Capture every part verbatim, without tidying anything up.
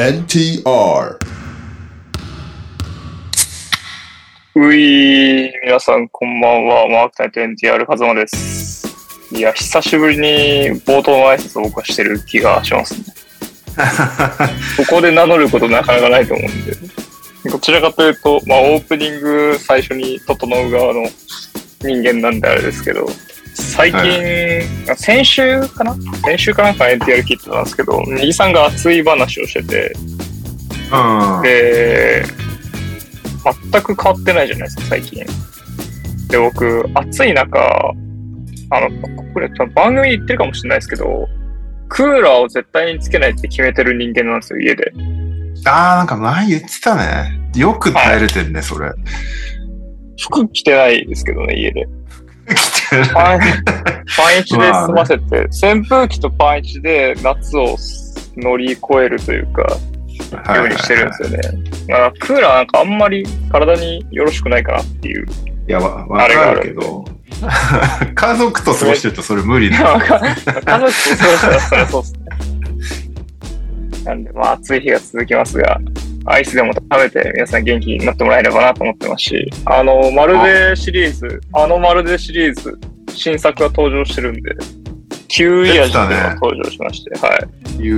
エヌティーアール。 ういー、皆さんこんばんは。マークタイト エヌティーアール カズマです。いや、久しぶりに冒頭の挨拶を僕はしてる気がしますね。ここで名乗ることなかなかないと思うんで。どちらかというと、まあオープニング最初に整う側の人間なんであれですけど、最近、はい、先週かな先週かなんか エヌティーアール キットなんですけど、右さんが熱い話をしてて、 うん、 で、全く変わってないじゃないですか、最近。で、僕、暑い中、あの、これ番組で言ってるかもしれないですけど、クーラーを絶対につけないって決めてる人間なんですよ、家で。 あー、なんか前言ってたね。よく耐えれてるね、はい、それ。 服着てないですけどね、家で。 着てない。 パン、パンイチで済ませて、まあね、扇風機とパンイチで夏を乗り越えるというか、ようにしてるんですよね。だからクーラーなんかあんまり体によろしくないかなっていう。 いや、わ、わかるけど。家族と過ごしてるとそれ無理だよ。 家族と過ごしたらそれそうっすね。なんで、まあ暑い日が続きますが、アイスでも食べて皆さん元気になってもらえればなと思ってますし、あの、まるでシリーズ、あのまるでシリーズ、新作が登場してるんで、キウイ味が登場しまして、ね、はい。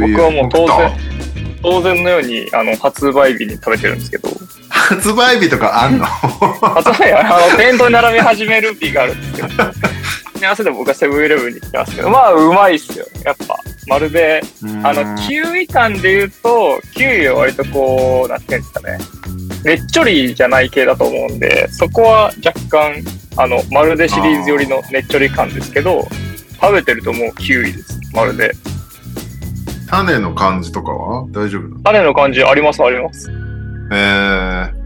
僕はもう当然、当然のようにあの発売日に食べてるんですけど。 発売日とかあんの？ 発売日あの店頭に並び始める日があるんですけど。に合わせて僕はセブンイレブンに来てますけど、まあうまいっすよ。やっぱまるであのキウイ感で言うとキウイは割とこうなんていうんですかね、ねっちょりじゃない系だと思うんで、そこは若干あのまるでシリーズ寄りのねっちょり感ですけど、食べてるともうキウイです。まるで。 種の感じとかは大丈夫なの？ 種の感じありますあります。 えー、 はい。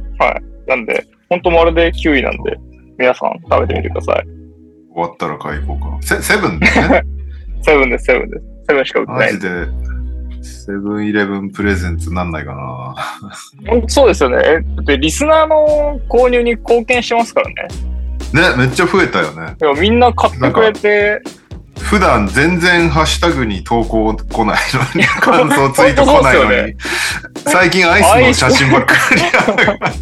なんで本当まるでキウイなんで皆さん食べてみてください。 終わったら買い行こうか。セ、セブンですね。 セブンです、セブンです。セブンしか売ってない。 マジで、セブンイレブンプレゼンツなんないかな。 本当そうですよね。で、リスナーの購入に貢献してますからね。 ね、めっちゃ増えたよね。 いやみんな買ってくれて。 普段全然ハッシュタグに投稿来ないのに、感想ツイート来ないのに、ね、最近アイスの写真ばっかり上がって。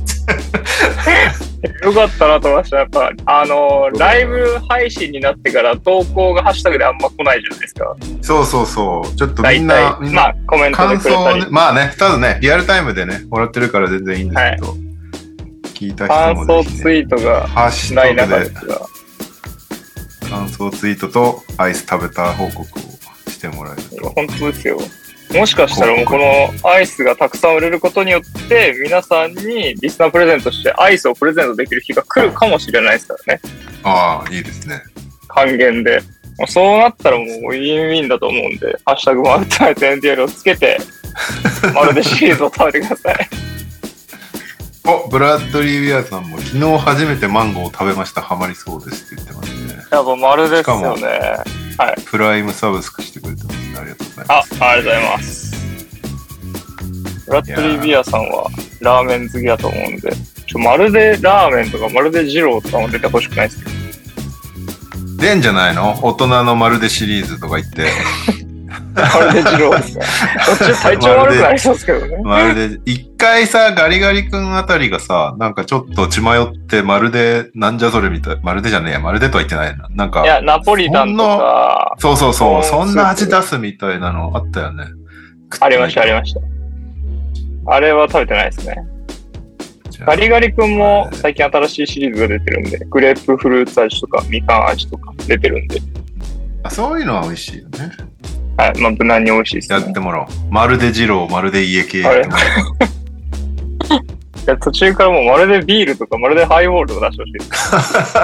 よかったなと思いました。やっぱ、あのー、ライブ配信になってから投稿がハッシュタグであんま来ないじゃないですか。 そうそうそう。ちょっとみんな、みんなまあ、コメントでくれたり。 ね、まあね、ただね、リアルタイムでね、もらってるから全然いいんですけど、はい、聞いた人も感想ツイートがない中ですが。 感想ツイートとアイス食べた報告をしてもらえると。 本当ですよ。もしかしたらもうこのアイスがたくさん売れることによって皆さんにリスナープレゼントしてアイスをプレゼントできる日が来るかもしれないですからね。 ああ、いいですね。 還元で。そうなったらもうウィンウィンだと思うんで、ハッシュタグマルタイト エヌティーアール をつけて、まるでシリーズを食べてください。 お、ブラッドリー・ウィアさんも昨日初めてマンゴーを食べました。ハマりそうですって言ってますね。 やっぱ丸ですよね。はい。 プライムサブスクしてくれてますね。ありがとうございます。 あ、ありがとうございます。ブラッドリー・ウィアさんはラーメン好きだと思うんで、ちょまるでラーメンとかまるで二郎とかも出てほしくないですけど。 出んじゃないの？大人のまるでシリーズとか言って。 まるで二郎ですか。こっち体調悪くなりそうですけどね。 まるで、一回さ、ガリガリ君あたりがさ、なんかちょっと血迷って、まるで、なんじゃそれみたい。まるでじゃねえや、まるでとは言ってないな。なんか。 いや、ナポリタンとか。 そうそうそう、そんな味出すみたいなのあったよね。 ありました、ありました。あれは食べてないですね。ガリガリ君も最近新しいシリーズが出てるんで、グレープフルーツ味とか、みかん味とか出てるんで。 あ、そういうのは美味しいよね。 はい、まあ無難に美味しいですね。 やってもらおう。まるで二郎、まるで家系やってもらおう。いや途中からもうまるでビールとかまるでハイボールとか出してほしいです。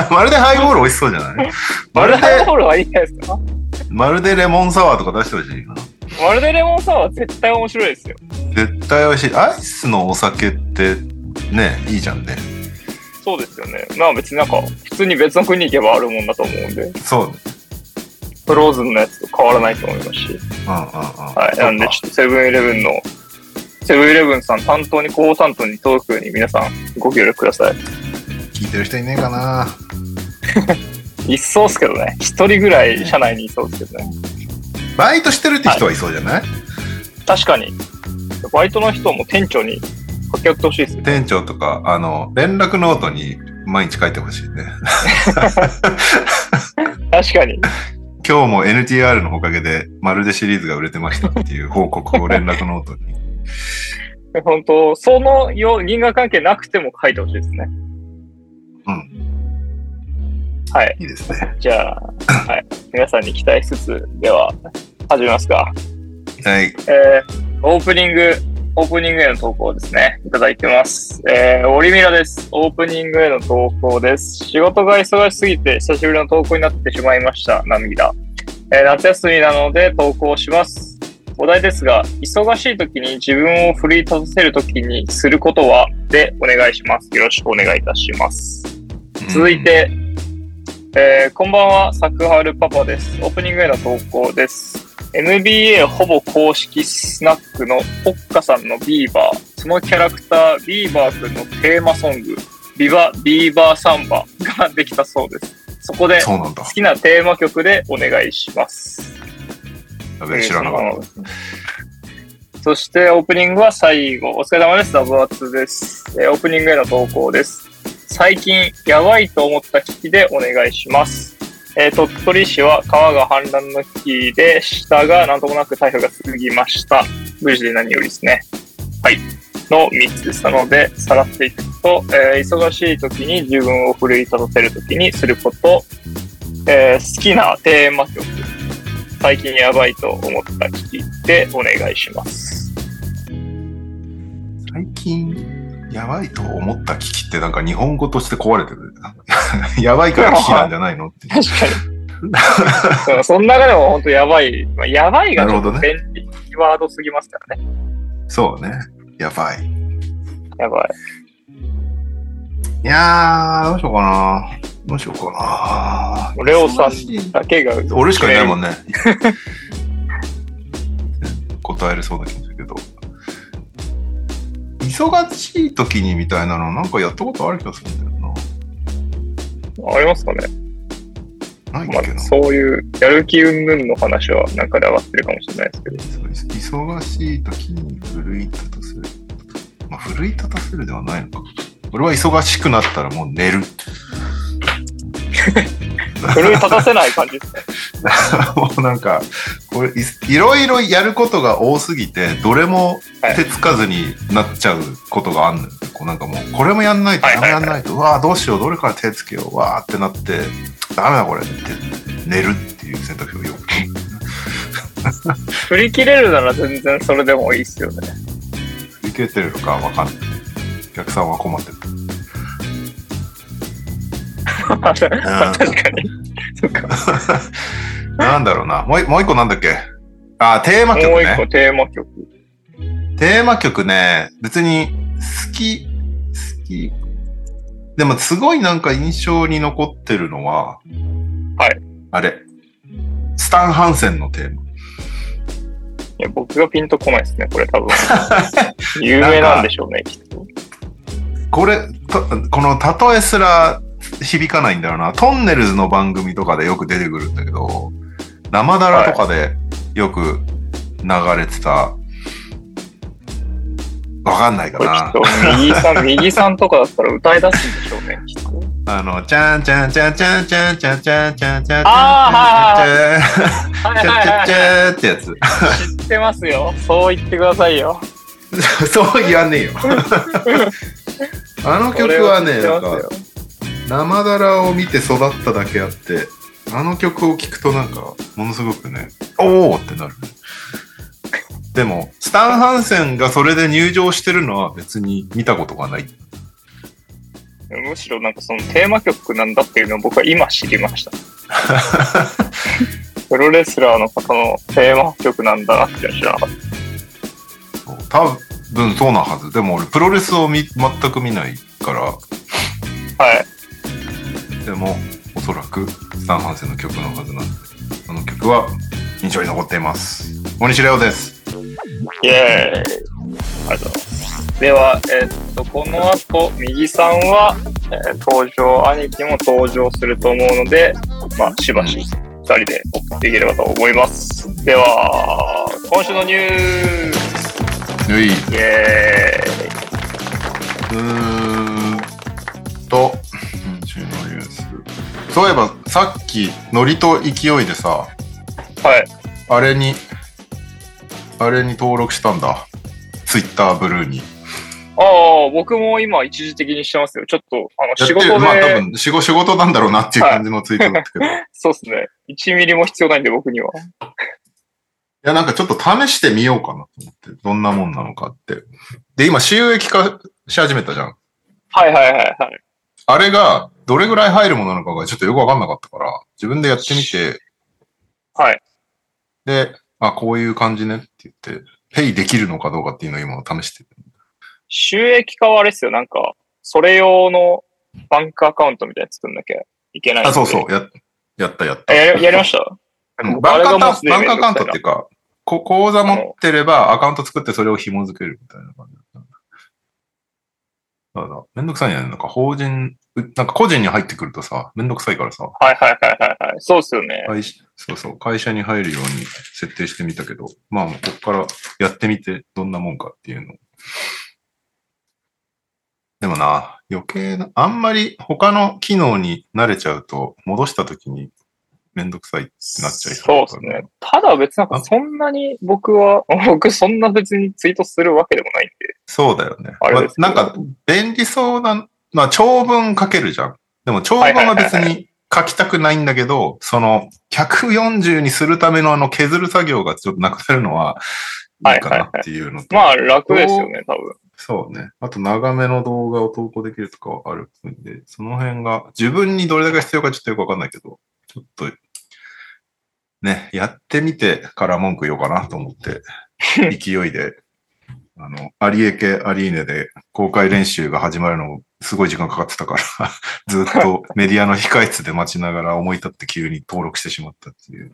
まるでハイボール美味しそうじゃない？ まるでハイボールはいいんじゃないですか？ まるでレモンサワーとか出してほしいな。 まるでレモンサワー絶対面白いですよ。 絶対美味しい。アイスのお酒ってね、いいじゃんね。 そうですよね。まあ別になんか普通に別の国に行けばあるもんだと思うんで。 そうね。 フローズンのやつと変わらないと思いますし。うんうんうん。はい。なんでちょっとセブンイレブンのセブンイレブンさん担当に広報担当に届くように皆さんご協力ください。 聞いてる人いねえかな。 いそうっすけどね。一人ぐらい社内にいそうですけどね。 バイトしてるって人はいそうじゃない？ 確かに。 バイトの人も店長に掛け合ってほしいですね。 店長とか、あの、連絡ノートに毎日書いてほしいね。 確かに。 今日も エヌティーアール のおかげで、まるでシリーズが売れてましたっていう報告を連絡ノートに。 本当、その因果関係なくても書いてほしいですね。 うん。 はい。 いいですね。 じゃあ、はい。皆さんに期待しつつ、では、始めますか。 はい。 えー、オープニング、オープニングへの投稿ですね。いただいてます。えー、オリミラです。オープニングへの投稿です。仕事が忙しすぎて、久しぶりの投稿になってしまいました。涙。えー、夏休みなので投稿します。お題ですが、忙しい時に自分を奮い立たせる時にすることはでお願いします。よろしくお願いいたします。続いて、えー、こんばんは、サクハルパパです。オープニングへの投稿です。エヌビーエー ほぼ公式スナックのポッカさんのビーバー、そのキャラクタービーバーくんのテーマソング、ビバビーバーサンバができたそうです。そこで好きなテーマ曲でお願いします。 知らなかった。 そしてオープニングは最後、お疲れ様です。ダブアツです。えー、オープニングへの投稿です。最近やばいと思った危機でお願いします。えー、鳥取市は川が氾濫の危機で、下がなんともなく台風が過ぎました。無事で何よりですね。はい。のみっつでしたので、さらっていくと、えー、忙しい時に自分を奮い立たせる時にすること、えー、好きなテーマ曲、最近やばいと思った危機でお願いします。 最近やばいと思った危機ってなんか日本語として壊れてる。やばいから危機なんじゃないのって。 確かに。その中でも本当やばい。まあ、やばいがちょっと便利ワードすぎますからね。 そうね。やばい。 やばい。 いやー、どうしようかな。どうしようかな。 レオさんだけが。 俺しかいないもんね。答えれそうな気がするけど。忙しい時にみたいなのなんかやったことある気がするんだよな。 ありますかね。 ないっけな、 まあ、そういうやる気云々の話はなんかで上がってるかもしれないですけど。 忙しい時に奮い立たせる。まあ、奮い立たせるではないのか。俺は忙しくなったらもう寝る。 奮い立たせない感じですね。 もうなんかこれ い, いろいろやることが多すぎてどれも手つかずになっちゃうことがあるのよ、はい、こうなんかもうこれもやんないと、あれもやんないと、うわーどうしようどれから手つけようわーってなってダメだこれって寝るっていう選択肢をよく振り切れるなら全然それでもいいっすよね。 振り切れてるのかわかんない。お客さんは困ってる。 確かに。そっか。 なんだろうな。もう、もう一個なんだっけ。あ、テーマ曲ね。 もう一個テーマ曲。 テーマ曲ね、別に好き、好き。でもすごいなんか印象に残ってるのは、 はい。 あれ。スタン・ハンセンのテーマ。 いや、僕がピンとこないですね、これ多分。有名なんでしょうね、きっと。これ、この例えすら、響かないんだよな。トンネルズの番組とかでよく出てくるんだけど、生だらとかでよく流れてた、はい、わかんないかな。 きっと右さん、右さんとかだったら歌い出すんでしょうね、きっと。 あの、ちゃんちゃんちゃんちゃんちゃんちゃんちゃんちゃんちゃんちゃんちゃんちゃんちゃんちゃんってやつ。 知ってますよ。そう言ってくださいよ。 そう言わねえよ。あの曲はね、なんか、生だらを見て育っただけあって、あの曲を聴くとなんか、ものすごくね、おーってなる。でも、スタン・ハンセンがそれで入場してるのは別に見たことがない。 むしろなんかそのテーマ曲なんだっていうのを僕は今知りました。プロレスラーの方のテーマ曲なんだなって知らなかった。 多分そうなはず。でも俺プロレスを見全く見ないから。 はい。 でもおそらくスタン・ハンセンの曲のはずなんで、その曲は印象に残っています。大西レオです。 イエーイ。ありがとうございます。では、えー、っとこの後右さんは、えー、登場、兄貴も登場すると思うので、まあしばしふたりで送っていければと思います。では今週のニュース。 よい。 イエーイ。うーんと、今週のニュース。そういえば、さっき、ノリと勢いでさ、 はい。 あれに、あれに登録したんだ。ツイッターブルーに。 ああ、僕も今一時的にしてますよ。ちょっと、あの、仕事で。 まあ多分仕事、仕事なんだろうなっていう感じのツイートだったけど。はい、 そうですね。いちミリも必要ないんで、僕には。 いや、なんかちょっと試してみようかなと思って。どんなもんなのかって。で、今収益化し始めたじゃん。 はいはいはいはい。 あれが、どれぐらい入るものなのかがちょっとよくわかんなかったから、自分でやってみて。 はい。 で、あ、こういう感じねって言って、ペイできるのかどうかっていうのを今試してる。 収益化はあれですよ。なんか、それ用のバンクアカウントみたいなの作んなきゃいけないんで。 あ、そうそう。や、やったやった。 や、やりました、 うん、バンクアカウント、バンクアカウントっていうか、こ口座持ってればアカウント作ってそれを紐付けるみたいな感じだったんだ。だから、めんどくさいね。なんか法人、なんか個人に入ってくるとさ、めんどくさいからさ。 はいはいはいはいはい。そうっすよね。 そうそう。会社に入るように設定してみたけど、まあもうここからやってみてどんなもんかっていうのを。でもな、余計な、あんまり他の機能に慣れちゃうと、戻した時にめんどくさいってなっちゃいそうですね。ただ別になんかそんなに僕は、僕そんな別にツイートするわけでもないんで。 そうだよね。あれです、まあ、なんか便利そうな、まあ長文書けるじゃん。でも長文は別に書きたくないんだけど、そのひゃくよんじゅうにするためのあの削る作業がちょっとなくなるのはいいかなっていうのと。 はいはいはい、まあ楽ですよね、多分。 そうね。あと長めの動画を投稿できるとかはあるんで、その辺が自分にどれだけ必要かちょっとよくわかんないけど、ちょっとね、やってみてから文句言おうかなと思って、勢いで、あの、アリエケアリーネで公開練習が始まるのすごい時間かかってたから、ずっとメディアの控室で待ちながら思い立って急に登録してしまったっていう。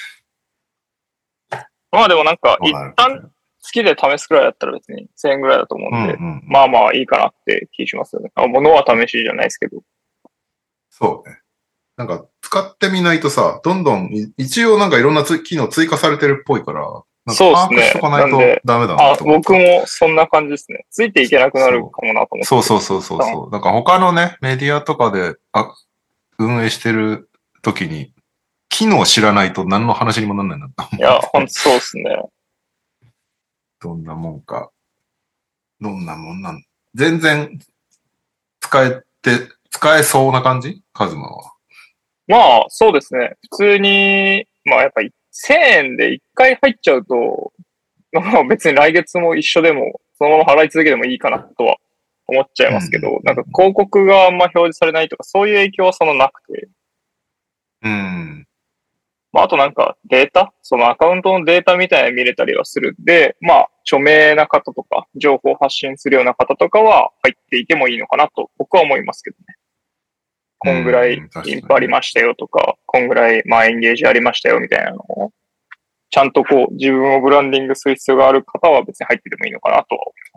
まあでもなんか、一旦好きで試すくらいだったら別にせんえんぐらいだと思うんで、うんうんうん、まあまあいいかなって気しますよね。あ、物は試しじゃないですけど。 そうね。なんか使ってみないとさ、どんどん、一応なんかいろんな機能追加されてるっぽいから、 そうですね。 把握しとかないとダメだなと思って。あ、僕もそんな感じですね。ついていけなくなるかもなと思って。 そうそうそうそうそう。なんか他のね、メディアとかであ運営してる時に、機能知らないと何の話にもなんないなと思って。 いや、ほんとそうですね。 どんなもんか。どんなもんなん全然使えて、使えそうな感じカズマは。 まあ、そうですね。普通に、まあやっぱりせんえんでいっかい入っちゃうと、まあ別に来月も一緒でも、そのまま払い続けてもいいかなとは思っちゃいますけど、うん、なんか広告があんま表示されないとか、そういう影響はそのなくて。 うん。 まああとなんかデータそのアカウントのデータみたいなの見れたりはするんで、まあ著名な方とか、情報発信するような方とかは入っていてもいいのかなと僕は思いますけどね。こんぐらいインプありましたよとか、こんぐらいまあエンゲージありましたよみたいなのを、ちゃんとこう自分をブランディングする必要がある方は別に入っててもいいのかなとは思います。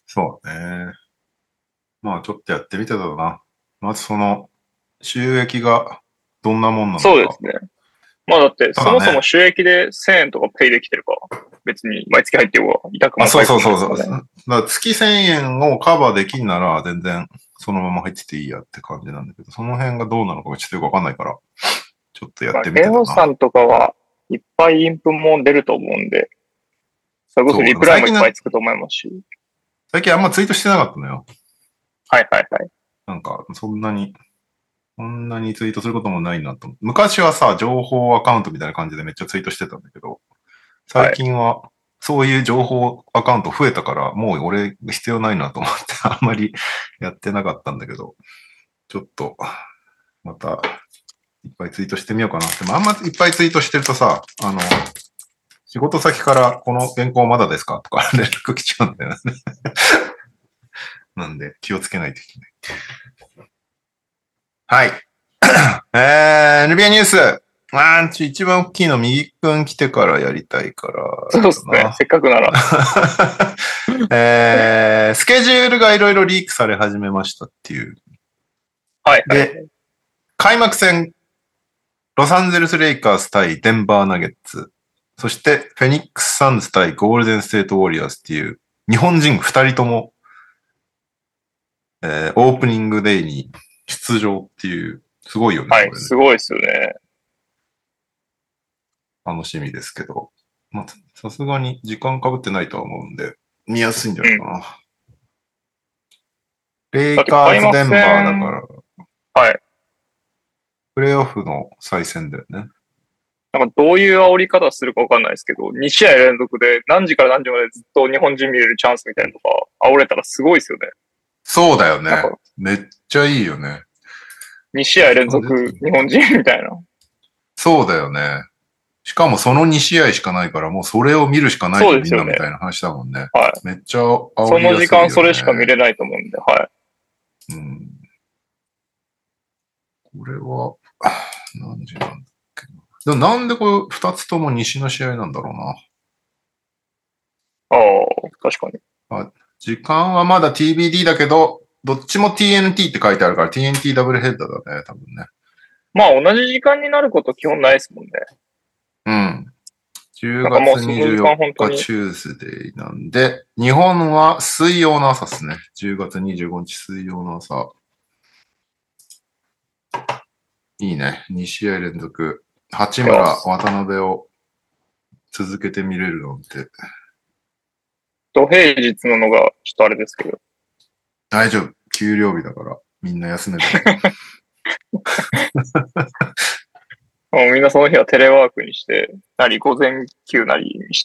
そうね。まあちょっとやってみてだろうな。まずその収益がどんなもんなのか。 そうですね。まあだって、そもそも収益でせんえんとかペイできてるか、別に毎月入ってる方が痛くもない、 ね。そうそうそうそう。だから月せんえんをカバーできんなら全然そのまま入ってていいやって感じなんだけど、その辺がどうなのかちょっとよくわかんないから、ちょっとやってみてだな。 エオさんとかはいっぱいインプも出ると思うんで、それこそリプライもいっぱいつくと思いますし。 最近あんまツイートしてなかったのよ。 はいはいはい。 なんか、そんなに、そんなにツイートすることもないなと。昔はさ、情報アカウントみたいな感じでめっちゃツイートしてたんだけど、最近はそういう情報アカウント増えたから、もう俺必要ないなと思ってあんまりやってなかったんだけど、ちょっと、また、いっぱいツイートしてみようかな。でもあんまいっぱいツイートしてるとさ、あの、仕事先からこの原稿まだですかとか連絡来ちゃうんだよね。なんで気をつけないといけない。はい。えー、エヌビーエー ニュース。あーち一番大きいの右くん来てからやりたいから。 そうですね。せっかくなら。 えー、スケジュールがいろいろリークされ始めましたっていう。 はい。 で、開幕戦、ロサンゼルスレイカーズ対デンバーナゲッツ。 そして、フェニックスサンズ対ゴールデンステートウォリアーズっていう、日本人ふたりとも、えー、オープニングデイに出場っていう、すごいよね。 はい、 ねすごいですよね。 楽しみですけど。まあ、さすがに時間かぶってないとは思うんで、見やすいんじゃないかな。うん、レイカーズデンバーだから。 はい。 プレイオフの再戦だよね。 なんかどういう煽り方するかわかんないですけど、に試合連続で何時から何時までずっと日本人見れるチャンスみたいなのとか煽れたらすごいですよね。 そうだよね。めっちゃいいよね。 に試合連続日本人みたいな。 そうだよね。しかもそのに試合しかないから、もうそれを見るしかないよ、みんなみたいな話だもんね。 はい。 めっちゃ煽りやすいよね。 その時間それしか見れないと思うんで、はい。 うん。これは、何時なんだっけな。でもなんでこれ二つとも西の試合なんだろうな。 ああ、確かに。 あ、時間はまだ ティービーディー だけど、どっちも ティーエヌティー って書いてあるから ティーエヌティー ダブルヘッダーだね、多分ね。 まあ同じ時間になること基本ないですもんね。 うん。じゅうがつにじゅうよっかチューズデーなんで、日本は水曜の朝ですね。じゅうがつにじゅうごにち水曜の朝。いいね。に試合連続。八村、渡辺を続けて見れるなんて。 土平日なのがちょっとあれですけど。 大丈夫。給料日だから。みんな休める。 もうみんなその日はテレワークにして、なり午前休なりにして。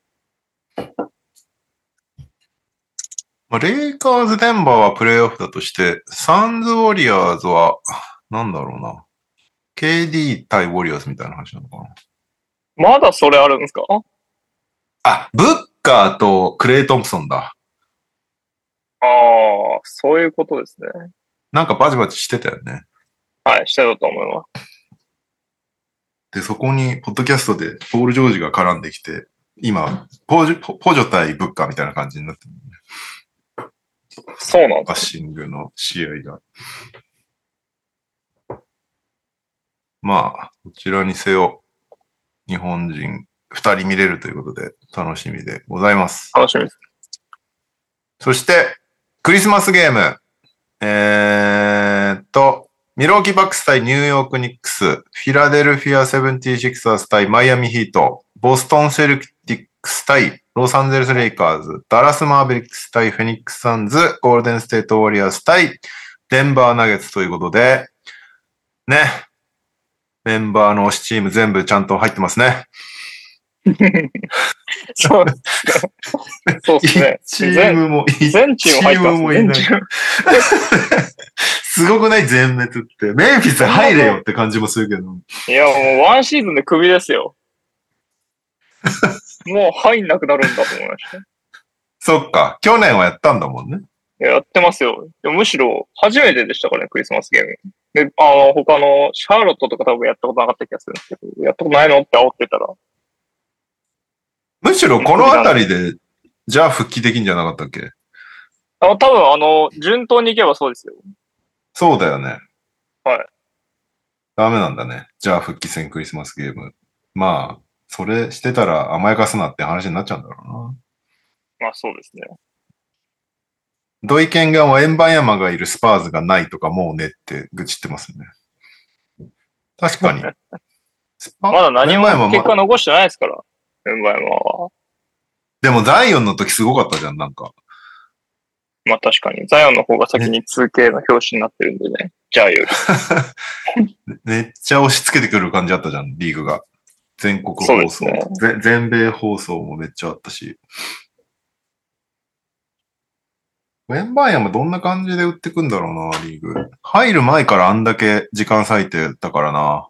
まあ、レイカーズ・デンバーはプレイオフだとして、サンズ・ウォリアーズは、なんだろうな。ケーディー 対ウォリアーズみたいな話なのかな。 まだそれあるんですか？ あ、ブッカーとクレイ・トンプソンだ。 ああ、そういうことですね。 なんかバチバチしてたよね。 はい、してたと思います。 で、そこに、ポッドキャストで、ポール・ジョージが絡んできて、今、ポジョ、ポジョ対ブッカーみたいな感じになってる、 ね。そうなんバッシングの試合が。まあ、こちらにせよ、日本人二人見れるということで、楽しみでございます。 楽しみです。 そして、クリスマスゲーム。えーっと、ミローキーバックス対ニューヨークニックス、フィラデルフィアセブンティシクサーズ対マイアミヒート、ボストンセルティックス対ロサンゼルスレイカーズ、ダラスマーベリックス対フェニックスサンズ、ゴールデンステートウォリアーズ対デンバーナゲッツということで、ね。メンバーの推しチーム全部ちゃんと入ってますね。 そうですね。そうですね。 チームも、 全チーム入ってますもいない。すごくない全滅って。メンフィス入れよって感じもするけど。 いや、もうワンシーズンでクビですよ。もう入んなくなるんだと思いました。 そっか。去年はやったんだもんね。 いや、やってますよ。むしろ初めてでしたからね、クリスマスゲーム。で、あの、他のシャーロットとか多分やったことなかった気がするんですけど、やったことないのって煽ってたら。 むしろこのあたりで、じゃあ復帰できんじゃなかったっけ？ あ、多分あの、順当にいけばそうですよ。 そうだよね。 はい。 ダメなんだね。じゃあ復帰戦クリスマスゲーム。まあ、それしてたら甘やかすなって話になっちゃうんだろうな。 まあそうですね。 土井健が円盤山がいるスパーズがないとかもうねって愚痴ってますね。確かに。 まだ何も結果残してないですから、円盤山は。 でもザイオンの時すごかったじゃん、なんか。 まあ確かに。ザイオンの方が先に ツーケー の表紙になってるんでね。じゃあより。 めっちゃ押し付けてくる感じあったじゃん、リーグが。全国放送。ね、全米放送もめっちゃあったし。円盤山どんな感じで売ってくんだろうな、リーグ。入る前からあんだけ時間割いてたからな。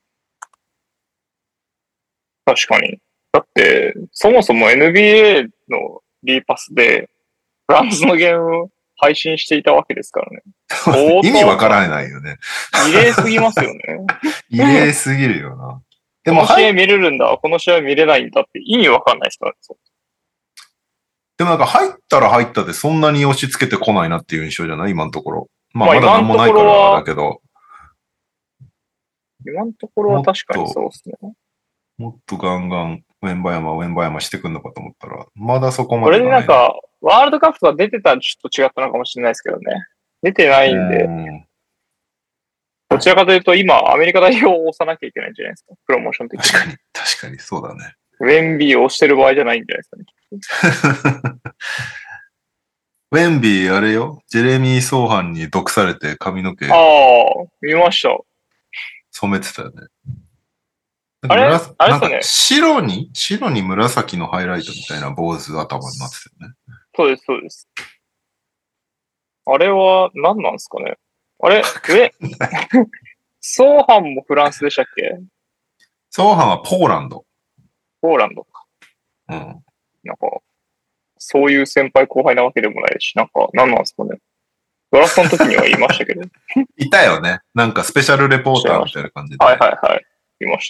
確かに。だって、そもそも エヌビーエー の B パスで、フランスのゲームを配信していたわけですからね。 意味わからないよね。 異例すぎますよね。 異例すぎるよな。 でも、この試合見れるんだ、この試合見れないんだって意味わかんないですからね。 でもなんか入ったら入ったでそんなに押し付けてこないなっていう印象じゃない今のところ。まあまだ何もないからだけど。 今のところは確かにそうですね。 もっとガンガンウェンバヤマ、ウェンバヤマしてくんのかと思ったら、まだそこまこれでがない。 でなんか、ワールドカップとか出てたらちょっと違ったのかもしれないですけどね。出てないんで、どちらかというと今、アメリカ代表を押さなきゃいけないんじゃないですか。プロモーション的に。 確かに、確かにそうだね。 ウェンビーを押してる場合じゃないんじゃないですかね。 ウェンビー、あれよ。ジェレミー・ソーハンに毒されて髪の毛ああ、見ました。 染めてたよね。 あれあれですよね。 白に、白に紫のハイライトみたいな坊主頭になってたよね。 そうです、そうです。あれは何なんですかね。あれえソーハンもフランスでしたっけ？ ソーハンはポーランド。 ポーランドか。 うん。 なんか、そういう先輩後輩なわけでもないし、なんか、何なんですかね。ドラフトの時には言いましたけど。 いたよね。なんかスペシャルレポーターみたいな感じで。 はいはいはい。いました。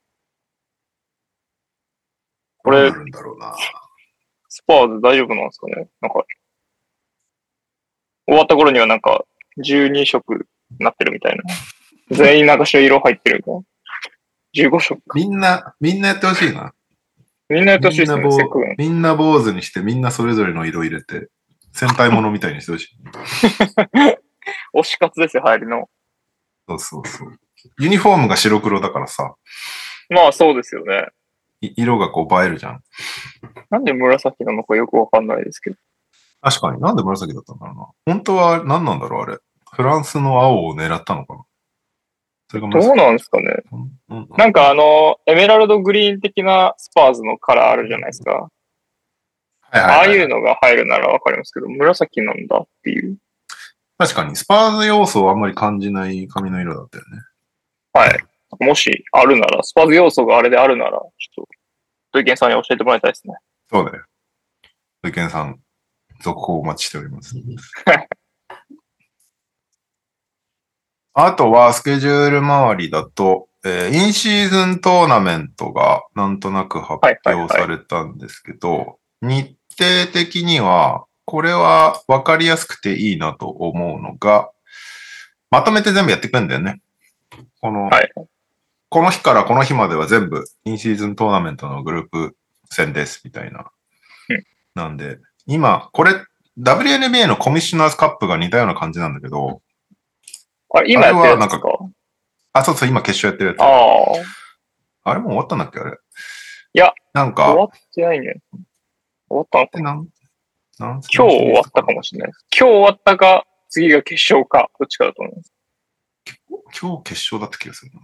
これ、 どうなるんだろうな。 スパーズ大丈夫なんですかね。なんか、終わった頃にはなんか、じゅうに色になってるみたいな。全員なんか色入ってるみたいな。じゅうご色。 みんな、みんなやってほしいな。 みんなやってほしいですね、せっかく。 みんな坊主にして、みんなそれぞれの色入れて、戦隊ものみたいにしてほしい。 推し活ですよ、流行りの。 そうそうそう。ユニフォームが白黒だからさ。 まあそうですよね。 色がこう映えるじゃん。 なんで紫なのかよくわかんないですけど。 確かに。なんで紫だったんだろうな。本当は何なんだろう、あれ。フランスの青を狙ったのかな。それがどうなんですかね。うん、なんかあの、エメラルドグリーン的なスパーズのカラーあるじゃないですか。はいはいはい、ああいうのが入るならわかりますけど、紫なんだっていう。 確かに、スパーズ要素をあんまり感じない髪の色だったよね。 はい。もしあるなら、スパーズ要素があれであるなら、ちょっと、土井健さんに教えてもらいたいですね。 そうだよ。土井健さん、続報をお待ちしております。あとは、スケジュール周りだと、えー、インシーズントーナメントがなんとなく発表されたんですけど、はいはいはい、日程的には、これは分かりやすくていいなと思うのが、まとめて全部やってくるんだよね。この、はい、この日からこの日までは全部、インシーズントーナメントのグループ戦です、みたいな。うん、なんで、今、これ、ダブリューエヌビーエー のコミッショナーズカップが似たような感じなんだけど、 あれ、今やってるやつですか？ あ、そうそう、今決勝やってるやつ。 ああ。あれもう終わったんだっけあれ。 いや、 なんか。 終わってないね。終わったのかな？なん今日終わったかもしれないです。今日終わったか、次が決勝か、どっちかだと思います。 今日決勝だった気がするな。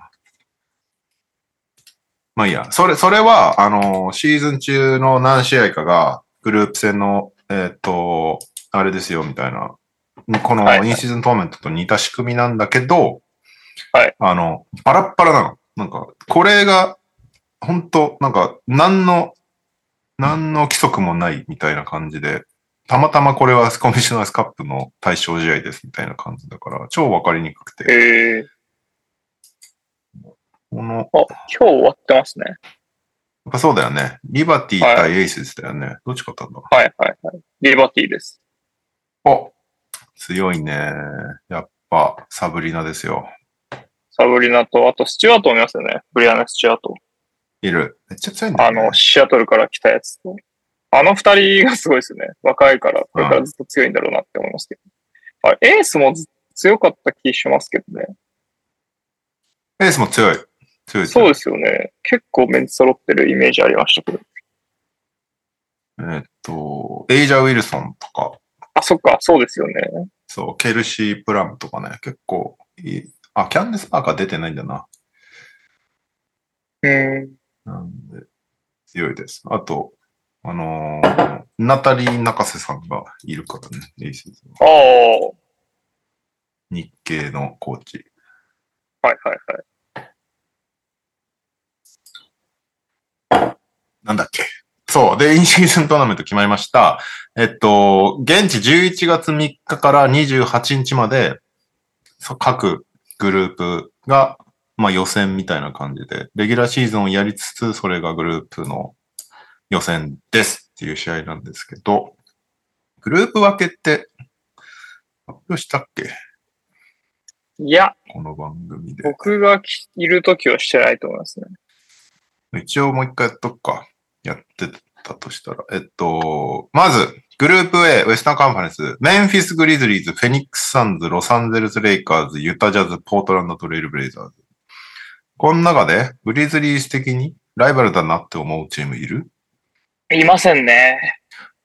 まあいいや。それ、それは、あのー、シーズン中の何試合かが、グループ戦の、えー、っと、あれですよ、みたいな。このインシーズントーナメントと似た仕組みなんだけど、 はい。 あの、パラッパラなの。なんか、これが、本当なんか、何の、何の規則もないみたいな感じで、たまたまこれはコミッショナーズカップの対象試合ですみたいな感じだから、超わかりにくくて。 へー。 この、 あ、今日終わってますね。やっぱそうだよね。リバティ対エイスでしたよね。はい、どっち勝ったんだ？ はいはいはい。リバティです。 お、強いね。やっぱ、サブリナですよ。 サブリナと、あとスチュワートもいますよね。ブリアナ・スチュワート。 いる。めっちゃ強いんだよね。 あの、シアトルから来たやつと。あの二人がすごいですよね。若いから、これからずっと強いんだろうなって思いますけど。あれ、エースも強かった気しますけどね。 エースも強い。強い。 そうですよね。結構メンツ揃ってるイメージありましたけど。 えっと、エイジャー・ウィルソンとか。 あ、そっか、そうですよね。 そう、ケルシー・プラムとかね、結構いい。あ、キャンデス・パーカー出てないんだな。 うん。 なんで、強いです。あと、あのー、ナタリー・中瀬さんがいるからね、エイシーズン。 ああ。 日系のコーチ。 はいはいはい。なんだっけ。そう。で、インシーズントーナメント決まりました。えっと、現地じゅういちがつみっかからにじゅうはちにちまで、各グループが、まあ予選みたいな感じで、レギュラーシーズンをやりつつ、それがグループの予選ですっていう試合なんですけど、グループ分けって発表したっけ？ いや、 この番組で。 僕がいるときはしてないと思いますね。 一応もう一回やっとくか。やってたとしたら。えっと、まず、グループ A、ウエスタンカンファレンス、メンフィス・グリズリーズ、フェニックス・サンズ、ロサンゼルス・レイカーズ、ユタ・ジャズ、ポートランド・トレイル・ブレイザーズ。この中で、グリズリーズ的にライバルだなって思うチームいる？ いませんね。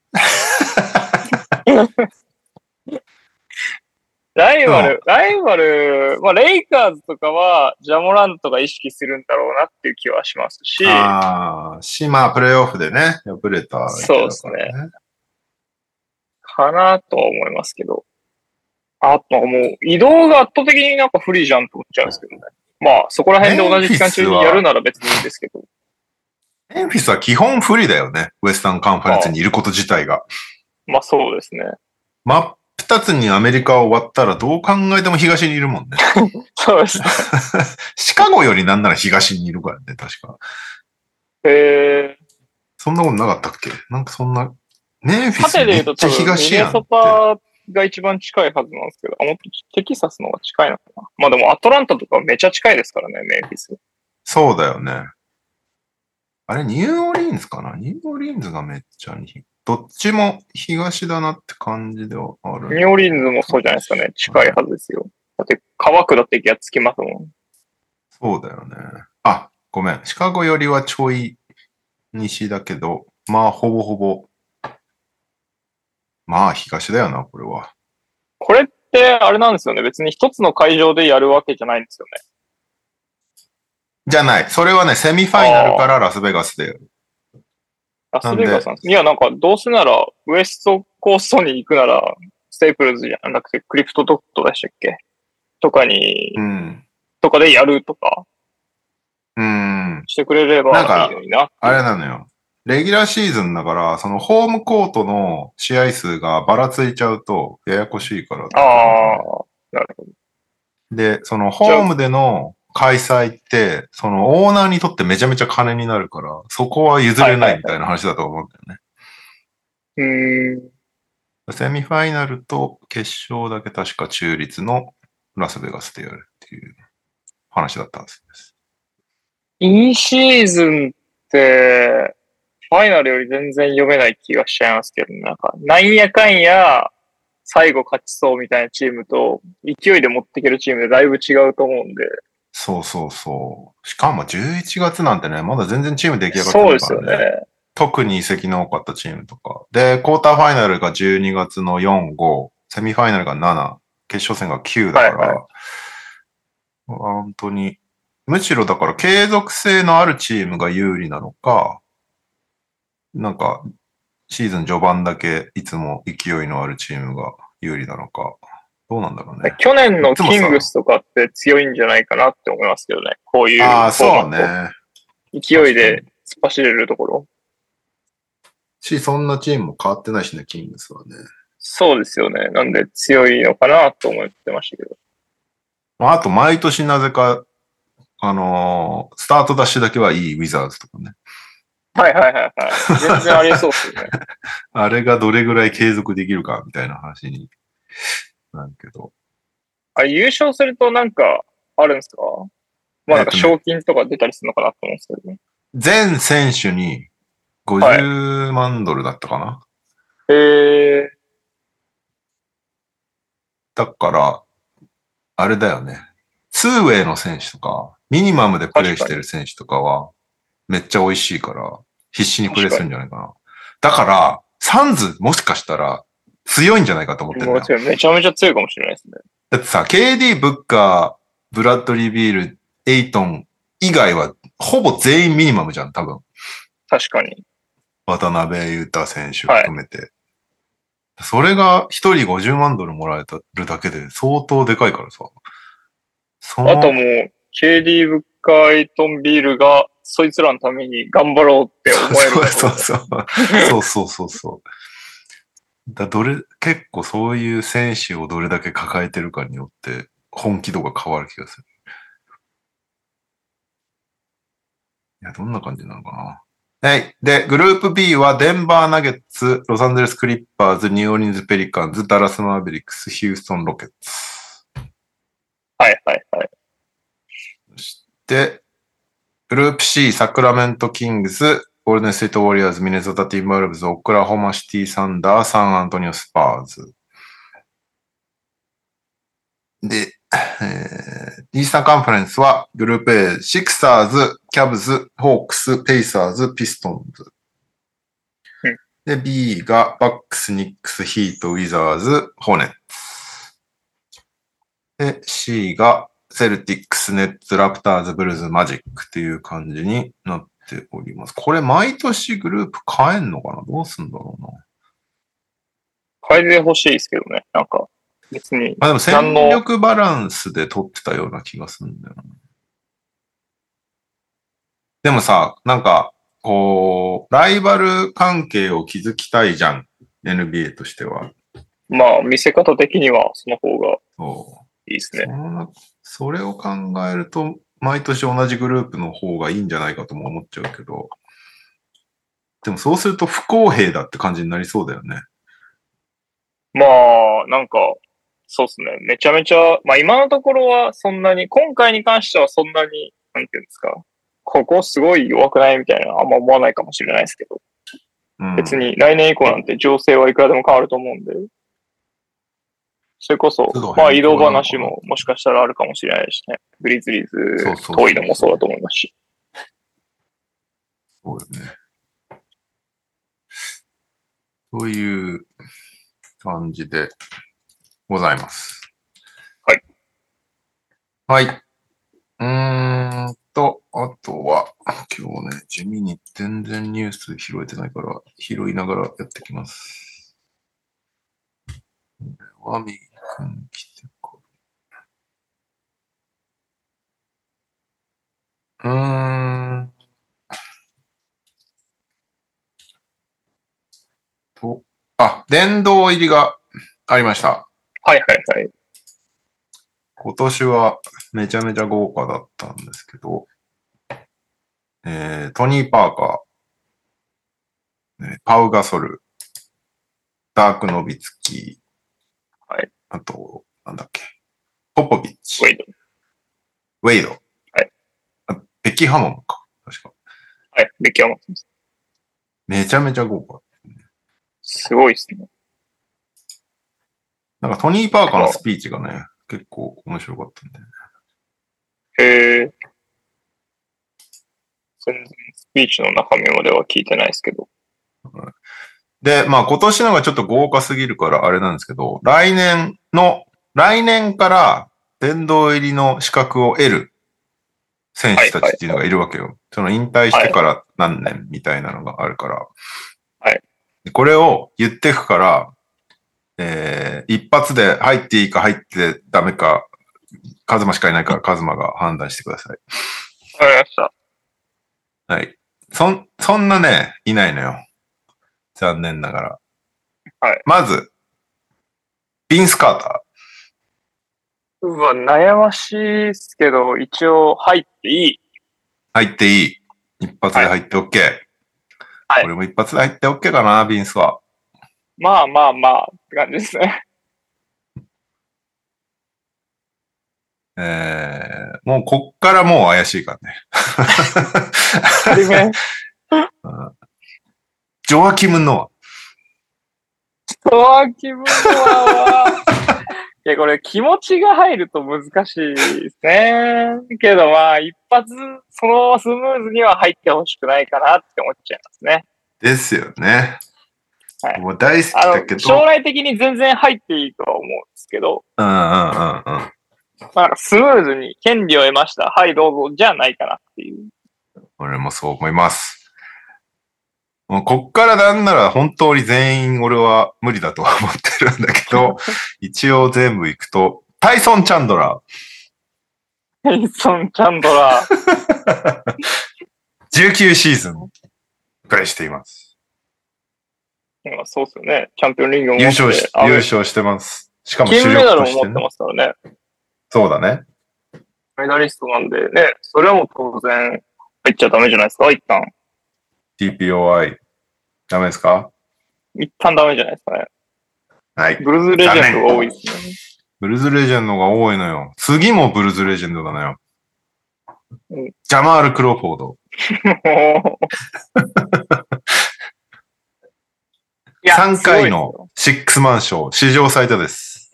ライバル、ライバル、まあ、レイカーズとかは、ジャモラントが意識するんだろうなっていう気はしますし。 ああ、し、まあ、プレイオフでね、敗れた、ね。 そうですね。かなとは思いますけど。あと、もう、移動が圧倒的になんか不利じゃんと思っちゃうんですけどね。まあ、そこら辺で同じ期間中にやるなら別にいいんですけど。 メンフィスは基本不利だよね。ウエスタンカンファレンスにいること自体が。 まあ、そうですね。 真っ二つにアメリカ終わったらどう考えても東にいるもんね。 そうですね。 シカゴよりなんなら東にいるからね、確か。 へえ。 そんなことなかったっけ？なんかそんな、メンフィスめっちゃ東やんって。 ミネソタが一番近いはずなんですけど、あ、もっとテキサスの方が近いのかな。まあでもアトランタとかめちゃ近いですからね、メンフィス。 そうだよね。あれ、ニューオーリンズかな？ニューオーリンズがめっちゃに、どっちも東だなって感じではある。 ニューオーリンズもそうじゃないですかね。近いはずですよ。だって川下ってやっつきますもん。 そうだよね。あ、ごめん。シカゴよりはちょい西だけど、まあほぼほぼ、まあ東だよな、これは。 これってあれなんですよね。別に一つの会場でやるわけじゃないんですよね。 じゃない。それはね、セミファイナルからラスベガスでやる。 ラスベガスなんです。いや、なんか、どうせなら、ウエストコーストに行くなら、ステープルズじゃなくて、クリプトドットでしたっけとかに、 うん。 とかでやるとか、 うん。 してくれればいいのにな。 あれなのよ。レギュラーシーズンだから、そのホームコートの試合数がばらついちゃうと、ややこしいから。 ああ、なるほど。 で、そのホームでの開催って、そのオーナーにとってめちゃめちゃ金になるから、そこは譲れないみたいな話だと思うんだよね。 はいはいはい、うーん。セミファイナルと決勝だけ確か中立のラスベガスでやるっていう話だったんです。 いいシーズンって、ファイナルより全然読めない気がしちゃいますけど、なんか、なんやかんや、最後勝ちそうみたいなチームと、勢いで持っていけるチームでだいぶ違うと思うんで。 そうそうそう。しかもじゅういちがつなんてね、まだ全然チーム出来上がってないからね。そうですよね。特に移籍の多かったチームとか。で、クォーターファイナルがじゅうにがつのよん、ご、セミファイナルがなな、決勝戦がきゅうだから、はいはい、本当に、むしろだから継続性のあるチームが有利なのか、なんか、シーズン序盤だけいつも勢いのあるチームが有利なのか、どうなんだろうね。 去年のキングスとかって強いんじゃないかなって思いますけどね。こういう。 ああ、そうね。 勢いで突っ走れるところ。 し、そんなチームも変わってないしね、キングスはね。 そうですよね。なんで強いのかなと思ってましたけど。 あと、毎年なぜか、あのー、スタートダッシュだけはいいウィザーズとかね。 はいはいはいはい。全然ありそうですよね。 あれがどれぐらい継続できるかみたいな話になるけど。 あ、優勝するとなんかあるんですか？まあなんか賞金とか出たりするのかなと思うんですけどね。 全選手にごじゅうまんドルだったかな、はい、 へー。 だから、あれだよね。ツーウェイの選手とか、ミニマムでプレイしてる選手とかは、めっちゃ美味しいから、必死にプレイするんじゃないかな。だから、サンズもしかしたら強いんじゃないかと思ってるんだよ。 めちゃめちゃ強いかもしれないですね。 だってさ、ケーディー、ブッカー、ブラッドリー・ビール、エイトン以外は、ほぼ全員ミニマムじゃん、多分。 確かに。 渡辺裕太選手含めて。はい、それが一人ごじゅうまんドルもらえるだけで相当でかいからさ。 あともう、ケーディー、ブッカー、エイトン、ビールが、そいつらのために頑張ろうって思える。 そうそうそう。そうそうそうそう。だどれ、結構そういう選手をどれだけ抱えてるかによって、本気度が変わる気がする。いや、どんな感じなのかな。はい。で、グループ B はデンバーナゲッツ、ロサンゼルスクリッパーズ、ニューオーリンズペリカンズ、ダラスマーベリックス、ヒューストンロケッツ。 はいはいはい。 そして、 グループ C、サクラメントキングス、ゴールデンステートウォリアーズ、ミネソタティンバルブズ、オクラホマシティサンダー、サンアントニオスパーズ。で、えー、イースタンカンファレンスは、グループ A、シクサーズ、キャブズ、ホークス、ペイサーズ、ピストンズ。で、B がバックス、ニックス、ヒート、ウィザーズ、ホーネッツ。で、C がセルティックス、ネッツ、ラプターズ、ブルーズ、マジックっていう感じになっております。これ毎年グループ変えんのかな？どうすんだろうな。 変えてほしいですけどね。なんか、別に。 あ、でも戦力バランスで取ってたような気がするんだよな。でもさ、なんか、こう、ライバル関係を築きたいじゃん。エヌビーエー としては。 まあ、見せ方的にはその方がいいですね。 そ, それを考えると、毎年同じグループの方がいいんじゃないかとも思っちゃうけど、でもそうすると不公平だって感じになりそうだよね。 まあ、なんか、そうですね。めちゃめちゃ、まあ今のところはそんなに、今回に関してはそんなに、なんていうんですか、ここすごい弱くないみたいなのはあんま思わないかもしれないですけど、うん、別に来年以降なんて情勢はいくらでも変わると思うんで、それこそ、まあ移動話ももしかしたらあるかもしれないしね。グリズリーズ遠いのもそうだと思いますし。 そうですね。そういう感じでございます。 はい。 はい。うーんと、あとは、今日ね、地味に全然ニュース拾えてないから、拾いながらやってきます。ワミ君来てこう。うーん。と、あ、殿堂入りがありました。 はいはいはい。 今年はめちゃめちゃ豪華だったんですけど、えー、トニー・パーカー、ね、パウ・ガソル、ダーク・ノビツキー、はい、 あと、なんだっけ、ポポビッチ、 ウェイド。 ウェイド。 はい。 あ、ベッキー・ハモンか、確か。 はい、ベッキー・ハモンです。 めちゃめちゃ豪華。 すごいですね。 なんかトニー・パーカーのスピーチがね、結構面白かったんだよね。 へえ。全然スピーチの中身までは聞いてないですけど。 で、まあ今年のがちょっと豪華すぎるからあれなんですけど、来年の、来年から殿堂入りの資格を得る選手たちっていうのがいるわけよ。はいはいはい、その引退してから何年みたいなのがあるから。 はい。 これを言っていくから、えー、一発で入っていいか入ってダメか、カズマしかいないからカズマが判断してください。 わかりました。 はい。そん、そんなね、いないのよ。残念ながら。 はい。 まず、ビンス・カーター。うわ、悩ましいですけど、一応入っていい。 入っていい。一発で入って OK。はい。これも一発で入って OK かな、ビンスは。 まあまあまあ、って感じですね。 えー、もうこっからもう怪しいからね。 二人目ジョアキム・ノア。 ジョアキム・ノアは、いや、これ気持ちが入ると難しいですね。けどまあ、一発、そのままスムーズには入ってほしくないかなって思っちゃいますね。 ですよね。 はい。 もう大好きだけど。 将来的に全然入っていいとは思うんですけど。 うんうんうんうん。 まあ、スムーズに権利を得ました。はい、どうぞ、じゃないかなっていう。 俺もそう思います。もうこっからなんなら本当に全員俺は無理だとは思ってるんだけど、一応全部行くと、タイソン・チャンドラー。 タイソン・チャンドラー。 じゅうきゅうシーズン、プレイしています。 そうっすよね。チャンピオンリングを持って優勝し、優勝してます。しかも金メダルも持ってますからね。 そうだね。 メダリストなんでね、それはもう当然入っちゃダメじゃないですか、一旦。 ティーピーオーアイ、ダメですか？ 一旦ダメじゃないですかね。 はい。 ブルーズレジェンドが多いですね。 ブルーズレジェンドが多いのよ。次もブルーズレジェンドなのよ。 うん、 ジャマール・クロフォード。さんかいのシックスマン賞、史上最多です。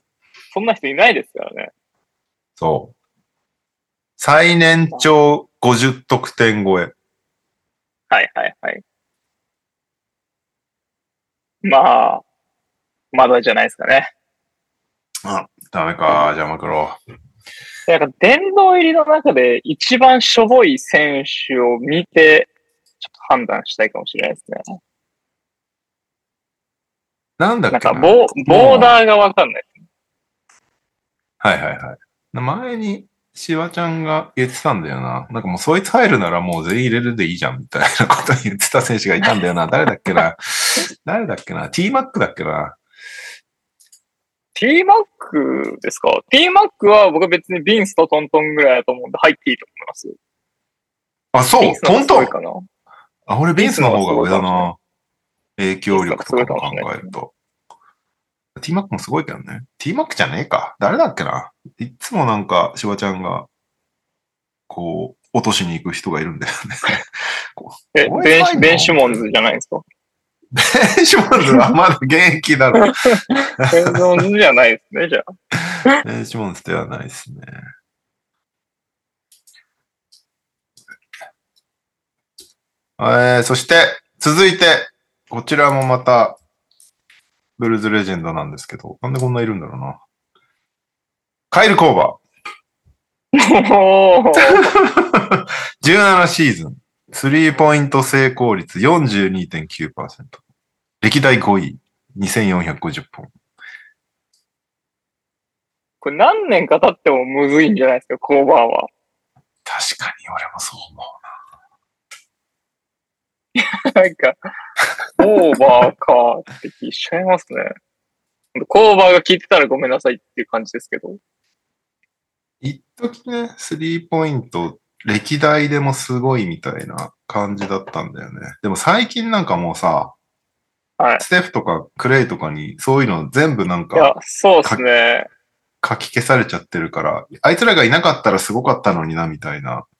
そんな人いないですからね。 そう。最年長ごじゅう得点超え。 はいはいはい。まあ、まだじゃないですかね。 あ、ダメか、じゃあマクロ。 なんか殿堂入りの中で一番しょぼい選手を見て、ちょっと判断したいかもしれないですね。 なんだっけな。 なんかボ、ボーダーがわかんない。 はいはいはい。前にシワちゃんが言ってたんだよな。なんかもうそいつ入るならもう全員入れるでいいじゃんみたいなこと言ってた選手がいたんだよな。誰だっけな。誰だっけな。T マックだっけな。 T マックですか？ T マックは僕は別にビンスとトントンぐらいだと思うんで入っていいと思います。 あ、そうトントンかな。 あ、俺ビンスの方が上だな。影響力とかも考えると。T マックもすごいけどね。T マックじゃねえか。誰だっけな。いつもなんか、シワちゃんが、こう、落としに行く人がいるんだよね。え、ベンシ、ベンシモンズじゃないですか？ ベンシモンズはまだ現役だろ。 ベンシモンズじゃないですね、じゃあ。ベンシモンズではないですね。えー、そして、続いて、こちらもまた、ブルーズレジェンドなんですけど、なんでこんないるんだろうな。カイル・コーバー。じゅうななシーズン、スリーポイント成功率 よんじゅうにてんきゅうパーセント。歴代ごい、にせんよんひゃくごじゅっぽん。 これ何年か経ってもむずいんじゃないですか、コーバーは。 確かに俺もそう思うな。なんか、コーバーかって気しちゃいますね。コーバーが聞いてたらごめんなさいっていう感じですけど。 一時ね、スリーポイント、歴代でもすごいみたいな感じだったんだよね。でも最近なんかもうさ、はい、ステフとかクレイとかにそういうの全部なんか、いや、 そうですね。 書き消されちゃってるから、あいつらがいなかったらすごかったのにな、みたいな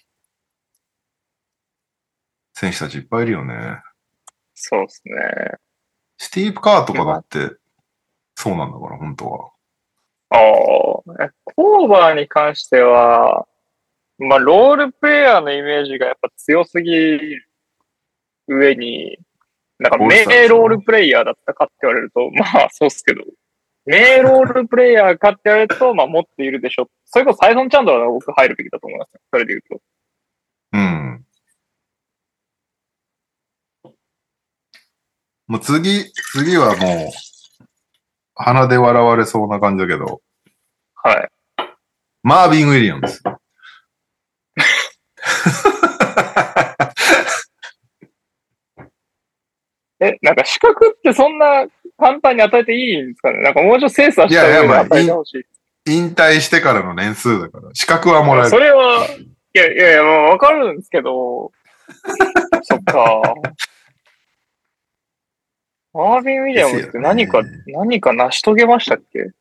選手たちいっぱいいるよね。 そうですね。 スティーブ・カーとかだって、そうなんだから、本当は。 ああ、コーバーに関しては、まあ、ロールプレイヤーのイメージがやっぱ強すぎる上に、なんか名ロールプレイヤーだったかって言われると、まあそうっすけど、名ロールプレイヤーかって言われると、まあ持っているでしょ。それこそサイソン・チャンドラーが僕入るべきだと思います。それで言うと。 うん。もう次、次はもう、鼻で笑われそうな感じだけど。 はい。 マービン・ウィリアムズ。 え、なんか資格ってそんな簡単に与えていいんですかね？なんかもうちょっと精査した上で与えてほしい。いやいや、 まあ、引退してからの年数だから、資格はもらえる。 それは、いやいやいや、まあわかるんですけど、そっか。マービン・ウィリアムズって何か、ね、何か成し遂げましたっけ？ う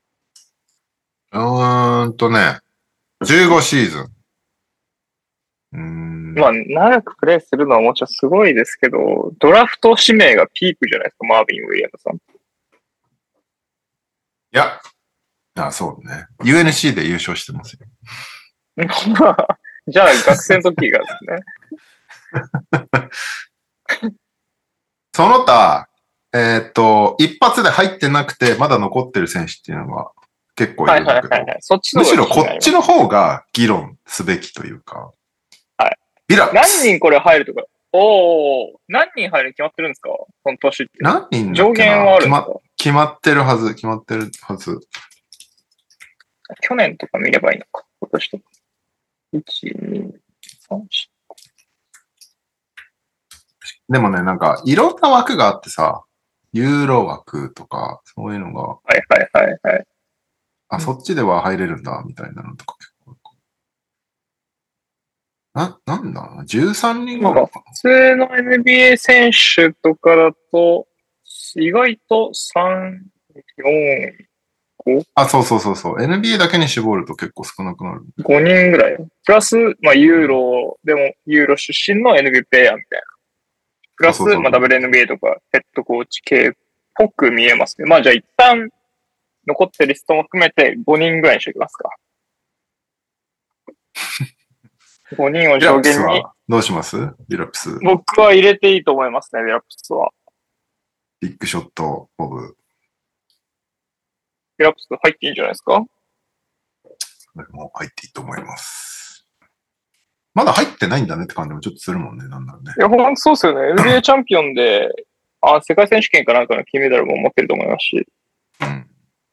ーんとね、じゅうごシーズン。 うーんまあ、長くプレイするのはもちろんすごいですけど、ドラフト指名がピークじゃないですか、マービン・ウィリアムさん。いや、あ、そうね。ユーエヌシー で優勝してますよ。 じゃあ、学生の時がですね。その他、えー、っと、一発で入ってなくて、まだ残ってる選手っていうのが結構いるんだけど、はいはいはいはい、そっちのむしろこっちの方が議論すべきというか。 はい。ビラックス。何人これ入るとか。おお、何人入る決まってるんですか？この年って。 何人上限はあるんですか？ 決ま、決まってるはず、決まってるはず。 去年とか見ればいいのか、今年とか。いち、に、さん、よん。 でもね、なんか、いろんな枠があってさ、ユーロ枠とか、そういうのが。 はいはいはいはい。 あ、そっちでは入れるんだ、みたいなのとか結構。な、なんだ ?じゅうさん 人ぐらいかな。 普通の エヌビーエー 選手とかだと、意外とさん、よん、 ご? あ、そうそうそうそう。エヌビーエー だけに絞ると結構少なくなる。 ご 人ぐらい。プラス、まあ、ユーロでも、ユーロ出身の エヌビーエー プレイヤーみたいな。プラス、 そうそうそうまあ、ダブリューエヌビーエー とか、ヘッドコーチ系っぽく見えますね。まあ、じゃあ一旦、残ってるリストも含めてごにんぐらいにしておきますか。ごにんを上限に。 どうしますビラップス。 僕は入れていいと思いますね、ビラップスは。 ビッグショット、ボブ。 ビラップス入っていいんじゃないですか？ それも入っていいと思います。まだ入ってないんだねって感じもちょっとするもんね、なんだろうね。 いや、ほんとそうですよね。エヌビーエー チャンピオンで、あ、世界選手権かなんかの金メダルも持ってると思いますし。 うん。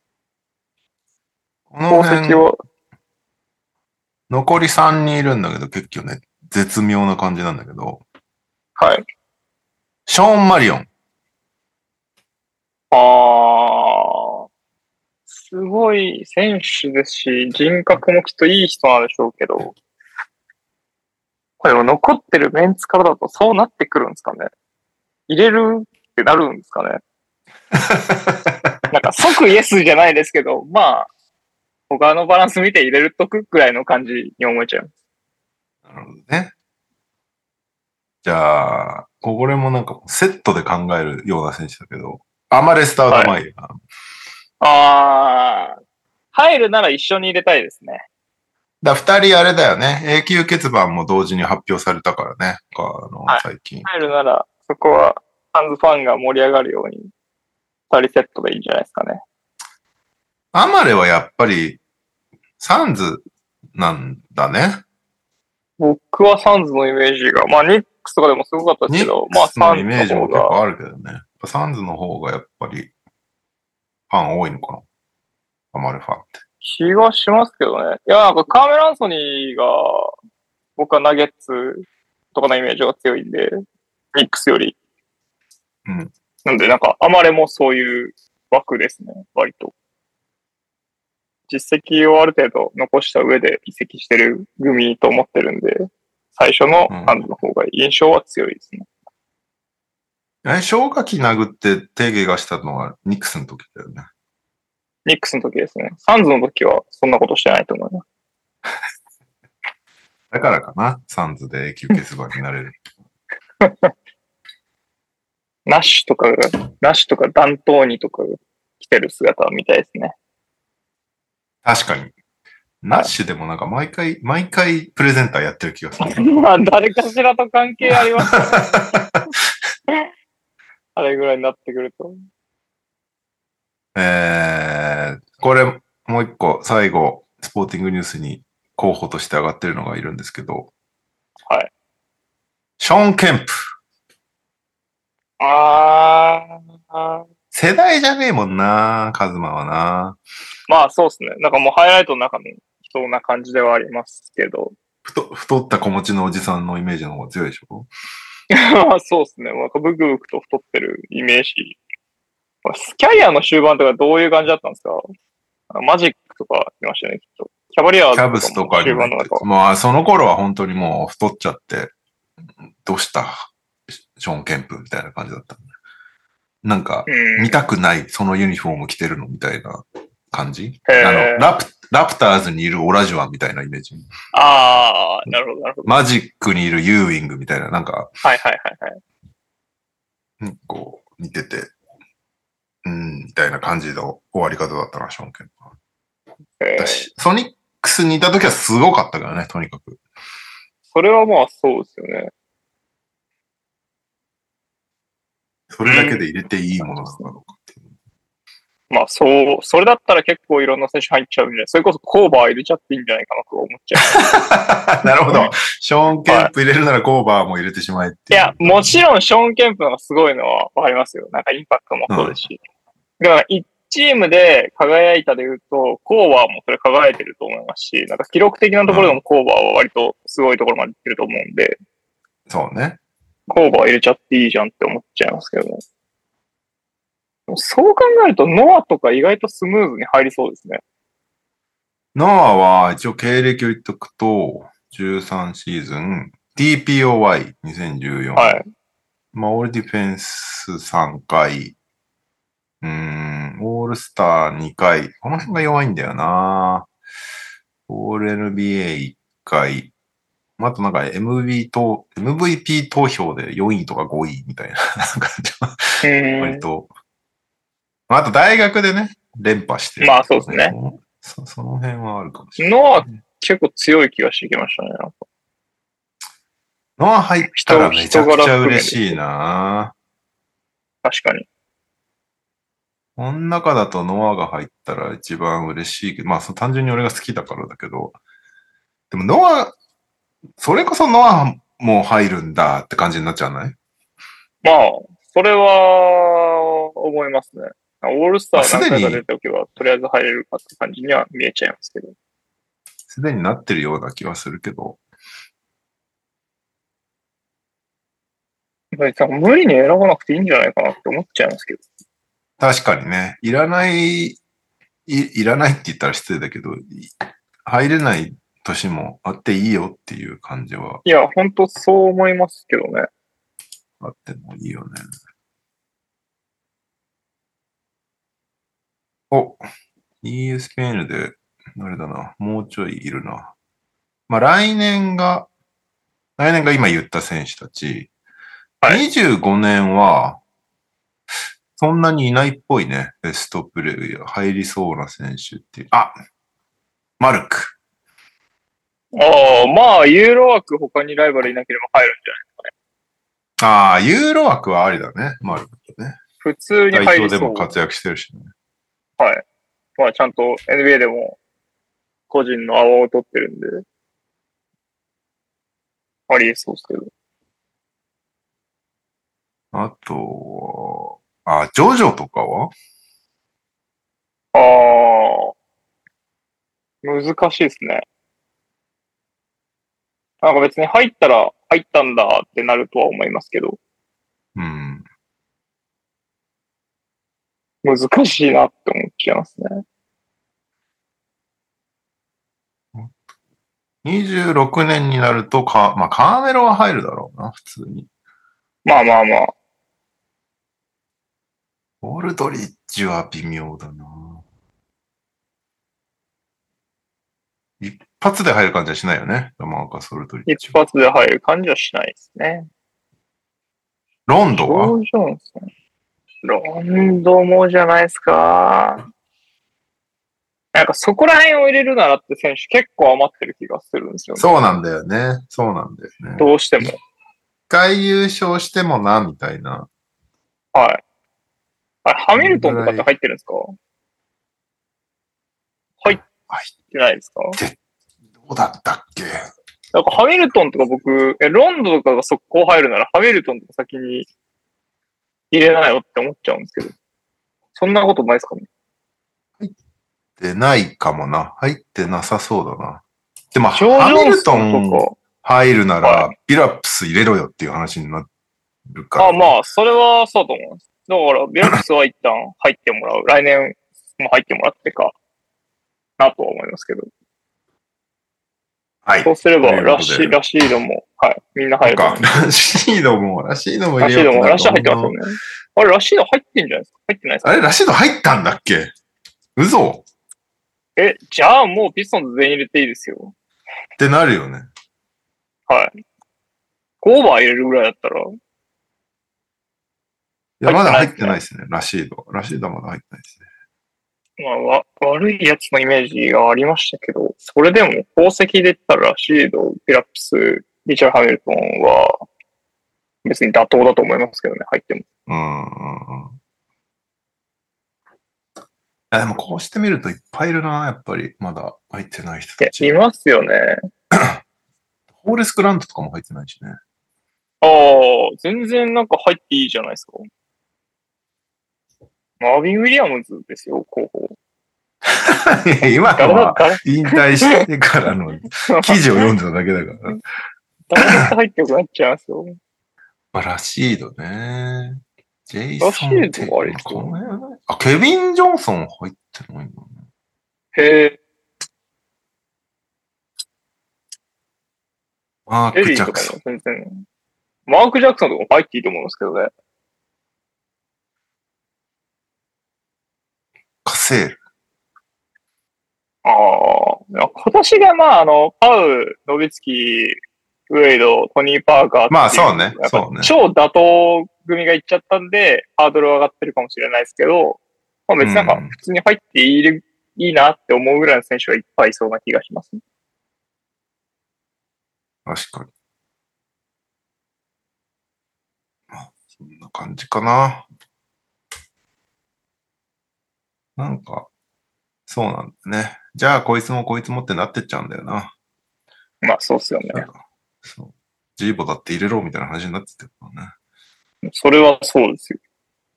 この辺は残りさんにんいるんだけど、結構ね、絶妙な感じなんだけど。 はい。 ショーン・マリオン。 あー、すごい選手ですし、人格もきっといい人なんでしょうけど、これも残ってるメンツからだとそうなってくるんですかね。入れるってなるんですかね。なんか即イエスじゃないですけど、まあ、他のバランス見て入れるとくくらいの感じに思えちゃう。 なるほどね。じゃあ、これもなんかセットで考えるような選手だけど、アマレスタードマイヤー。はい、 あー、入るなら一緒に入れたいですね。 だ二人あれだよね。永久欠番も同時に発表されたからね。あの、はい、最近。 入るなら、そこは、サンズファンが盛り上がるように、二人セットでいいんじゃないですかね。 アマレはやっぱり、サンズなんだね。 僕はサンズのイメージが、まあニックスとかでもすごかったですけど、まあサンズのイメージも結構あるけどね。サンズの方がやっぱり、ファン多いのかな。アマレファンって。 気がしますけどね。いや、なんかカーメル・アンソニーが、僕はナゲッツとかのイメージが強いんで、ニックスより。 うん。 なんで、なんか、アマレもそういう枠ですね、割と。実績をある程度残した上で移籍してる組と思ってるんで、最初のハンズの方が印象は強いですね。 うん、え、消火器殴って手怪我したのはニックスの時だよね。 ニックスの時ですね。サンズの時はそんなことしてないと思います。 だからかな、サンズで永久欠番になれる。 ナッシュとかが、ナッシュとかダントーニとかが来てる姿を見たいですね。 確かに。ナッシュでもなんか毎回、毎回プレゼンターやってる気がする。 まあ、誰かしらと関係ありますね。あれぐらいになってくると。 えー、これ、もう一個、最後、スポーティングニュースに候補として上がってるのがいるんですけど。 はい。 ショーン・ケンプ。 あー。 世代じゃねえもんな、カズマはな。 まあそうですね。なんかもうハイライトの中の人な感じではありますけど。 太、太った小持ちのおじさんのイメージの方が強いでしょ？ まあそうですね。なんかブクブクと太ってるイメージ。キャリアの終盤とかどういう感じだったんですか？マジックとかいましたね、きっと。キャバリアーズとかもキャブスとかに終盤の中。 まあその頃は本当にもう太っちゃって、どうしたショーン・ケンプみたいな感じだった。なんか、見たくない、そのユニフォーム着てるのみたいな感じ。あのラプ、ラプターズにいるオラジュアンみたいなイメージ。 ああ、なるほど、なるほど。 マジックにいるユーウィングみたいな、なんか、 はいはいはいはい。 こう、似てて、うん、みたいな感じの終わり方だったな、ショーン・ケンプは。私、ソニックスにいた時はすごかったからね、とにかく。 それはまあそうですよね。 それだけで入れていいものなのかどうかっていう。 まあそう、それだったら結構いろんな選手入っちゃうんで、それこそコーバー入れちゃっていいんじゃないかなと思っちゃう。なるほど。ショーン・ケンプ入れるならコーバーも入れてしまえっていう。 いや、もちろんショーン・ケンプのがすごいのはわかりますよ。なんかインパクトもそうですし。うん、だからいちチームで輝いたで言うと、コーバーもそれ輝いてると思いますし、なんか記録的なところでもコーバーは割とすごいところまで行ってると思うんで。 うん、そうね。 コーバー入れちゃっていいじゃんって思っちゃいますけどね。そう考えると、ノアとか意外とスムーズに入りそうですね。 ノアは一応経歴を言っとくと、じゅうさんシーズン、ディーピーオーワイにせんじゅうよん。はい。まあ、オールディフェンスさんかい。 うーん、オールスターにかい。この辺が弱いんだよな。オール エヌビーエーいっかい。あとなんか エムブイ と エムブイピー 投票でよんいとかごいみたいな。なんか割と。あと大学でね、連覇してる、 ね。まあそうですね。 そ, その辺はあるかもしれない、ね。 ノア結構強い気がしてきましたね。なんかノア入ったらめちゃくちゃ嬉しいな。 確かに。 この中だとノアが入ったら一番嬉しいけど、まあ単純に俺が好きだからだけど、でもノア、それこそノアも入るんだって感じになっちゃわない？ まあ、それは思いますね。オールスター何回か出たときは、とりあえず入れるかって感じには見えちゃいますけど。 すでになってるような気はするけど。 無理に選ばなくていいんじゃないかなって思っちゃいますけど。 確かにね。いらない、い、いらないって言ったら失礼だけど、入れない年もあっていいよっていう感じは。 いや、ほんとそう思いますけどね。 あってもいいよね。お、イーエスピーエヌ で、あれだな、もうちょいいるな。まあ来年が、来年が今言った選手たち、はい、にじゅうごねんは、そんなにいないっぽいね。ベストプレイヤー、入りそうな選手っていう。あ、マルク。 ああ、まあ、ユーロ枠他にライバルいなければ入るんじゃないですかね。 ああ、ユーロ枠はありだね。マルクね。 普通に入りそう。 代表でも活躍してるしね。 はい。まあ、ちゃんと エヌビーエー でも個人のアワーを取ってるんで、ありえそうですけど。 あとは、あ、ジョジョとかはああ、難しいですね。なんか別に入ったら入ったんだってなるとは思いますけど。 うん。 難しいなって思っちゃいますね。 にじゅうろくねんになるとか、まあカーメロは入るだろうな、普通に。 まあまあまあ。 オールドリッジは微妙だな。一発で入る感じはしないよね。ラマーカス・オルドリッチ。一発で入る感じはしないですね。 ロンドはジョー・ジョンソン。ロンドもじゃないですか。なんかそこら辺を入れるならって選手結構余ってる気がするんですよね。 そうなんだよね。そうなんだよね。 どうしても。 一回優勝してもな、みたいな。 はい。あれ、ハミルトンとかって入ってるんですか？入ってないですか？ どうだったっけ？ なんかハミルトンとか僕、え、ロンドンとかが速攻入るならハミルトンとか先に入れないよって思っちゃうんですけど。そんなことないですかね？ 入ってないかもな。入ってなさそうだな。でも、ハミルトン入るなら、ビラップス入れろよっていう話になるから、 ね。あ、まあ、それはそうと思います。だから、ビラップスは一旦入ってもらう。来年も入ってもらってか、なとは思いますけど。はい。そうすれば、ラシラシードも、はい、みんな入ると思う。 ラシードも、ラシードも入れよう。ラシードも、ラシード入ってますよね。あれ、ラシード入ってんじゃないですか？入ってないですか？ あれ、ラシード入ったんだっけ？嘘？ え、じゃあもうピストンズ全員入れていいですよ。 ってなるよね。 はい。ごオーバー入れるぐらいだったら。いや、まだ入ってないですね、ラシード。ラシードはまだ入ってないですね。 まあ、わ悪いやつのイメージがありましたけど、それでも宝石で言ったらラシード、ビラップス、リチャー・ハミルトンは別に妥当だと思いますけどね、入っても。 うんうんうん。あ、でもこうしてみるといっぱいいるな、やっぱり。まだ入ってない人たち。 いや、いますよね。 ホーレス・グラントとかも入ってないしね。 ああ、全然なんか入っていいじゃないですか。マービン・ウィリアムズですよ、候補。 今は引退してからの記事を読んでただけだから。 誰だって入ってよくなっちゃいますよ。 まあ、ラシードね。ジェイソン・ラシードはあれですよ、ね。 あ、ケビン・ジョンソン入ってないんだね。 へえ。 マーク・ジャクソン。 全然。マーク・ジャクソンとかも入っていいと思いますけどね。 セール。 ああ、今年がまあ、あの、パウ、ノビツキ、ウェイド、トニー・パーカーっていう。 まあそうね、そうね。 超打倒組がいっちゃったんで、ハードルは上がってるかもしれないですけど、まあ別になんか普通に入っている、うん、いいなって思うぐらいの選手はいっぱいいそうな気がしますね。 確かに。あ、そんな感じかな。なんか、そうなんだね。じゃあこいつもこいつもってなってっちゃうんだよな。 まあそうっすよね。 そう。ジーボだって入れろみたいな話になってたからね。それはそうですよ。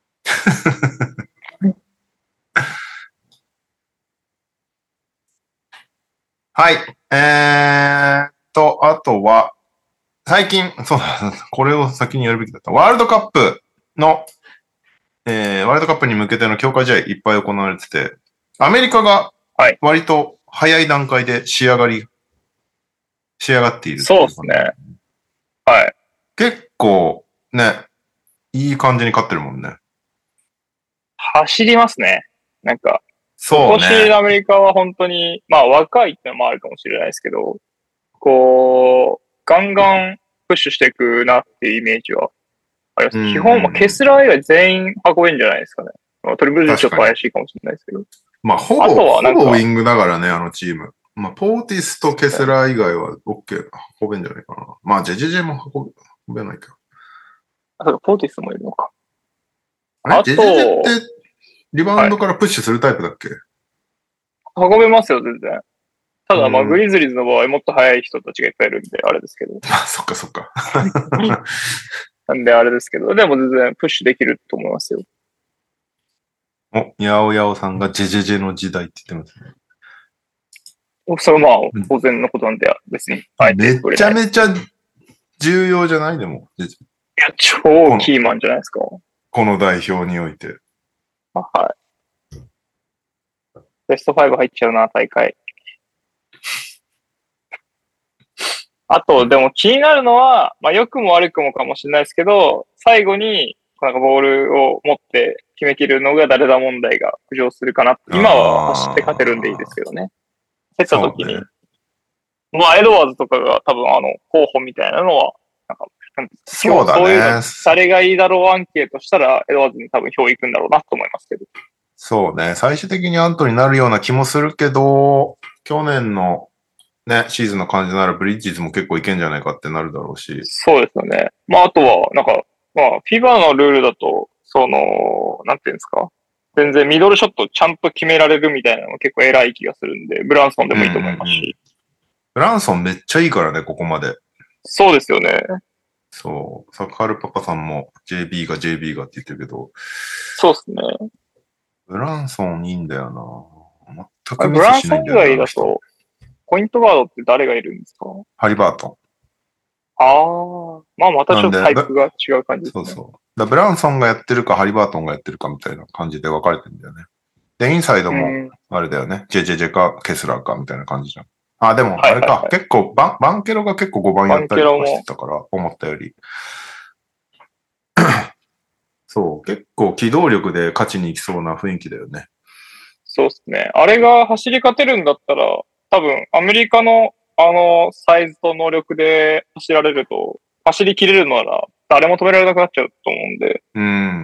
はい。えーっと、あとは、最近、そうだ、これを先にやるべきだった。ワールドカップの、えー、ワールドカップに向けての強化試合いっぱい行われてて、アメリカが割と早い段階で仕上がり、仕上がっている。 そうですね。はい。 結構ね、いい感じに勝ってるもんね。 走りますね。なんか、 そうね。 今年のアメリカは本当に、まあ若いってのもあるかもしれないですけど、こう、ガンガンプッシュしていくなっていうイメージはあります。基本、まあ、ケスラー以外全員運べるんじゃないですかね。まあ、トリプルズちょっと怪しいかもしれないですけど。 まあ、ほぼ、あとはなんかほぼウィングだからね、あのチーム。まあ、ポーティスとケスラー以外は OK、運べんじゃないかな。まあ、ジェジェジェも運べ、運べないけど。 あ、そうか、ポーティスもいるのか。 あれ、ジェジェジェってリバウンドからプッシュするタイプだっけ？ はい、運べますよ、全然。ただ、まあ、グリズリーズの場合、もっと速い人たちがいっぱいいるんで、あれですけど。 あ、そっかそっか。 なんで、あれですけど、でも全然プッシュできると思いますよ。 お、ヤオヤオさんがジェジェジェの時代って言ってますね。 それはまあ、当然のことなんで、別に。 めちゃめちゃ重要じゃないでも。 いや、超キーマンじゃないですか。 この代表において。 あ、はい。ベストファイブ入っちゃうな、大会。あと、でも気になるのは、まあ良くも悪くもかもしれないですけど、最後に、なんかボールを持って決めきるのが誰だ問題が浮上するかな。今は走って勝てるんでいいですけどね。蹴った時に。ね、まあ、エドワーズとかが多分あの、候補みたいなのは、なんか、 そうだね。そういうの誰がいいだろうアンケートしたら、エドワーズに多分票いくんだろうなと思いますけど。 そうね。最終的にアントになるような気もするけど、去年のね、シーズンの感じならブリッジズも結構いけんじゃないかってなるだろうし。 そうですよね。まあ、あとは、なんか、まあ、フィバーのルールだと、その、なんていうんですか。全然ミドルショットちゃんと決められるみたいなのが結構偉い気がするんで、ブランソンでもいいと思いますし。うんうんうん、 ブランソンめっちゃいいからね、ここまで。 そうですよね。 そう。サカールパパさんも ジェービー が ジェービー がって言ってるけど。 そうですね。 ブランソンいいんだよな。全くミスしないんだよな。ブランソン以外だと、ポイントガードって誰がいるんですか？ ハリバートン。 ああ。まあまたちょっとタイプが違う感じですね。 そうそう。だブランソンがやってるかハリバートンがやってるかみたいな感じで分かれてるんだよね。で、インサイドも、あれだよね。ジェジェジェかケスラーかみたいな感じじゃん。あ、でも、あれか。はいはいはい、結構バン、バンケロが結構ごばんやったりとかしてたから、思ったより。そう。結構機動力で勝ちに行きそうな雰囲気だよね。 そうですね。あれが走り勝てるんだったら、多分、アメリカのあのサイズと能力で走られると、走り切れるなら誰も止められなくなっちゃうと思うんで、 うん。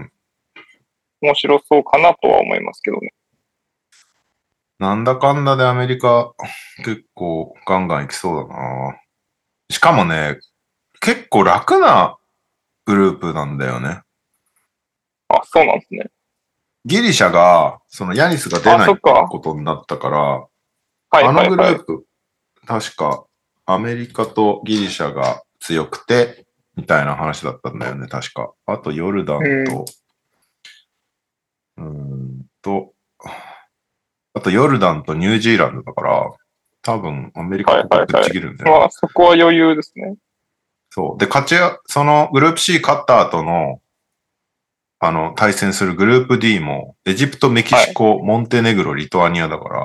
面白そうかなとは思いますけどね。 なんだかんだでアメリカ結構ガンガン行きそうだな。しかもね、結構楽なグループなんだよね。 あ、そうなんですね。 ギリシャが、そのヤニスが出ないってことになったから、あ, あのグループ、確かアメリカとギリシャが強くて、みたいな話だったんだよね、確か。あとヨルダンと、うーんと、あとヨルダンとニュージーランドだから、多分アメリカとぶっちぎるんだよね。 はいはいはい、まあそこは余裕ですね。 そう。で、勝ち、そのグループ C 勝った後の、あの、対戦するグループ D も、エジプト、メキシコ、はい、モンテネグロ、リトアニアだから。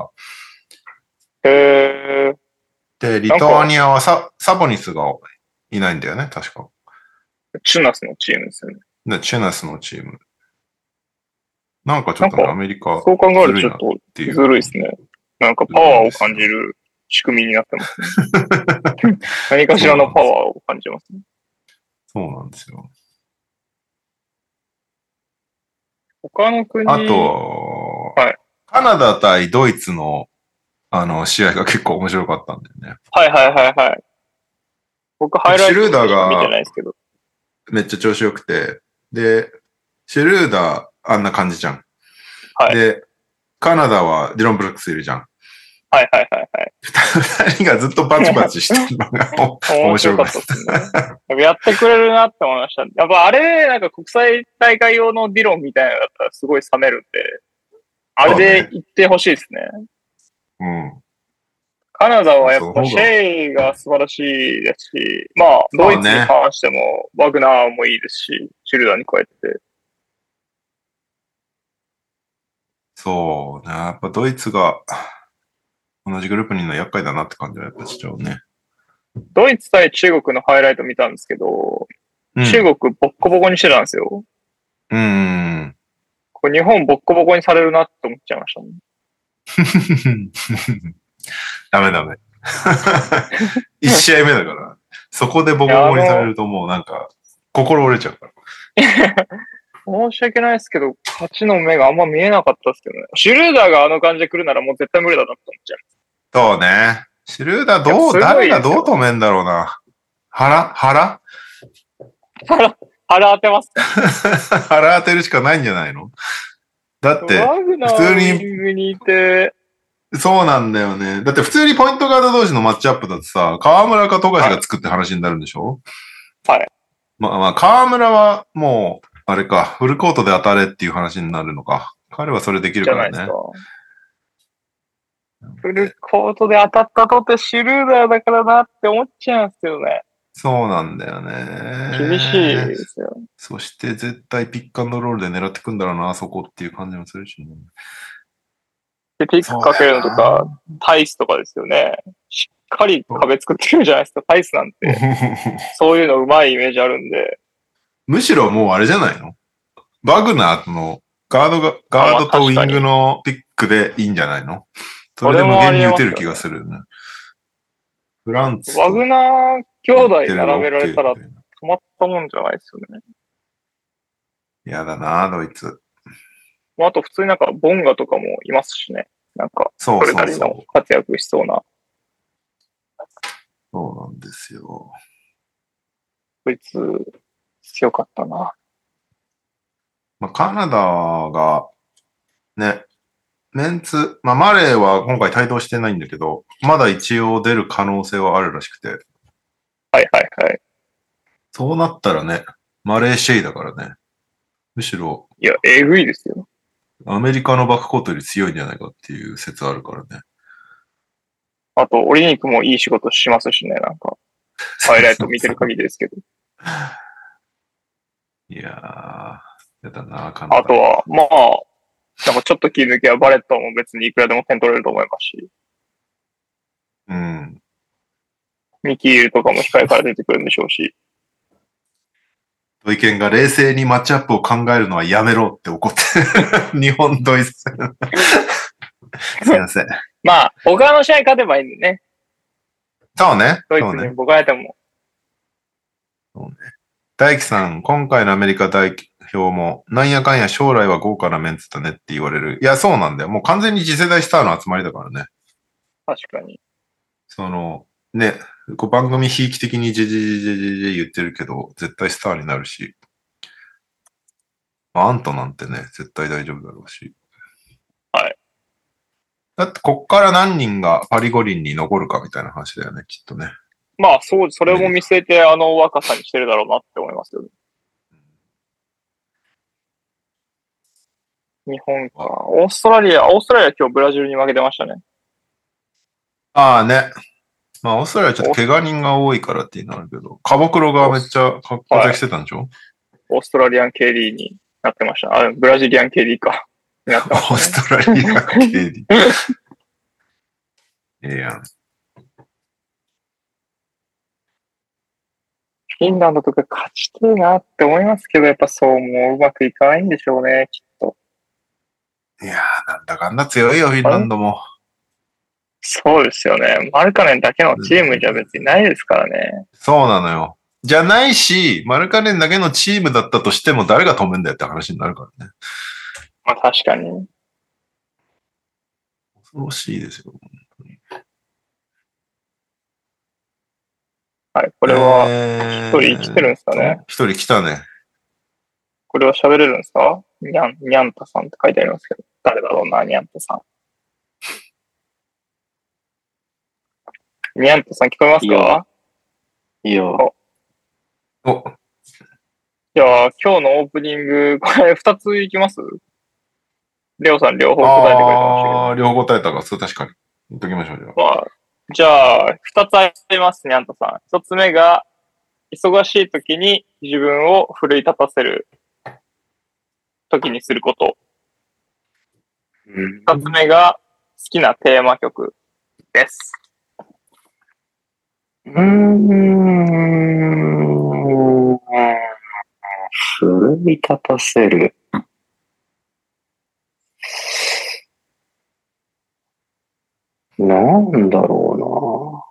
へー。 で、リトアニアはサ、サボニスがいないんだよね、確か。 チュナスのチームですよね。 で、チュナスのチーム。 なんかちょっとね、アメリカ、 そう考えるとちょっとずるいですね。なんかパワーを感じる仕組みになってますね。何かしらのパワーを感じますね。 そうなんですよ。 他の国。 あと、 はい。 カナダ対ドイツの、あの、試合が結構面白かったんだよね。 はいはいはいはい。僕、ハイライトしか見てないですけど。 めっちゃ調子良くて。で、シュルーダー、あんな感じじゃん。 はい。 で、カナダはディロン・ブルックスいるじゃん。 はいはいはいはい。 二人がずっとバチバチしてるのが面白かったですね。やってくれるなって思いました。やっぱあれ、なんか国際大会用のディロンみたいなのだったらすごい冷めるんで、あれで行ってほしいですね。 うん。 カナダはやっぱシェイが素晴らしいですし、まあ、ドイツに関しても、ワグナーもいいですし、シュルダーに加えて。 そうね。やっぱドイツが同じグループにいるのは厄介だなって感じはやっぱしちゃうね。 ドイツ対中国のハイライト見たんですけど、うん、中国ボッコボコにしてたんですよ。 うん。 これ日本ボッコボコにされるなって思っちゃいましたね。 ダメダメ。一試合目だから。そこでボコボコにされるともうなんか、心折れちゃうから。 申し訳ないですけど、勝ちの目があんま見えなかったですけどね。シュルーダーがあの感じで来るならもう絶対無理だなって思っちゃう。 そうね。シュルーダーどう、誰がどう止めんだろうな。腹腹腹、腹当てますか腹当てるしかないんじゃないのだって、普通に。 にいてそうなんだよね。だって普通にポイントガード同士のマッチアップだとさ、河村か富樫が作って話になるんでしょ？ はい。 まあまあ、河村はもう、あれか、フルコートで当たれっていう話になるのか。彼はそれできるからね。じゃないですか。フルコートで当たったとってシュルーダーだからなって思っちゃうんですけどね。 そうなんだよね。 厳しいですよ。 そして絶対ピックアンドロールで狙ってくんだろうな、あそこっていう感じもするし、ね。 で、ピックかけるのとか、タイスとかですよね。しっかり壁作ってるじゃないですか、タイスなんて。そういうの上手いイメージあるんで。 むしろもうあれじゃないの？バグナーのガードが、ガードとウィングのピックでいいんじゃないの？それで無限に打てる気がするよね。フランツ。 ワグナー兄弟並べられたら止まったもんじゃないですよね。 やだな、ドイツ。 あと普通になんかボンガとかもいますしね。なんか、それなりの活躍しそうな。 そうなんですよ。 ドイツ、強かったな。 まあ、カナダが、ね、メンツ、まあ、マレーは今回帯同してないんだけど、まだ一応出る可能性はあるらしくて。 はいはいはい。 そうなったらね、マレーシェイだからね。むしろ。 いや、えぐいですよ。 アメリカのバックコートより強いんじゃないかっていう説あるからね。 あと、オリニクもいい仕事しますしね、なんか。ハイライト見てる限りですけど。 いやー、やだな、カナダ。 あとは、まあ、なんかちょっと気抜けばバレットも別にいくらでも点取れると思いますし。 うん。 ミキールとかも控えから出てくるんでしょうし。 ドイケンが冷静にマッチアップを考えるのはやめろって怒って日本ドイツ。すいません。 まあ、他の試合勝てばいいんでね。 そうね。 ドイツに僕らやっても。 そうね。大輝さん、今回のアメリカ代表も、なんやかんや将来は豪華なメンツだねって言われる。いや、そうなんだよ。もう完全に次世代スターの集まりだからね。 確かに。 その、ね、こう番組ひいき的にジェジェジェジェジェジェ言ってるけど、絶対スターになるし。アントなんてね、絶対大丈夫だろうし。 はい。 だって、こっから何人がパリ五輪に残るかみたいな話だよね、きっとね。 まあ、そう、それも見据えて、あの若さにしてるだろうなって思いますよね。日本か。オーストラリア、オーストラリア今日ブラジルに負けてましたね。 ああね。まあ、オーストラリアちょっと怪我人が多いからっていうのあるけど、カボクロがめっちゃ活躍してたんでしょ、はい、 オーストラリアン ケーディー になってました。あ、ブラジリアン ケーディー か。になってました、ね、 オーストラリアン ケーディー。ええやん。 フィンランドとか勝ちてえなって思いますけど、やっぱそうもううまくいかないんでしょうね、きっと。 いやー、なんだかんだ強いよ、フィンランドも。 そうですよね。マルカネンだけのチームじゃ別にないですからね。 そうなのよ。じゃないし、マルカネンだけのチームだったとしても誰が止めんだよって話になるからね。 まあ確かに。 恐ろしいですよ。 はい、これは、 え一人来てるんですかね。 一人来たね。 これは喋れるんですか？にゃん、にゃんたさんって書いてありますけど。誰だろうな、にゃんたさん。にゃんたさん聞こえますか？ いいよ。 お、 じゃあ、今日のオープニング、これ二ついきます？レオさん両方答えてくれてましたけど。 あー、両方答えたか。そう確かに。言っときましょう、じゃあ。 まあ、じゃあ、二つありますね、あんたさん。一つ目が、忙しい時に自分を奮い立たせる時にすること。二つ目が、好きなテーマ曲です。 うーん。奮い立たせる。なんだろ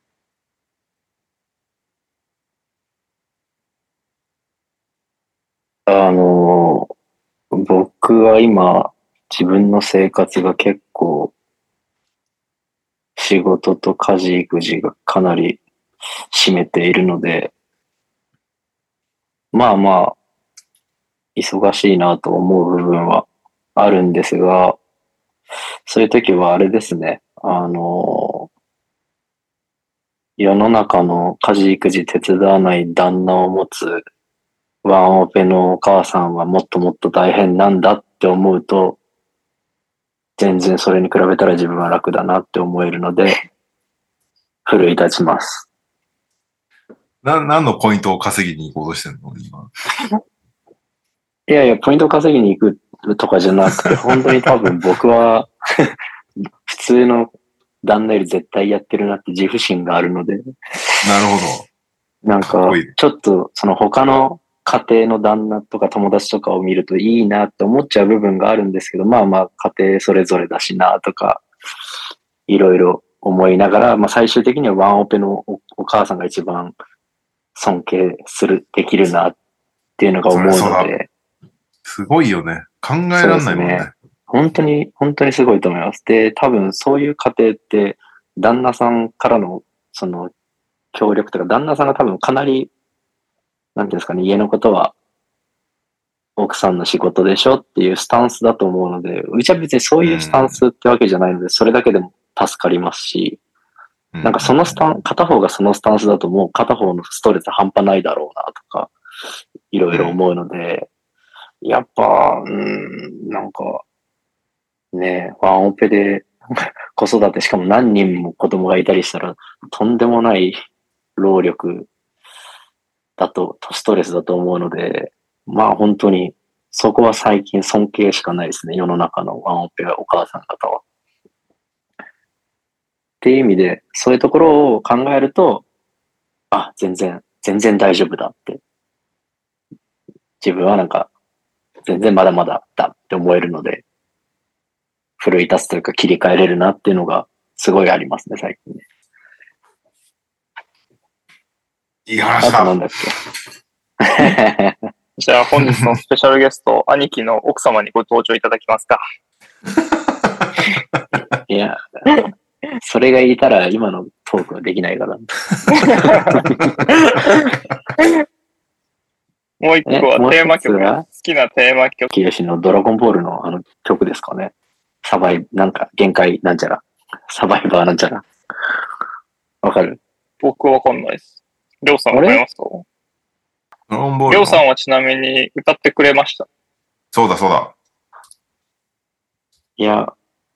うな。あの、僕は今、自分の生活が結構、仕事と家事育児がかなり占めているので、まあまあ、忙しいなと思う部分はあるんですが、そういう時はあれですね。あの、世の中の家事育児手伝わない旦那を持つワンオペのお母さんはもっともっと大変なんだって思うと、全然それに比べたら自分は楽だなって思えるので、奮い立ちます。 な、何のポイントを稼ぎに行こうとしてんの今。 いやいや、ポイント稼ぎに行くとかじゃなくて、本当に多分僕は普通の旦那より絶対やってるなって自負心があるので、 なるほど。 なんか、ちょっとその他の家庭の旦那とか友達とかを見るといいなって思っちゃう部分があるんですけど、まあまあ家庭それぞれだしなとか、いろいろ思いながら、まあ最終的にはワンオペの お, お母さんが一番尊敬する、できるなっていうのが思うので。 すごいよね。考えられないもんね。 ね。本当に、本当にすごいと思います。で、多分そういう家庭って、旦那さんからの、その、協力とか、旦那さんが多分かなり、なんていうんですかね、家のことは、奥さんの仕事でしょっていうスタンスだと思うので、うちは別にそういうスタンスってわけじゃないので、それだけでも助かりますし、なんかそのスタン、片方がそのスタンスだともう片方のストレス半端ないだろうなとか、いろいろ思うので、やっぱ、うん、なんか、ね、ワンオペで子育て、しかも何人も子供がいたりしたら、とんでもない労力だと、ストレスだと思うので、まあ本当に、そこは最近尊敬しかないですね。世の中のワンオペお母さん方は。っていう意味で、そういうところを考えると、あ、全然、全然大丈夫だって。自分はなんか、全然まだまだだって思えるので、奮い立つというか切り替えれるなっていうのがすごいありますね、最近ね。 いい話だ。 あとなんだっけじゃあ本日のスペシャルゲスト、兄貴の奥様にご登場いただきますか。 いや、それが言いたら今のトークはできないから。 もう一個はテーマ曲が好きなテーマ曲。 キヨシのドラゴンボールのあの曲ですかね。サバイ、なんか限界なんちゃら。サバイバーなんちゃら。わかる？ 僕わかんないです。りょうさんわかりますか？ ドラゴンボール。 りょうさんはちなみに歌ってくれました。 そうだそうだ。 いや、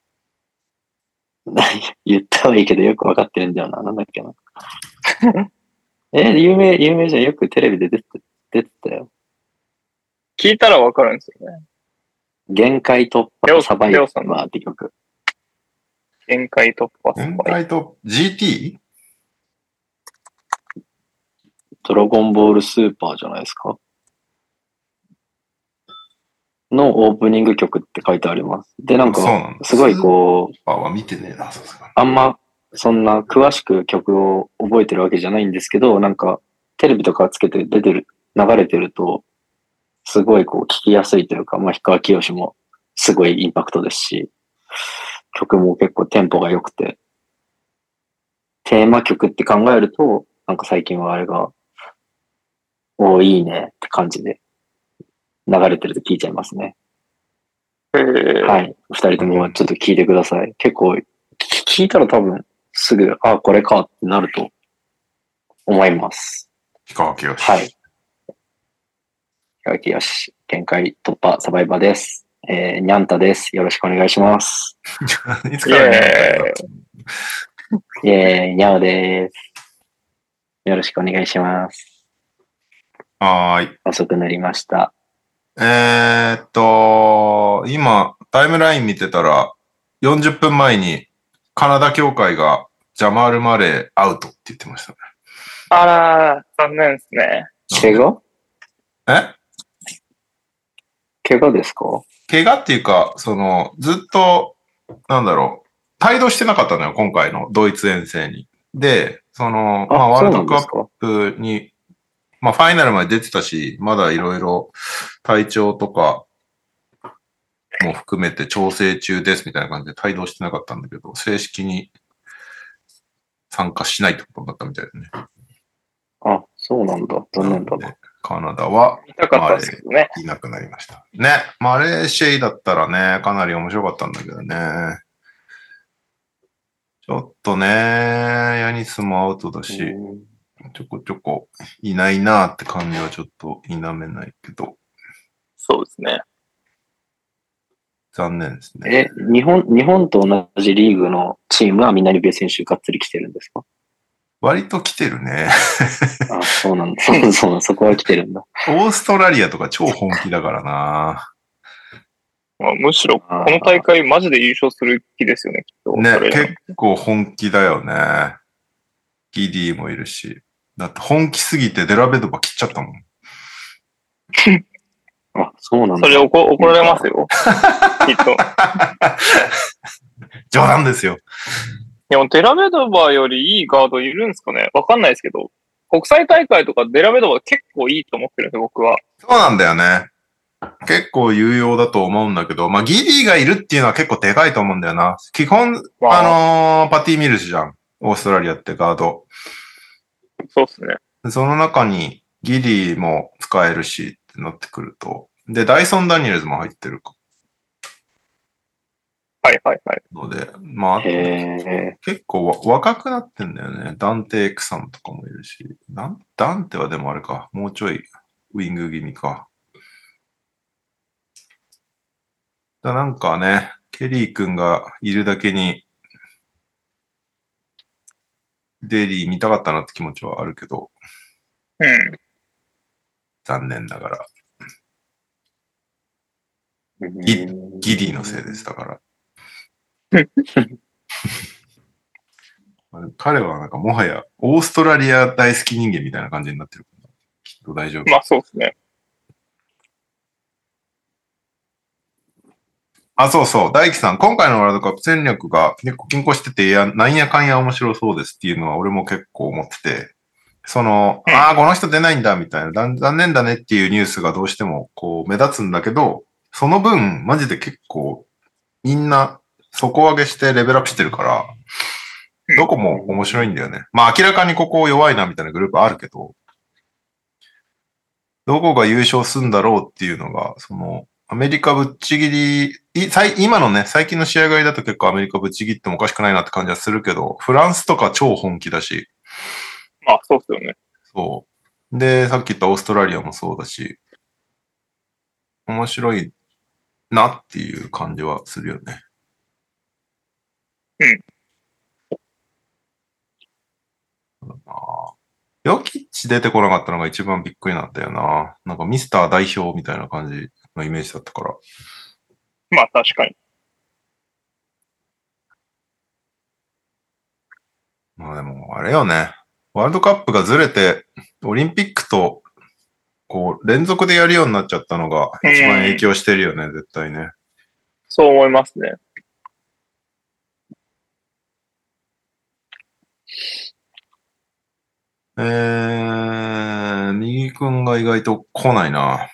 言ったはいいけどよくわかってるんだよな。なんだっけな。え、有名、有名じゃん。よくテレビで出て、出てたよ。 聞いたらわかるんですよね。 限界突破サバイバーって曲。 限界突破サバイバー。 限界突破 ジーティー？ ドラゴンボールスーパーじゃないですか。んのオープニング曲って書いてあります。で、なんそうなんか、 だすごいこう、 あ、見てねえな、さすがに。 あんま、そんな詳しく曲を覚えてるわけじゃないんですけど、なんか、テレビとかつけて出てる、流れてると、すごいこう聞きやすいというか、まあ、氷川きよしもすごいインパクトですし、曲も結構テンポが良くて、テーマ曲って考えると、なんか最近はあれが、おーいいねって感じで流れてると聞いちゃいますね。 えー、 はい。二人ともちょっと聞いてください。結構、聞いたら多分すぐ、あ、これかってなると思います。 氷川きよし。 はい。氷川きよし、限界突破サバイバーです。えー、にゃんたです。よろしくお願いします。 いつからね、 イェーイ、にゃおです。よろしくお願いします。 はーい。 遅くなりました。 えーっと、今、タイムライン見てたら、よんじゅっぷんまえにカナダ協会がジャマール・マレーアウトって言ってましたね。 あら、残念ですね。 怪我え怪我ですか？ 怪我っていうか、その、ずっと、なんだろう、帯同してなかったのよ、今回のドイツ遠征に。で、その、まあ、 あ、 ワーそうルドカッなんですか？ プに、まあ、ファイナルまで出てたし、まだいろいろ体調とかも含めて調整中ですみたいな感じで帯同してなかったんだけど、正式に参加しないってことになったみたいですね。 あ、そうなんだ。残念だな。 カナダは、 見たかったですけどね。 いなくなりました。ね。マレーシェイだったらね、かなり面白かったんだけどね。ちょっとね、ヤニスもアウトだし、ちょこちょこいないなって感じはちょっと否めないけど。 そうですね。 残念ですね。 え、日本、日本と同じリーグのチームはみんなにベ選手がっつり来てるんですか？ 割と来てるね。 あ、そうなんだ。そうそう、そこは来てるんだ。 オーストラリアとか超本気だからな。 まあ、むしろ、この大会マジで優勝する気ですよね、きっと。 ね、結構本気だよね。ギディもいるし。だって本気すぎてデラベドバ切っちゃったもん。 あ、そうなんだ。 それ怒怒られますよ。きっと。 冗談ですよ。 でもデラベドバーよりいいガードいるんですかね？わかんないですけど、国際大会とかデラベドバー結構いいと思ってるんですよ、僕は。 そうなんだよね。結構有用だと思うんだけど、まあ、ギディがいるっていうのは結構でかいと思うんだよな。基本、あのー、パティ・ミルスじゃん。オーストラリアってガード。 そうっすね。 その中にギディも使えるしってなってくると。で、ダイソン・ダニエルズも入ってるか。 はいはいはい。 ので、まあ、結構若くなってんだよね。ダンテ・エクサムとかもいるし。ダンダンテはでもあれか。もうちょいウィング気味か。だなんかね、ケリー君がいるだけに、デリー見たかったなって気持ちはあるけど、 うん。 残念ながら。ギギディのせいです、だから。彼はなんかもはやオーストラリア大好き人間みたいな感じになってる。きっと大丈夫。 まあそうですね。 あ、そうそう。大輝さん、今回のワールドカップ戦略が結構均衡してて、いや、なんやかんや面白そうですっていうのは俺も結構思ってて、その、うん、ああ、この人出ないんだみたいな、残念だねっていうニュースがどうしてもこう目立つんだけど、その分、マジで結構みんな底上げしてレベルアップしてるから、どこも面白いんだよね。まあ明らかにここ弱いなみたいなグループあるけど、どこが優勝するんだろうっていうのが、その、アメリカぶっちぎり、今のね、最近の試合外だと結構アメリカぶっちぎってもおかしくないなって感じはするけど、フランスとか超本気だし。 あ、そうっすよね。 そう。で、さっき言ったオーストラリアもそうだし、面白いなっていう感じはするよね。 うん。 ヨキッチ出てこなかったのが一番びっくりなんだよな。なんかミスター代表みたいな感じのイメージだったから。 まあ確かに。 まあでもあれよね。ワールドカップがずれて、オリンピックとこう、連続でやるようになっちゃったのが一番影響してるよね、絶対ね。 そう思いますね。 えー、にぎくんが意外と来ないな。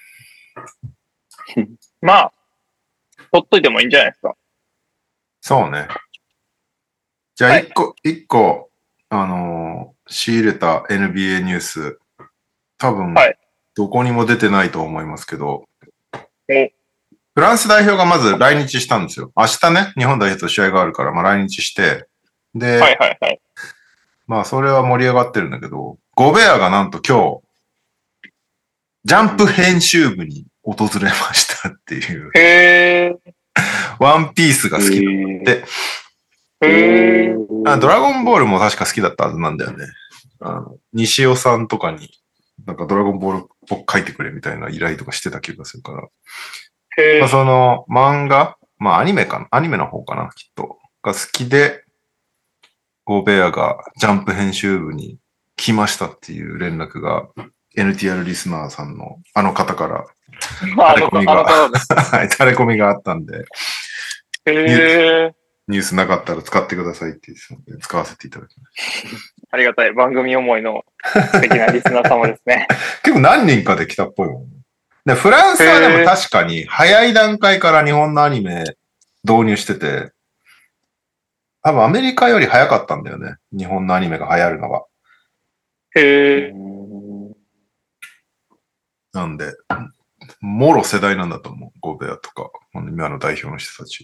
まあ、取っといてもいいんじゃないですか。 そうね。じゃあ、一個、一、はい、個、あのー、仕入れた エヌビーエー ニュース、多分、はい、どこにも出てないと思いますけど、フランス代表がまず来日したんですよ。明日ね、日本代表と試合があるから、まあ来日して、で、 はいはいはい。 まあそれは盛り上がってるんだけど、ゴベアがなんと今日、ジャンプ編集部に訪れましたっていう。 へー。 ワンピースが好きなんで。 へー。 あ、ドラゴンボールも確か好きだったはずなんだよね。あの、西尾さんとかに、なんかドラゴンボールっぽく書いてくれみたいな依頼とかしてた気がするから。 へー。 まあ、その漫画、まあアニメかな、アニメの方かな、きっと。が好きで、ゴーベアがジャンプ編集部に来ましたっていう連絡が エヌティーアール リスナーさんのあの方からタレコミが、タレコミがあったんで、 へー。 ニュースなかったら使ってくださいって言ってたので、使わせていただきました。 ありがたい。番組思いの素敵なリスナー様ですね。 結構何人かで来たっぽいもん。で、フランスはでも確かに早い段階から日本のアニメ導入してて、多分アメリカより早かったんだよね。日本のアニメが流行るのが。 へー。 なんで、もろ世代なんだと思う。ゴーベアとか、今の代表の人たち。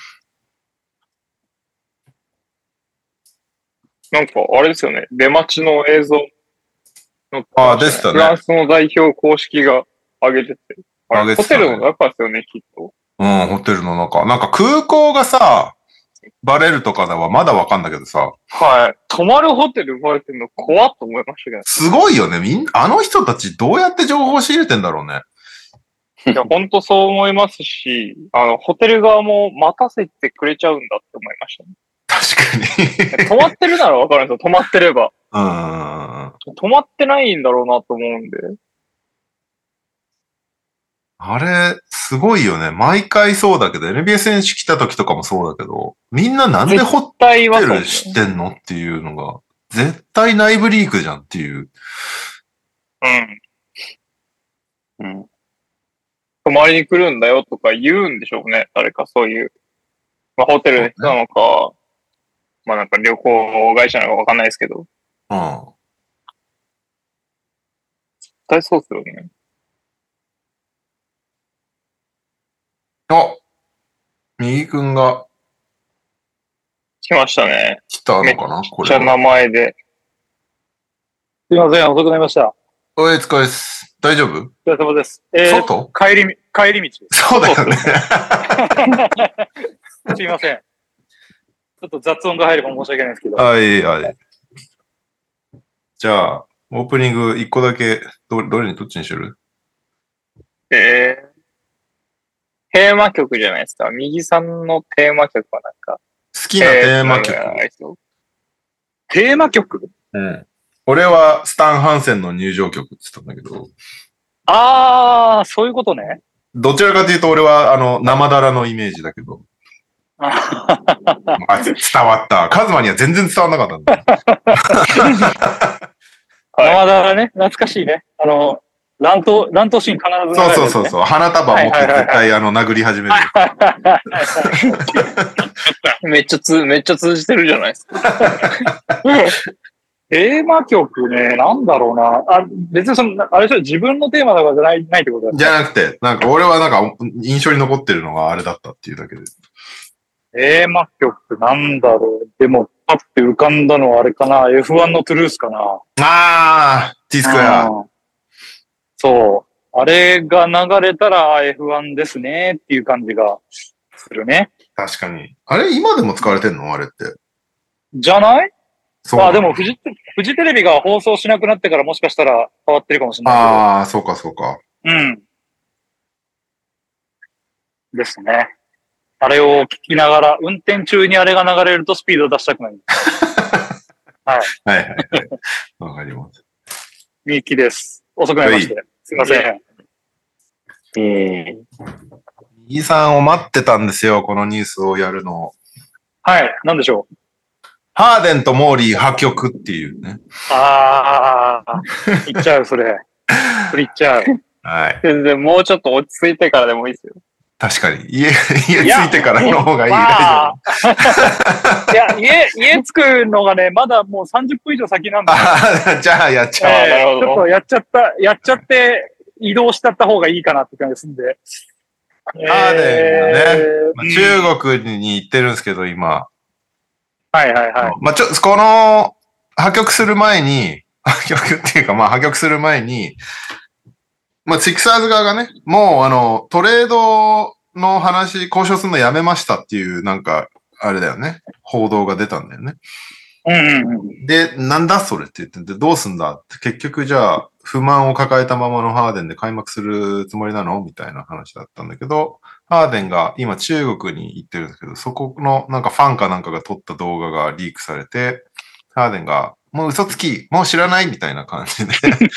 なんか、あれですよね。出待ちの映像の、 ああ、でしたね。 フランスの代表公式が上げてて。あれ、ホテルの中ですよね、きっと。 うん、ホテルの中。なんか空港がさ、バレるとかだわ、まだわかんだけどさ。 はい。泊まるホテルバレてるの怖っと思いましたけど。 すごいよね。みんな、あの人たちどうやって情報を仕入れてんだろうね。 いや、ほんとそう思いますし、あの、ホテル側も待たせてくれちゃうんだって思いましたね。 確かに。 泊まってるならわかるんですよ。泊まってれば。 うん。 泊まってないんだろうなと思うんで。 あれ、すごいよね。毎回そうだけど、エヌビーエー 選手来た時とかもそうだけど、みんななんでホテル知ってんのっていうのが、絶対内部リークじゃんっていう。 うん。うん。泊まりに来るんだよとか言うんでしょうね。誰かそういう。まあ、ホテルの人なのか、まあなんか旅行会社なのかわかんないですけど。 うん。 絶対そうっすよね。 あ、右くんが来ましたね。 来たのかなこれ。 めっちゃ名前で。 すいません、遅くなりました。 お疲れです。大丈夫？ お疲れ様です。えー、 外？ 帰り、帰り道です。 そうだよね。 すいません。ちょっと雑音が入れば申し訳ないですけど。 はい、はい。じゃあ、オープニング一個だけ、ど、どれにどっちにする？ えー、テーマ曲じゃないですか。右さんのテーマ曲はなんか。 好きなテーマ曲。 えー、 テーマ曲？ うん。俺はスタン・ハンセンの入場曲って言ったんだけど。 あー、そういうことね。 どちらかというと俺は、あの、生だらのイメージだけど。まあ、伝わった。カズマには全然伝わんなかったんだ。 生だらね。懐かしいね。あの、乱闘、乱闘シーン必ず、 ね。そうそうそうそう。花束持って絶対あの、殴り始める。 めっちゃつ、めっちゃ通じてるじゃないですか。 テーマ曲ね、なんだろうな。あ、別にその、あれでしょ、自分のテーマとかじゃない、ないってことだね。 じゃなくて、なんか俺はなんか印象に残ってるのがあれだったっていうだけで。 テーマ曲なんだろう。でも、パッて浮かんだのはあれかな。エフワン のトゥルースかな。 あー、T スクエア。 そう。あれが流れたら エフワン ですねっていう感じがするね。 確かに。あれ今でも使われてんのあれって。 じゃない？ そう。 あ、でもフジ、フジテレビが放送しなくなってからもしかしたら変わってるかもしれないけど。 ああ、そうかそうか。 うん。ですね。あれを聞きながら、運転中にあれが流れるとスピード出したくなる。はい。 はいはいはい。わかります。 みゆきです。遅くなりまして。 すいません。 ええ右さんを待ってたんですよ、このニュースをやるのを。 はい、なんでしょう。 ハーデンとモーリー破局っていうね。 ああ、言っちゃう、それ。それ言っちゃう。 はい。 全然もうちょっと落ち着いてからでもいいですよ。 確かに。家、家着いてからの方がいい。 まあ、いや、家、家着くのがね、まだもうさんじゅっぷん以上先なんで。 あじゃあやっちゃおう。 あーなるほどちょっとやっちゃった、やっちゃって移動しちゃった方がいいかなって感じですんで。 ハーデンがね、 えーまあ、中国に行ってるんですけど、今。 はいはいはい。 まあ、ちょ、この、破局する前に、破局っていうか、まあ、破局する前に、まあ、シクサーズ側がね、もう、あの、トレードの話、交渉するのやめましたっていう、なんか、あれだよね。報道が出たんだよね。 うんうんうん。 で、なんだそれって言ってて、どうすんだって、結局じゃあ、不満を抱えたままのハーデンで開幕するつもりなのみたいな話だったんだけど、ハーデンが今中国に行ってるんですけど、そこのなんかファンかなんかが撮った動画がリークされて、ハーデンが、もう嘘つき、もう知らないみたいな感じで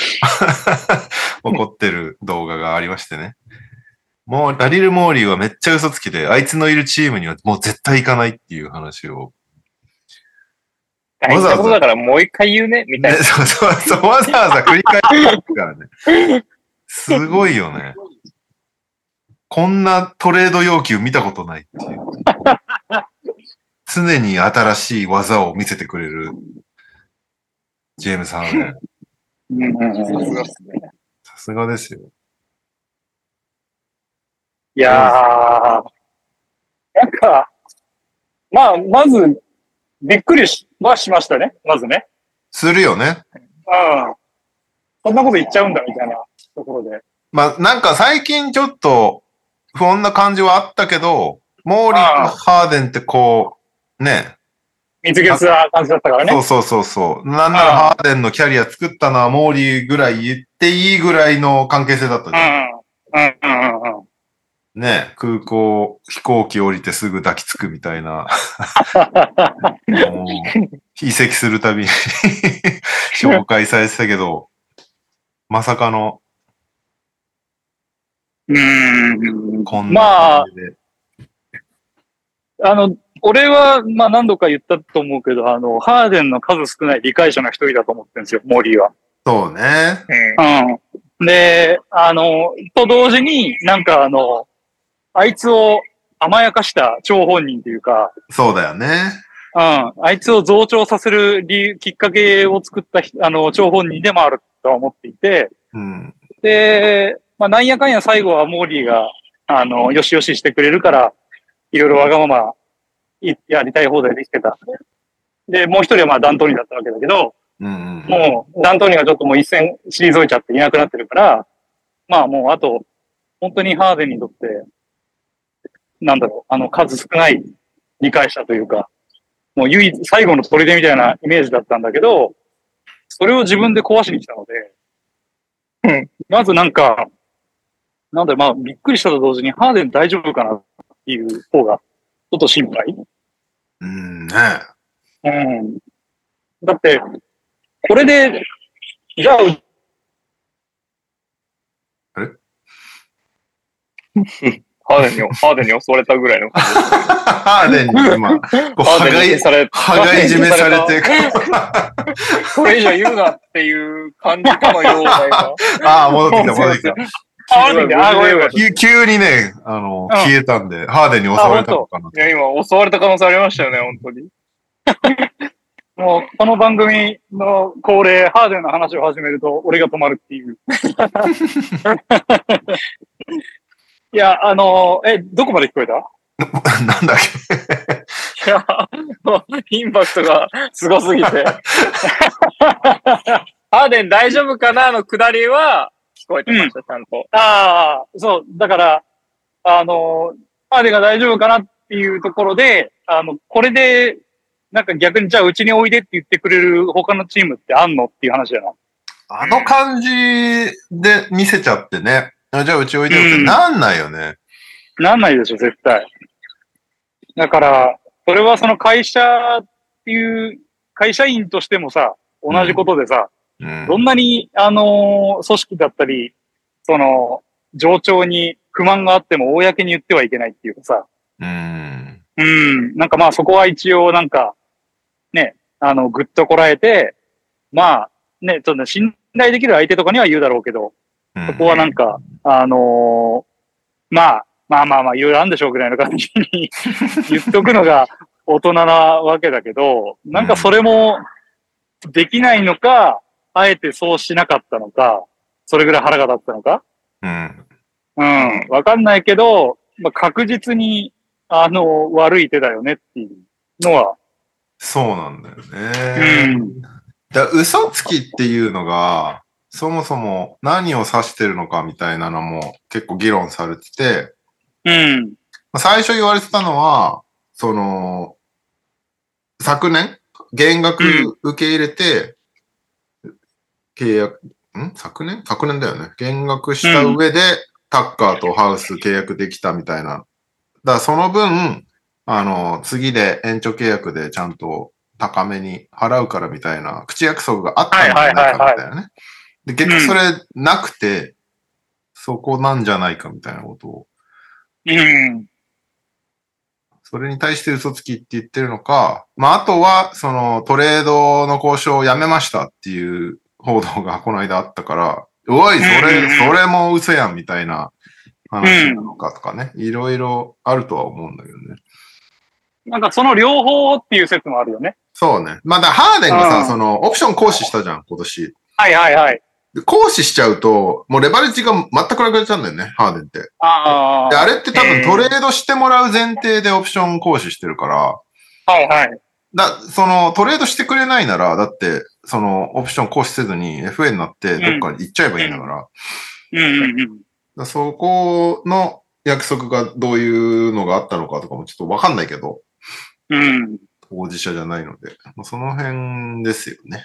怒ってる動画がありましてね。もう、ダリル・モーリーはめっちゃ嘘つきで、あいつのいるチームにはもう絶対行かないっていう話を。 大事なことだからもう一回言うね、みたいな。 ね、そうそうそう、わざわざ繰り返してるからね。すごいよね。こんなトレード要求見たことないっていう。常に新しい技を見せてくれるジェームス・ハーデン。 うんうんうん、 さすがっすね。 さすがですよ。 いやー、なんか、まあ、まず、びっくりしはしましたね、まずね。 するよね。 うん。そんなこと言っちゃうんだみたいなところで。 まあ、なんか最近ちょっと不穏な感じはあったけど、モーリーとハーデンってこう、ね。 蜜月な感じだったからね。 そうそうそうそう。なんならハーデンのキャリア作ったのはモーリーぐらい言っていいぐらいの関係性だったじゃん。 うん。うんうんうんうん。 ね、空港、飛行機降りてすぐ抱きつくみたいな。もう移籍するたびに紹介されてたけど、まさかの、 うーん。 こんまなあ感じで。 あの、俺は、まあ何度か言ったと思うけど、あの、ハーデンの数少ない理解者の一人だと思ってるんですよ、モーリーは。 そうね。 うん。で、あの、と同時になんかあの、あいつを甘やかした張本人というか、 そうだよね。 うん。あいつを増長させる理由、きっかけを作った人、あの、張本人でもあるとは思っていて、 うん。 で、まあ、なんやかんや最後はモーリーが、あの、よしよししてくれるから、いろいろわがまま、いやりたい放題できてた。で、もう一人はまあ、ダントニーだったわけだけど、 うんうん、 もう、ダントニーがちょっともう一戦退いちゃっていなくなってるから、まあもう、あと、本当にハーデンにとって、なんだろう、あの、数少ない理解者というか、もう唯一、最後の砦みたいなイメージだったんだけど、それを自分で壊しに来たので、うん。まずなんか、なんだろう、まあ、びっくりしたと同時に、ハーデン大丈夫かなっていう方が、ちょっと心配。 うんね。 うん。だって、これで、じゃあ、 あれハーデンに、ハーデンに襲われたぐらいの感じ。 ハーデンに今、こう、 ハーデン羽にされ、 がい締めされて、 これ以上言うなっていう感じかのような今。 ああ、戻ってきた、戻ってきた。 あ、ごめんごめん。 急急にね、あの、 うん消えたんで、ハーデンに襲われたのかな。 いや、今、襲われた可能性ありましたよね、本当に。 もう、この番組の恒例、ハーデンの話を始めると、俺が止まるっていう。いや、あの、え、どこまで聞こえた？ なんだっいや、もうインパクトがすごすぎて。ハーデン大丈夫かなの下りは聞こえてました、うん、ちゃんと。 ああ、そう。だから、あの、ハーデンが大丈夫かなっていうところで、あの、これで、なんか逆にじゃあうちにおいでって言ってくれる他のチームってあんのっていう話だな。 あの感じで見せちゃってね。あじゃあうちおいでよってなんないよね。 うん、なんないでしょ、絶対。だから、それはその会社っていう、会社員としてもさ、同じことでさ、 うんうん、 どんなに、あのー、組織だったり、 その、上長に不満があっても公に言ってはいけないっていうかさ。 うん。 うん。なんかまあそこは一応なんか、ね、あの、ぐっとこらえて、まあ、ね、ちょっと信頼できる相手とかには言うだろうけど、そこはなんか、あのー、まあ、まあまあまあ、いろいろあるんでしょうぐらいの感じに言っとくのが大人なわけだけど、なんかそれもできないのか、あえてそうしなかったのか、それぐらい腹が立ったのか。 うん。 うん。わかんないけど、まあ、確実に、あの、悪い手だよねっていうのは。 そうなんだよね。うん。だ嘘つきっていうのが、そもそも何を指してるのかみたいなのも結構議論されてて、 うん。 最初言われてたのは、その、昨年、減額受け入れて、うん、契約、ん昨年昨年だよね。減額した上で、タッカーとハウス契約できたみたいな。だからその分、あの、次で延長契約でちゃんと高めに払うからみたいな口約束があったんじゃないかみたいなね。で、結局それなくて、うん、そこなんじゃないかみたいなことを。 うん。 それに対して嘘つきって言ってるのか、まあ、あとは、そのトレードの交渉をやめましたっていう報道がこの間あったから、おい、それ、それも嘘やんみたいな話なのかとかね、いろいろあるとは思うんだけどね。 なんかその両方っていう説もあるよね。 そうね。まあ、だハーデンがさ、うん、その、オプション行使したじゃん、今年。 はいはいはい。 行使しちゃうと、もうレバレッジが全くなくなっちゃうんだよね、ハーデンって。 ああ。 で、あれって多分トレードしてもらう前提でオプション行使してるから。 はいはい。 だ、その、トレードしてくれないなら、だって、その、オプション行使せずに エフエー になってどっかに行っちゃえばいいんだから。 うんうんうんうん、 だそこの約束がどういうのがあったのかとかもちょっとわかんないけど。 うん。 当事者じゃないので。その辺ですよね。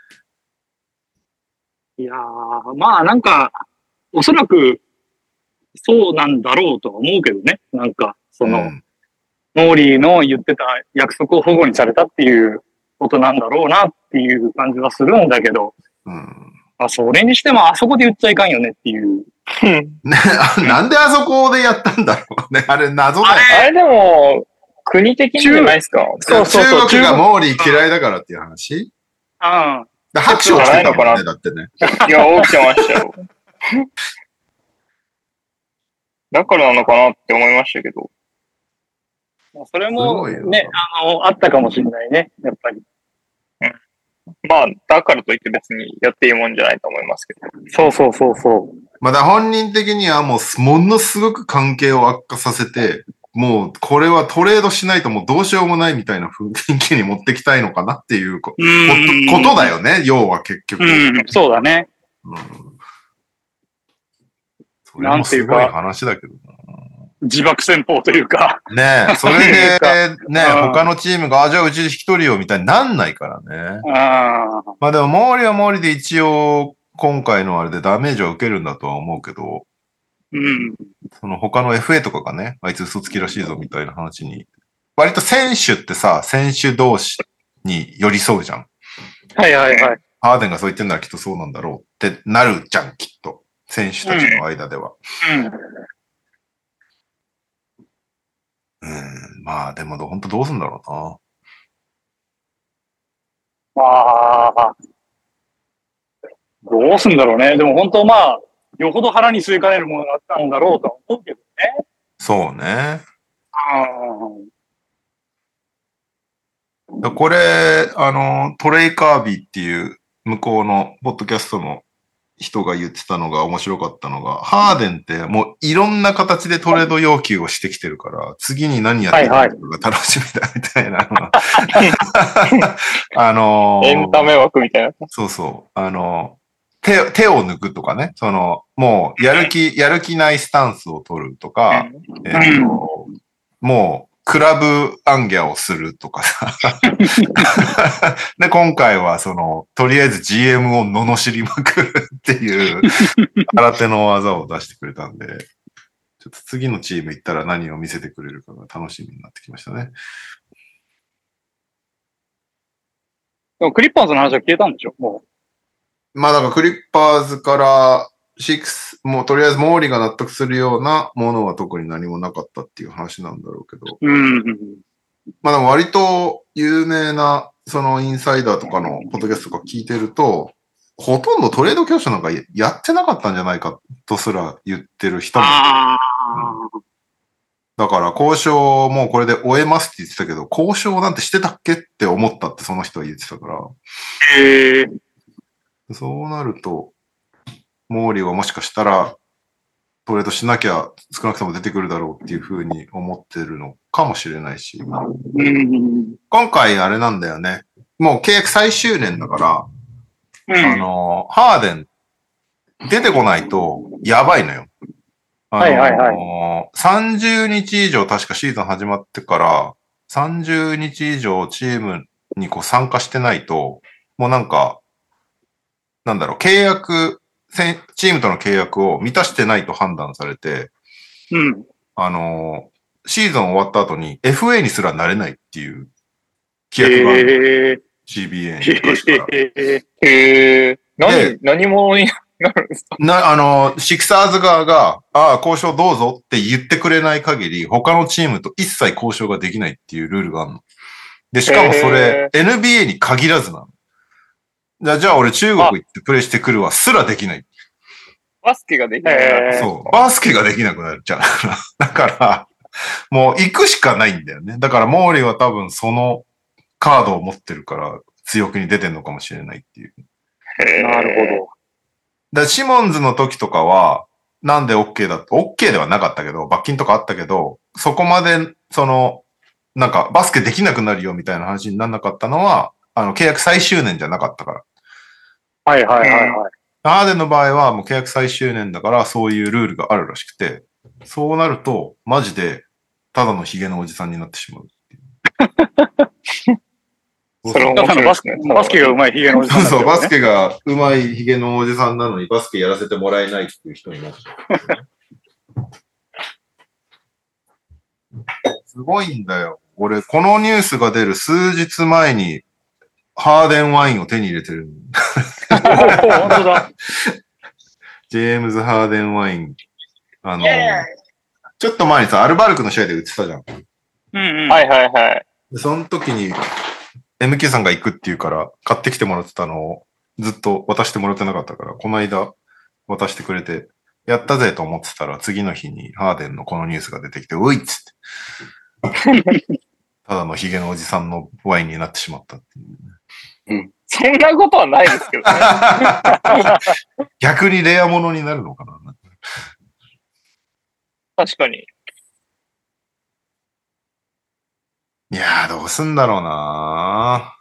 いやー、まあなんか、おそらく、そうなんだろうとは思うけどね。なんか、その、うん、モーリーの言ってた約束を保護にされたっていうことなんだろうなっていう感じはするんだけど、 うん、 まあそれにしてもあそこで言っちゃいかんよねっていう。 ね、なんであそこでやったんだろうね。あれ謎だよね。 あれでも、国的にじゃないですか。 そうそうそう。中国がモーリー嫌いだからっていう話？ うん。 拍手をしてたもんね、だってね。 いや、起きてましたよ。だからなのかなって思いましたけど。 それもね、あの、あったかもしれないね、やっぱり。 うん。まあ、だからといって別にやっていいもんじゃないと思いますけど。 そうそうそうそう。 まだ本人的にはもう、ものすごく関係を悪化させて、もう、これはトレードしないともうどうしようもないみたいな雰囲気に持ってきたいのかなっていうこ、 うんこと、ことだよね、要は結局。 うん、そうだね。 うん。それもすごい話だけどな。 自爆戦法というか。 ねえ、それで、ね、他のチームが、あ、じゃあうちで引き取るよみたいになんないからね。 あまあでも、モーリーはモーリーで一応、今回のあれでダメージは受けるんだとは思うけど、 うん。 その他の エフエー とかがね、あいつ嘘つきらしいぞみたいな話に、割と選手ってさ、選手同士に寄り添うじゃん。 はいはいはい。 ハーデンがそう言ってんならきっとそうなんだろうってなるじゃん、きっと。選手たちの間では。 うん。 うん、まあでも本当どうすんだろうな。まあ、どうすんだろうね。でも本当まあ、よほど腹に据えかねるものがあったんだろうとは思うけどね。 そうね。 あこれ、あの、トレイカービーっていう向こうのポッドキャストの人が言ってたのが面白かったのが、ハーデンってもういろんな形でトレード要求をしてきてるから、次に何やってくるのか楽しみだみたいな。はいはい、あのー、 エンタメ枠みたいな。 そうそう。あのー、手、手を抜くとかね。その、もうやる気、やる気ないスタンスを取るとか、うん、えーと、もう、クラブアンギャをするとかさ。で、今回はその、とりあえず ジーエム を罵りまくるっていう空手の技を出してくれたんで、ちょっと次のチーム行ったら何を見せてくれるかが楽しみになってきましたね。 でもクリッパーズの話は消えたんでしょもう。まあだからクリッパーズからシックス、もうとりあえず毛利が納得するようなものは特に何もなかったっていう話なんだろうけど。 うん。 まあでも割と有名な、そのインサイダーとかのポッドキャストとか聞いてると、ほとんどトレード競争なんかやってなかったんじゃないかとすら言ってる人もいる。うん、だから交渉もこれで終えますって言ってたけど、交渉なんてしてたっけって思ったってその人は言ってたから。 へー。 そうなると、毛利はもしかしたらトレードしなきゃ少なくとも出てくるだろうっていうふうに思ってるのかもしれないし。 うん、 今回あれなんだよね。もう契約最終年だから、 うん、 あの、ハーデン出てこないとやばいのよ。あのはいはいはさんじゅうにち以上確かシーズン始まってからさんじゅうにち以上チームにこう参加してないと、もうなんか、なんだろう、契約、チームとの契約を満たしてないと判断されて、 うん。 あの、シーズン終わった後に エフエー にすらなれないっていう規約がある。 へー。 シービーエー に昔から。 へえ。何、何者になるんですか？ な、あの、シクサーズ側が、ああ、交渉どうぞって言ってくれない限り、他のチームと一切交渉ができないっていうルールがあるの。で、しかもそれ、エヌビーエー に限らずなの。じゃあ、じゃあ俺中国行ってプレイしてくるわすらできない。 バスケができない。 そう。バスケができなくなるじゃん。だから、もう行くしかないんだよね。だから、モーリーは多分そのカードを持ってるから、強気に出てんのかもしれないっていう。 なるほど。 だシモンズの時とかは、なんで OK だった ?OK ではなかったけど、罰金とかあったけど、そこまで、その、なんかバスケできなくなるよみたいな話にならなかったのは、あの、契約最終年じゃなかったから。 はいはいはいはい。 ハーデンの場合はもう契約最終年だからそういうルールがあるらしくて、そうなると、マジで、ただのヒゲのおじさんになってしまうっていう。 それ面ただのバス白いですね。 バスケが上手いヒゲのおじさんそうそう、 になっちゃうね。 バスケが上手いヒゲのおじさんなのにバスケやらせてもらえないっていう人になっちゃう。すごいんだよ。俺、このニュースが出る数日前に、ハーデンワインを手に入れてる。 本当だ。 ジェームズ・ハーデンワイン。あの、ちょっと前にさ、アルバルクの試合で売ってたじゃん。 うんうん。 はいはいはい。 でその時に エムケー さんが行くっていうから買ってきてもらってたのをずっと渡してもらってなかったから、この間渡してくれて、やったぜと思ってたら次の日にハーデンのこのニュースが出てきて、ういっつって。ただのヒゲのおじさんのワインになってしまったっていう。 うん。そんなことはないですけどね。 逆にレアものになるのかな。 確かに。 いやー、どうすんだろうな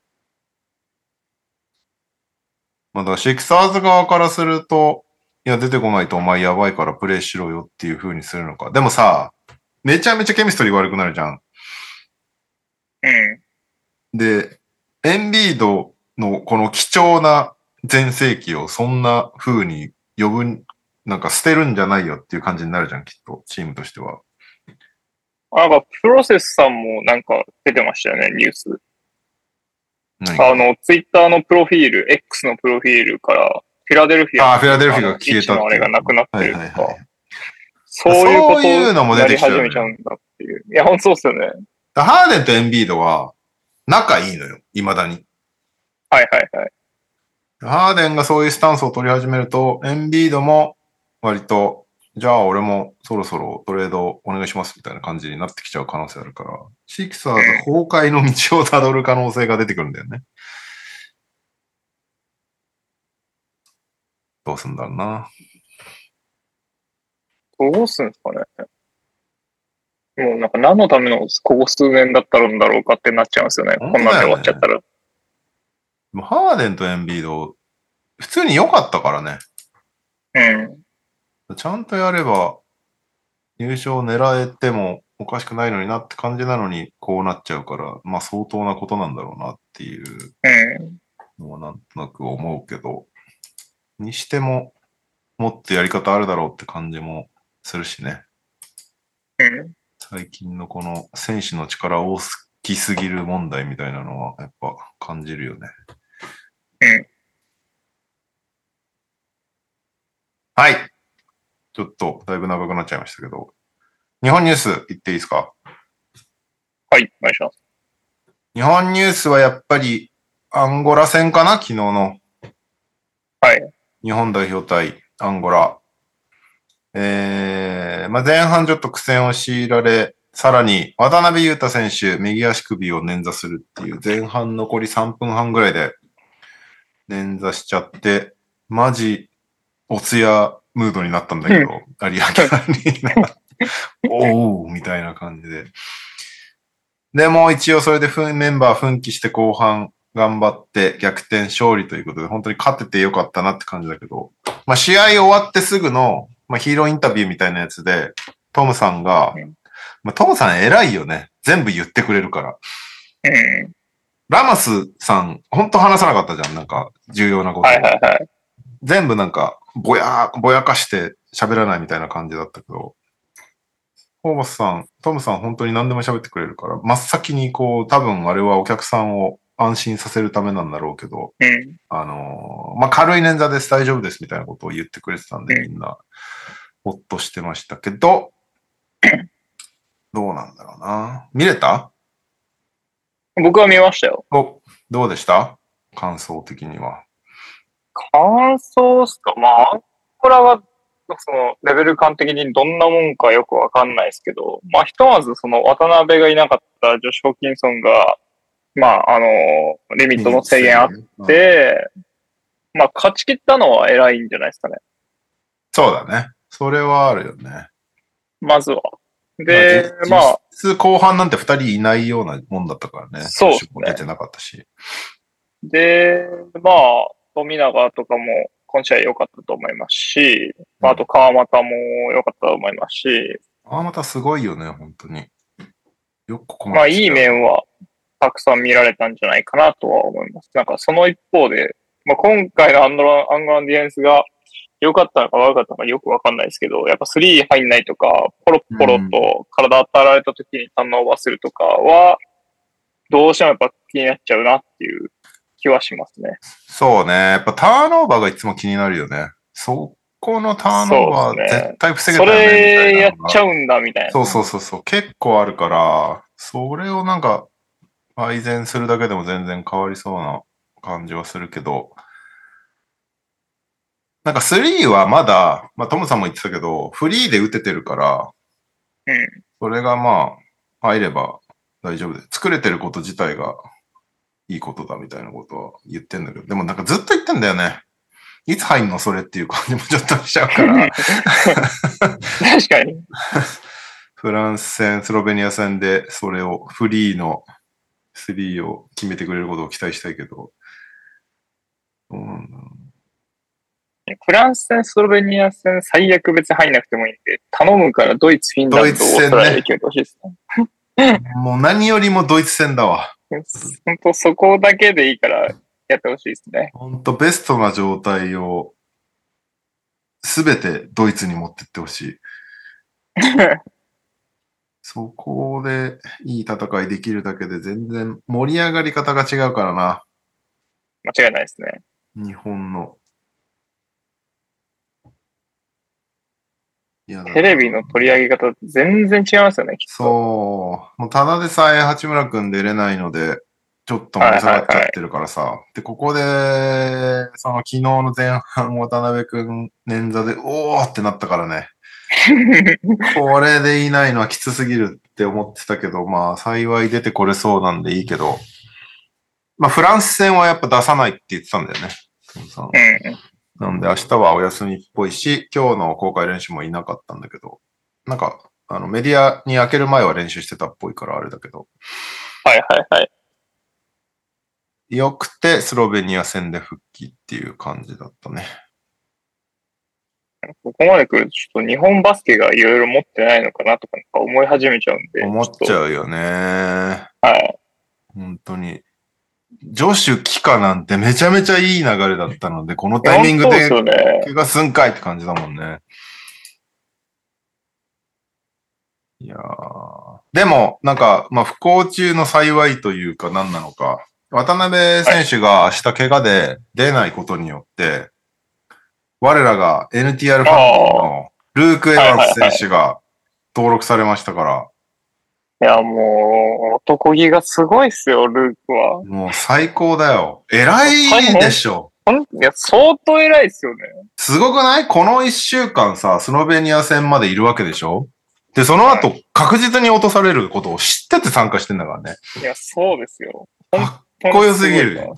まあ、だからシクサーズ側からすると、いや、出てこないとお前やばいからプレイしろよっていう風にするのか。でもさ、めちゃめちゃケミストリー悪くなるじゃん。 うん。 で、エンビードのこの貴重な全盛期をそんな風に呼ぶ、なんか捨てるんじゃないよっていう感じになるじゃん、きっと、チームとしては。 なんか、プロセスさんもなんか出てましたよね、ニュース。あの、ツイッターのプロフィール、X のプロフィールから、フィラデルフィア。 ああ、フィラデルフィアが消えたって。 あれがなくなってるとか。 はいはいはい、 そういうことをいうのも出てきちゃう、ね、 やり始めちゃうんだっていう。いや、ほんとそうっすよね。 ハーデンとエンビードは、仲いいのよ、未だに。 はいはいはい。 ハーデンがそういうスタンスを取り始めると、エンビードも割と、じゃあ俺もそろそろトレードお願いしますみたいな感じになってきちゃう可能性あるから、シクサーズ崩壊の道をたどる可能性が出てくるんだよね。どうすんだろうな。 どうすんすかね。もうなんか何のためのここ数年だったんだろうかってなっちゃいますよね。 よねこんなんで終わっちゃったら。 でもハーデンとエンビード、普通に良かったからね。 うん。 ちゃんとやれば、優勝狙えてもおかしくないのになって感じなのに、こうなっちゃうから、まあ相当なことなんだろうなっていうのはなんとなく思うけど、にしても、もっとやり方あるだろうって感じもするしね。 うん。 最近のこの選手の力大きすぎる問題みたいなのはやっぱ感じるよね。 うん。 はい。ちょっとだいぶ長くなっちゃいましたけど。日本ニュース言っていいですか？ はい、お願いします。 日本ニュースはやっぱりアンゴラ戦かな？昨日の。 はい。 日本代表対アンゴラ。えー、まあ、前半ちょっと苦戦を強いられ、さらに渡辺裕太選手、右足首を捻挫するっていう、前半残りさんぷんはんぐらいで捻挫しちゃって、マジ、おつやムードになったんだけど、有明になって、おーみたいな感じで。でも一応それでメンバー奮起して後半頑張って逆転勝利ということで、本当に勝っててよかったなって感じだけど、まあ試合終わってすぐの、まあ、ヒーローインタビューみたいなやつで、トムさんが、まあ、トムさん偉いよね。全部言ってくれるから。 うん、 ラマスさん、ほんと話さなかったじゃん。なんか、重要なこと。 はいはいはい。 全部なんか、ぼやー、ぼやかして喋らないみたいな感じだったけど、ホーバスさん、トムさん本当に何でも喋ってくれるから、真っ先にこう、多分あれはお客さんを安心させるためなんだろうけど、 うん、 あのー、まあ、軽い捻挫です、大丈夫ですみたいなことを言ってくれてたんで、 うん、 みんな、ほっとしてましたけど、どうなんだろうな。見れた？ 僕は見ましたよ。 お、どうでした？感想的には。 感想っすか？まあ、アンゴラは、その、レベル感的にどんなもんかよくわかんないですけど、まあ、ひとまずその、渡辺がいなかったジョシュ・ホーキンソンが、まあ、あの、リミットの制限あって、うん、まあ、勝ち切ったのは偉いんじゃないですかね。 そうだね。それはあるよね。 まずは。で、 まあ、 まあ。 実質後半なんて二人いないようなもんだったからね。 そうですね。 出てなかったし。 で、まあ、富永とかも今試合良かったと思いますし、うん、あと川又も良かったと思いますし。 川又すごいよね、本当に。よくここまで。 まあ、いい面はたくさん見られたんじゃないかなとは思います。なんかその一方で、まあ、今回のアンゴラ、アンゴラのディフェンスが良かったのか悪かったのかよくわかんないですけど、やっぱスリー入んないとか、ポロポロと体当たられた時にターンオーバーするとかは、どうしてもやっぱ気になっちゃうなっていう気はしますね。 そうね。やっぱターンオーバーがいつも気になるよね。そこのターンオーバー絶対防げたよね。 それやっちゃうんだみたいな。 そうそうそうそう。結構あるから、それをなんか改善するだけでも全然変わりそうな感じはするけど、なんかスリーはまだ、まあトムさんも言ってたけど、フリーで打ててるから、 うん、 それがまあ入れば大丈夫で、作れてること自体がいいことだみたいなことは言ってんだけど、でもなんかずっと言ってんだよね。いつ入んのそれっていう感じもちょっとしちゃうから。 確かに。 フランス戦、スロベニア戦でそれを、フリーのスリーを決めてくれることを期待したいけど。うん、 フランス戦、スロベニア戦、最悪別に入んなくてもいいんで、頼むからドイツ、フィンランド、オーストラリアで決めてほしいですね。 もう何よりもドイツ戦だわ。 本当そこだけでいいからやってほしいですね。 本当ベストな状態をすべてドイツに持ってってほしい。そこでいい戦いできるだけで全然盛り上がり方が違うからな。 間違いないですね。 日本の。 テレビの取り上げ方全然違いますよね、きっと。 そう。もうただでさえ八村くん出れないので、ちょっと盛り下がっちゃってるからさ。はいはいはい、で、ここで、その昨日の前半渡辺くん捻挫で、おーってなったからね。これでいないのはきつすぎるって思ってたけど、まあ幸い出てこれそうなんでいいけど、まあフランス戦はやっぱ出さないって言ってたんだよね。 うんなんで明日はお休みっぽいし、今日の公開練習もいなかったんだけど、なんか、あのメディアに開ける前は練習してたっぽいからあれだけど。 はいはいはい。 よくてスロベニア戦で復帰っていう感じだったね。 ここまで来るとちょっと日本バスケがいろいろ持ってないのかなとか思い始めちゃうんで。 思っちゃうよね。 はい。 本当に。ジョシュ・キカなんてめちゃめちゃいい流れだったので、このタイミングで怪我すんかいって感じだもんね。いやー。でも、なんか、まあ、不幸中の幸いというか何なのか、渡辺選手が明日怪我で出ないことによって、 我らが エヌティーアール ファミリーのルーク・エヴァンス選手が登録されましたから。 いや、もう、男気がすごいっすよ、ルークは。 もう最高だよ。偉いでしょ。 いや、相当偉いっすよね。 すごくない？この一週間さ、スロベニア戦までいるわけでしょ？で、その後、確実に落とされることを知ってて参加してんだからね。 いや、そうですよ。 かっこよすぎる。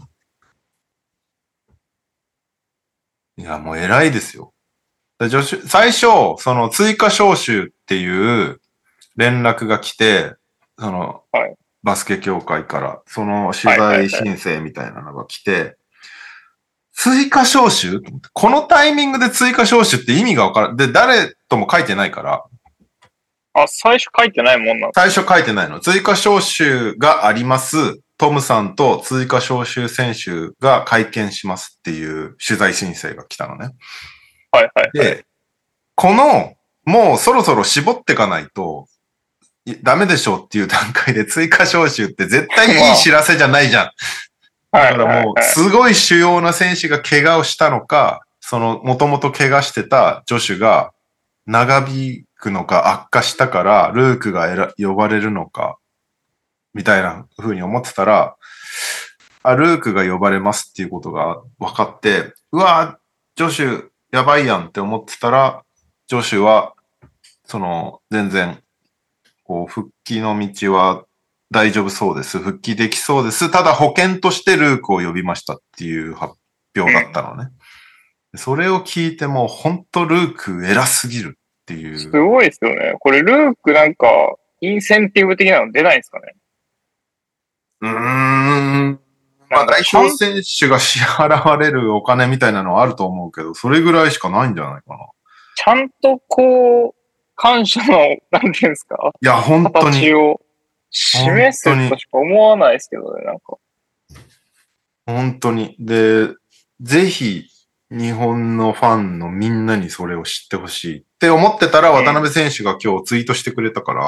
いや、もう偉いですよ。で助手最初、その追加招集っていう連絡が来て、その、 はい、 バスケ協会から、その取材申請みたいなのが来て、はいはいはい、追加招集？このタイミングで追加招集って意味がわからん。で、誰とも書いてないから。 あ、最初書いてないもんなん最初書いてないの。追加招集があります。トムさんと追加招集選手が会見しますっていう取材申請が来たのね。 はいはい、はい。 で、この、もうそろそろ絞っていかないと、ダメでしょうっていう段階で追加招集って絶対いい知らせじゃないじゃん。だからもう、すごい主要な選手が怪我をしたのか、その、もともと怪我してた助手が長引くのか悪化したから、ルークが呼ばれるのか、みたいな風に思ってたら、あ、ルークが呼ばれますっていうことが分かって、うわぁ、助手やばいやんって思ってたら、助手は、その、全然、こう、復帰の道は、大丈夫そうです。復帰できそうです。ただ保険としてルークを呼びましたっていう発表だったのね。うん、それを聞いても本当ルーク偉すぎるっていう。 すごいですよね。これルークなんかインセンティブ的なの出ないんですかね？ うーん。まあ代表選手が支払われるお金みたいなのはあると思うけど、それぐらいしかないんじゃないかな。 ちゃんとこう、感謝の、なんていうんですか？ いや、本当に。 形を示すとしか思わないですけどね、なんか。 本当に。で、ぜひ、日本のファンのみんなにそれを知ってほしいって思ってたら、渡辺選手が今日ツイートしてくれたから、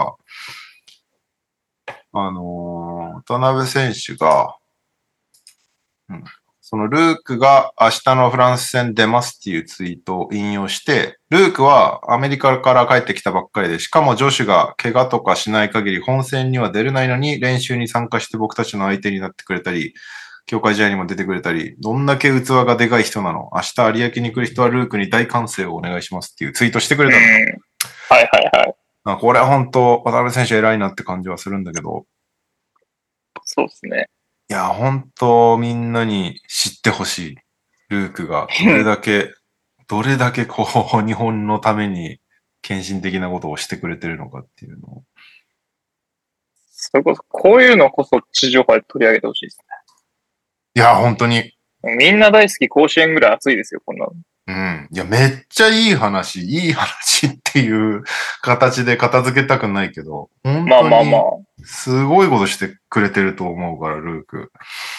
あのー、渡辺選手が、うん、そのルークが明日のフランス戦出ますっていうツイートを引用して、ルークはアメリカから帰ってきたばっかりで、しかも助手が怪我とかしない限り本戦には出れないのに練習に参加して僕たちの相手になってくれたり、強化試合にも出てくれたり、どんだけ器がでかい人なの？明日有明に来る人はルークに大歓声をお願いしますっていうツイートしてくれたの。はいはいはい。 これは本当渡辺選手偉いなって感じはするんだけど。 そうですね。 いや、本当みんなに知ってほしい。ルークがどれだけ、どれだけこう、日本のために献身的なことをしてくれてるのかっていうのを。 それこそ、こういうのこそ地上波で取り上げてほしいですね。 いや、本当に。 みんな大好き甲子園ぐらい熱いですよ、こんなの。 うん。いや、めっちゃいい話、いい話っていう形で片付けたくないけど、本当にまあまあまあ。すごいことしてくれてると思うから、ルーク。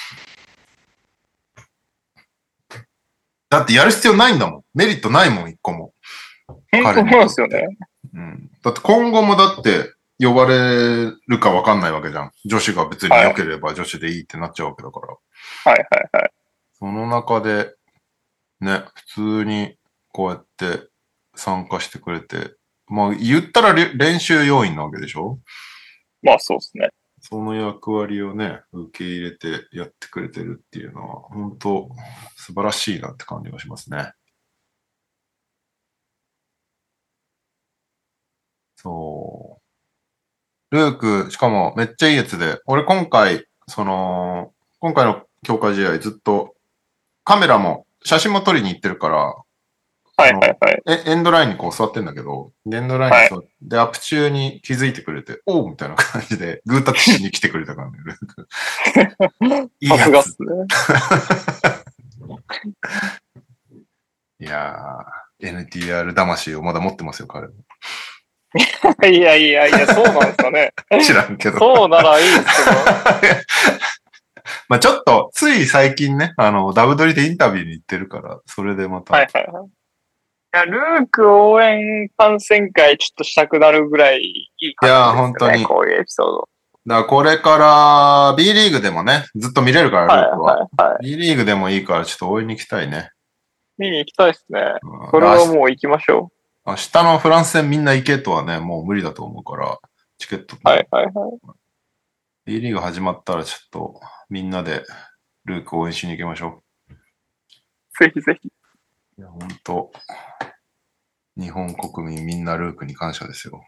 だってやる必要ないんだもん。メリットないもん、一個も。 本当そうですよね。 うん。だって今後もだって呼ばれるか分かんないわけじゃん。女子が別に良ければ女子でいいってなっちゃうわけだから。 はいはいはい。 その中で、ね、普通にこうやって参加してくれて、まあ言ったら練習要員なわけでしょ？ まあそうですね。 その役割をね、受け入れてやってくれてるっていうのは、本当素晴らしいなって感じがしますね。そう。ルーク、しかもめっちゃいいやつで、俺今回、その、今回の強化試合ずっとカメラも写真も撮りに行ってるから、 はいはいはい。 エンドラインにこう座ってんだけど、エンドラインに座って、はい、で、アップ中に気づいてくれて、おうみたいな感じで、グータッチしに来てくれたからね、ルーク。いいやつ。さすがっすね。いやー、エヌティーアール 魂をまだ持ってますよ、彼も。 いやいやいや、そうなんですかね。 知らんけど。 そうならいいですけど。 まあちょっと、つい最近ね、あの、ダブドリでインタビューに行ってるから、それでまた。 はいはいはい。いや、ルーク応援観戦会ちょっとしたくなるぐらいいい感じですね。いや、本当に。こういうエピソード。 だからこれから B リーグでもね、ずっと見れるから、ルークは。はいはいはい、B リーグでもいいからちょっと応援に行きたいね。 見に行きたいですね。それはもう行きましょう。明日のフランス戦みんな行けとはね、もう無理だと思うから、チケット。 はいはいはい。 B リーグ始まったらちょっとみんなでルーク応援しに行きましょう。ぜひぜひ。 いや、本当日本国民みんなルークに感謝ですよ。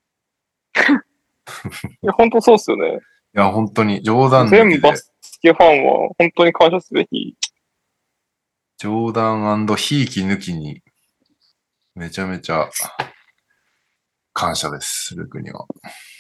いや、本当そうっすよね。 いや、本当に冗談抜きで。 全バスケファンは本当に感謝すべき。 冗談&ひいき抜きにめちゃめちゃ感謝です、ルークには。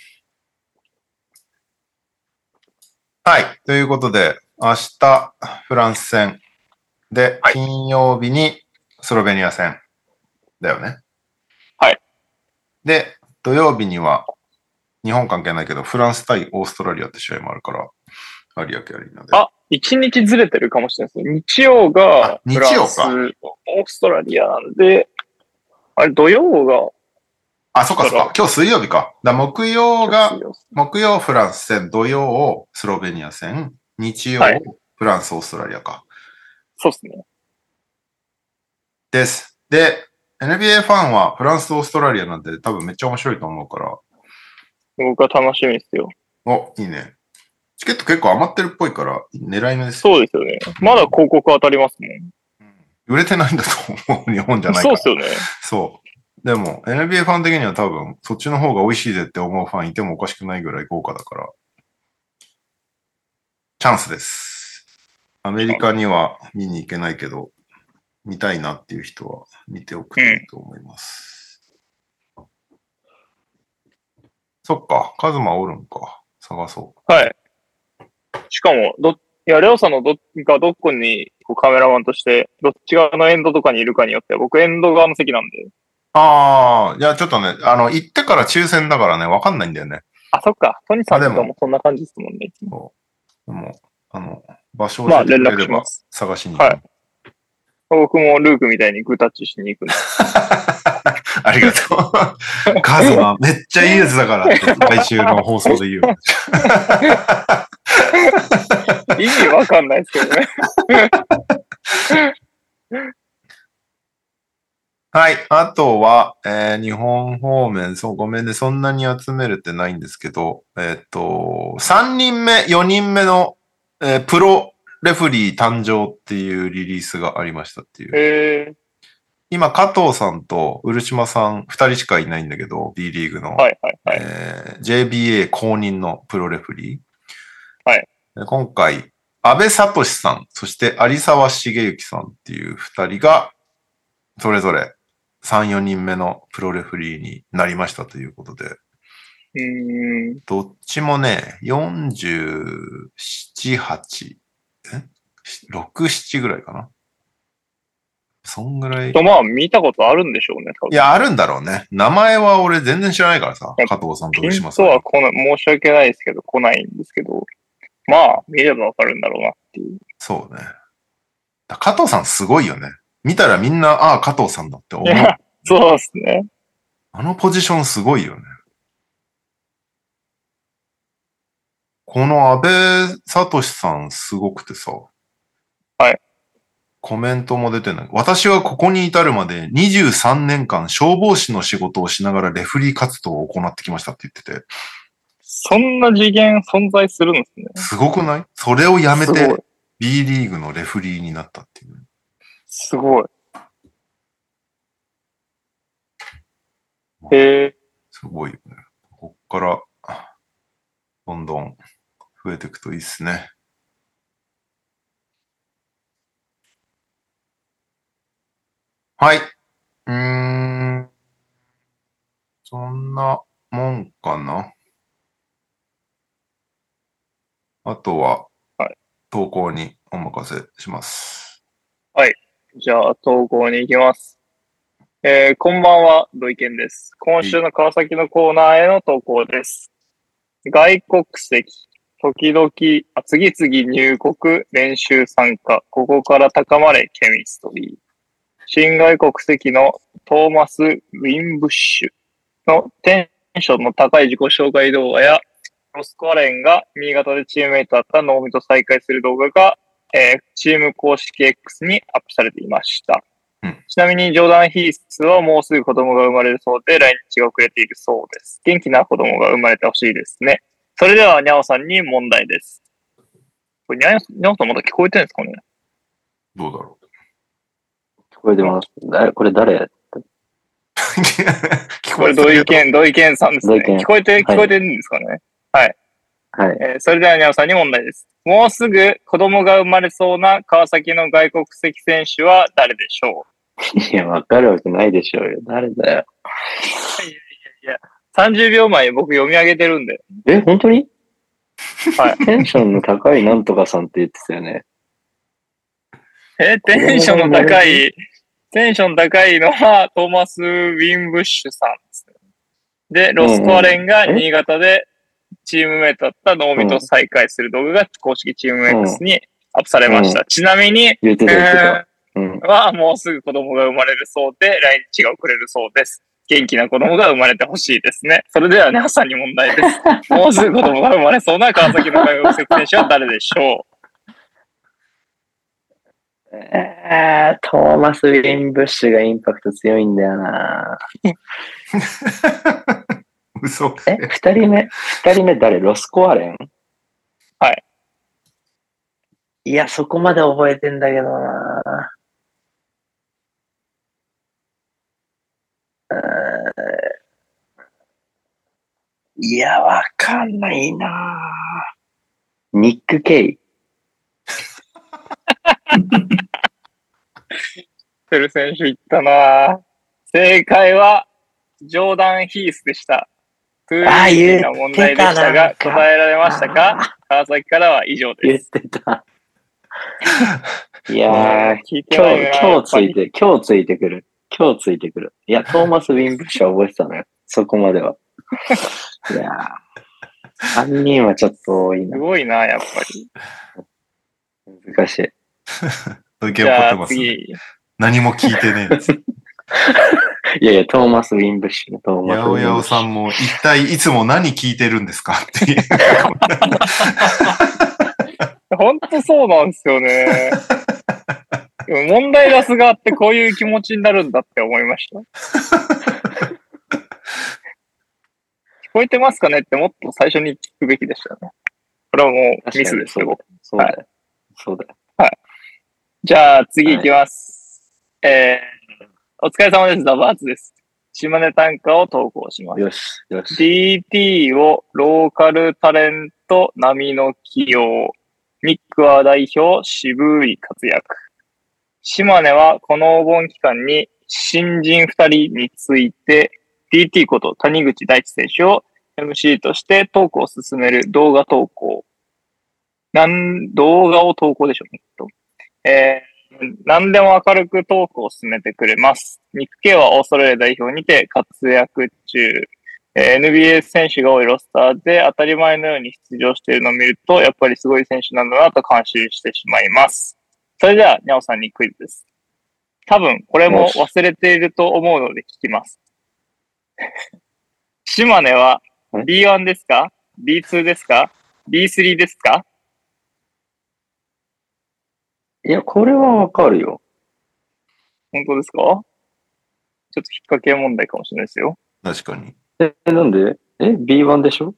はい。ということで、明日、フランス戦で、 はい、 金曜日にスロベニア戦だよね。 はい。 で、土曜日には、日本関係ないけど、フランス対オーストラリアって試合もあるから、有明アリーナで。 あ、一日ずれてるかもしれないですね。日曜がフランス、オーストラリアなんで、あれ、土曜が、 あ、そっかそっか。今日水曜日か。だ木曜が、木曜フランス戦、土曜スロベニア戦、日曜、はい、フランス、オーストラリアか。 そうですね。 です。で、エヌビーエー ファンはフランス、オーストラリアなんて多分めっちゃ面白いと思うから。 僕は楽しみですよ。 お、いいね。チケット結構余ってるっぽいから狙い目ですよ。そうですよね。まだ広告当たりますもん。 うん、売れてないんだと思う。日本じゃないから。 そうですよね。 そう。でも、エヌビーエー ファン的には多分、そっちの方が美味しいぜって思うファンいてもおかしくないぐらい豪華だから、チャンスです。アメリカには見に行けないけど、見たいなっていう人は見ておくといいと思います。うん、そっか、カズマおるんか。探そう。 はい。しかも、ど、いや、レオさんのどがどこにこうカメラマンとして、どっち側のエンドとかにいるかによって、僕エンド側の席なんで。 ああ、いや、ちょっとね、あの、行ってから抽選だからね、わかんないんだよね。 あ、そっか。トニーさんとかもそんな感じですもんね。 そうでも、あの、場所を教えてくれれば探しに行く。まあ、 はい。僕もルークみたいにグータッチしに行くんで。 ありがとう。カズマ、めっちゃいいやつだからって、来週の放送で言う。 意味わかんないですけどね。 はい。あとは、えー、日本方面、そう、ごめんね。そんなに集めれてないんですけど、えっと、さんにんめ、よにんめの、えー、プロレフリー誕生っていうリリースがありましたっていう。 へー。 今、加藤さんと漆島さんふたりしかいないんだけど、B リーグの、 はいはいはいえー、ジェイビーエー 公認のプロレフリー。 はい。 今回、安倍聡さん、そして有沢茂之さんっていうふたりが、それぞれさん、よにんめのプロレフリーになりましたということで。 うーん。 どっちもね、よんじゅうなな、はち、え ?ろく、ななぐらいかな。そんぐらい。 と、まあ、見たことあるんでしょうね、多分。 いや、あるんだろうね。名前は俺全然知らないからさ。加藤さんと漆島さん。 ピンとは来ない、申し訳ないですけど、来ないんですけど、まあ、見ればわかるんだろうなっていう。 そうね。加藤さんすごいよね。見たらみんな、ああ、加藤さんだって思う。 そうですね。 あのポジションすごいよね。この安倍聡さんすごくてさ。 はい。 コメントも出てない。私はここに至るまでにじゅうさんねんかん消防士の仕事をしながらレフリー活動を行ってきましたって言ってて。 そんな次元存在するんですね。 すごくない？それをやめて B リーグのレフリーになったっていう。 すごい。へえ。 すごいよね。こっからどんどん増えていくといいっすね。はい。うーん。そんなもんかな。あとは、 はい、 投稿にお任せします。 はい。じゃあ、投稿に行きます。えー、こんばんは、土井健です。今週の川崎のコーナーへの投稿です。外国籍、時々、あ次々入国、練習参加、ここから高まれ、ケミストリー。新外国籍のトーマス・ウィンブッシュのテンションの高い自己紹介動画や、ロスコアレンが新潟でチームメイトだった能見と再会する動画が、えー、チーム公式 X にアップされていました。 ちなみにジョーダン・ヒースはもうすぐ子供が生まれるそうで、来日が遅れているそうです。元気な子供が生まれてほしいですね。それでは、にゃおさんに問題です。これ、にゃおさんまだ聞こえてるんですかね？ どうだろ聞こえてます。誰これ誰う。聞これ、土井健、土井健さんですね。聞こえて、聞こえてるんですかね？はい。 はい。 えー、それでは、にゃおさんに問題です。もうすぐ子供が生まれそうな川崎の外国籍選手は誰でしょう？いや、わかるわけないでしょうよ。誰だよ。 いやいやいや、さんじゅうびょうまえ僕読み上げてるんで。 え、本当に？ はい。 テンションの高いなんとかさんって言ってたよね。 え、テンションの高い、テンション高いのはトーマス・ウィンブッシュさんですね。で、ロスコアレンが新潟でチームメイトだった能見と再会する動画が公式チーム X にアップされました。うん、ちなみに、 言ってた言ってた。 うん、はもうすぐ子供が生まれるそうで、来日が遅れるそうです。元気な子供が生まれてほしいですね。それではね、朝に問題です。もうすぐ子供が生まれそうな川崎の外国籍選手は誰でしょう？えー、トーマス・ウィンブッシュがインパクト強いんだよな。 嘘。 え、二人目二人目誰？ロスコアレン？ はい。 いや、そこまで覚えてんだけどな。いや、わかんないな。ニック・ケイ。 テル選手言ったな。正解は、ジョーダン・ヒースでした。トゥーイージーな問題でしたが、答えられましたか？川崎からは以上です。 言ってた。いやー、今日、今日ついて、今日ついてくる。今日ついてくる。いや、トーマス・ウィンブッシュは覚えてたのよ。そこまでは。いやー、さんにんはちょっと多いな。 すごいな、やっぱり。 難しい。 じゃあ次。 何も聞いてねえです。 いやいや、トーマス・ウィンブッシュのトーマス・ウィンブッシュ。 やおやおさんも一体いつも何聞いてるんですかっていう。 本当そうなんですよね。問題出す側ってこういう気持ちになるんだって思いました。聞こえてますかねってもっと最初に聞くべきでしたよね。これはもうミスですよ。 そうだよ。そうだよ。 はい。じゃあ次行きます。はい、えー、お疲れ様です。ザバーツです。島根短歌を投稿します。 よし、よし。 ディーティー をローカルタレント並みの起用。ニックは代表渋い活躍。島根はこのお盆期間に新人ふたりについて ディーティー こと谷口大地選手を エムシー としてトークを進める動画投稿。なん動画を投稿でしょうね。えー、何でも明るくトークを進めてくれます。ニック・ケイはオーストラリア代表にて活躍中。エヌビーエー 選手が多いロスターで当たり前のように出場しているのを見ると、やっぱりすごい選手なんだなと感心してしまいます。それでは、にゃおさんにクイズです。多分、これも忘れていると思うので聞きます。島根は ビーワン ですか？ ビーツー ですか？ ビースリー ですか？ いや、これはわかるよ。 本当ですか？ちょっと引っ掛け問題かもしれないですよ。 確かに。 え、なんで？え、ビーワン でしょ？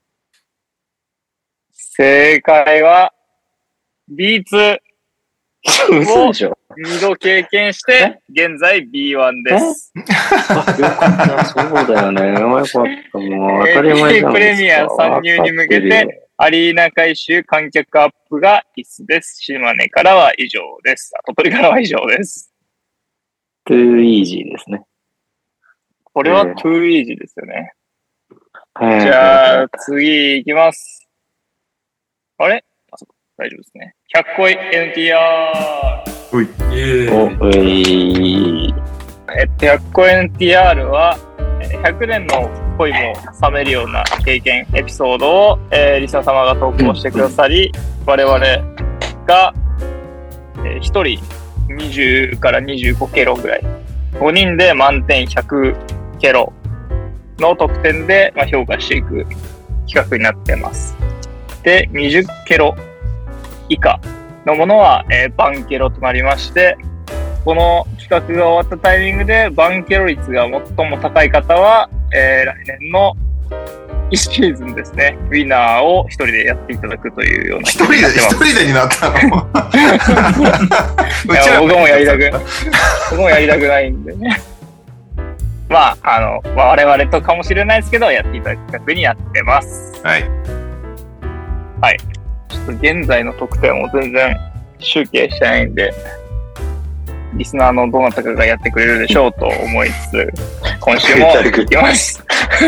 正解は ビーツー。 嘘でしょ？ にど経験して、現在 ビーワン です。 よかった。そうだよね。よかった。もう当たり前じゃん。 プレミア参入に向けて、アリーナ改修観客アップが必須です。島根からは以上です。鳥取からは以上です。 トゥーイージーですね。 これはトゥーイージーですよね。 えー、 じゃあ、次行きます。あれあ、そこ、大丈夫ですね。ひゃっこい エヌティーアール。 おい。 おい。 えっと、ひゃっこい エヌティーアール は、ひゃくねんの恋も冷めるような経験、エピソードを、えー、リスナー様が投稿してくださり、我々が、えー、ひとりにじゅうからにじゅうごケロぐらい、ごにんで満点ひゃくケロの得点で、まあ、評価していく企画になっています。で、にじゅうケロ以下のものは、えー、バンケロとなりまして、 この企画が終わったタイミングでバンケロ率が最も高い方は、えー、来年のいちシーズンですね、ウィナーを一人でやっていただくというような。 一人で、一人でになったのうちは僕もやりたく、僕もやりたくないんでね。まあ、あの、我々とかもしれないですけど、やっていただく企画になってます。 はい。 はい。ちょっと現在の得点も全然集計してないんで、リスナーのどなたかがやってくれるでしょうと思いつつ、今週も行きます。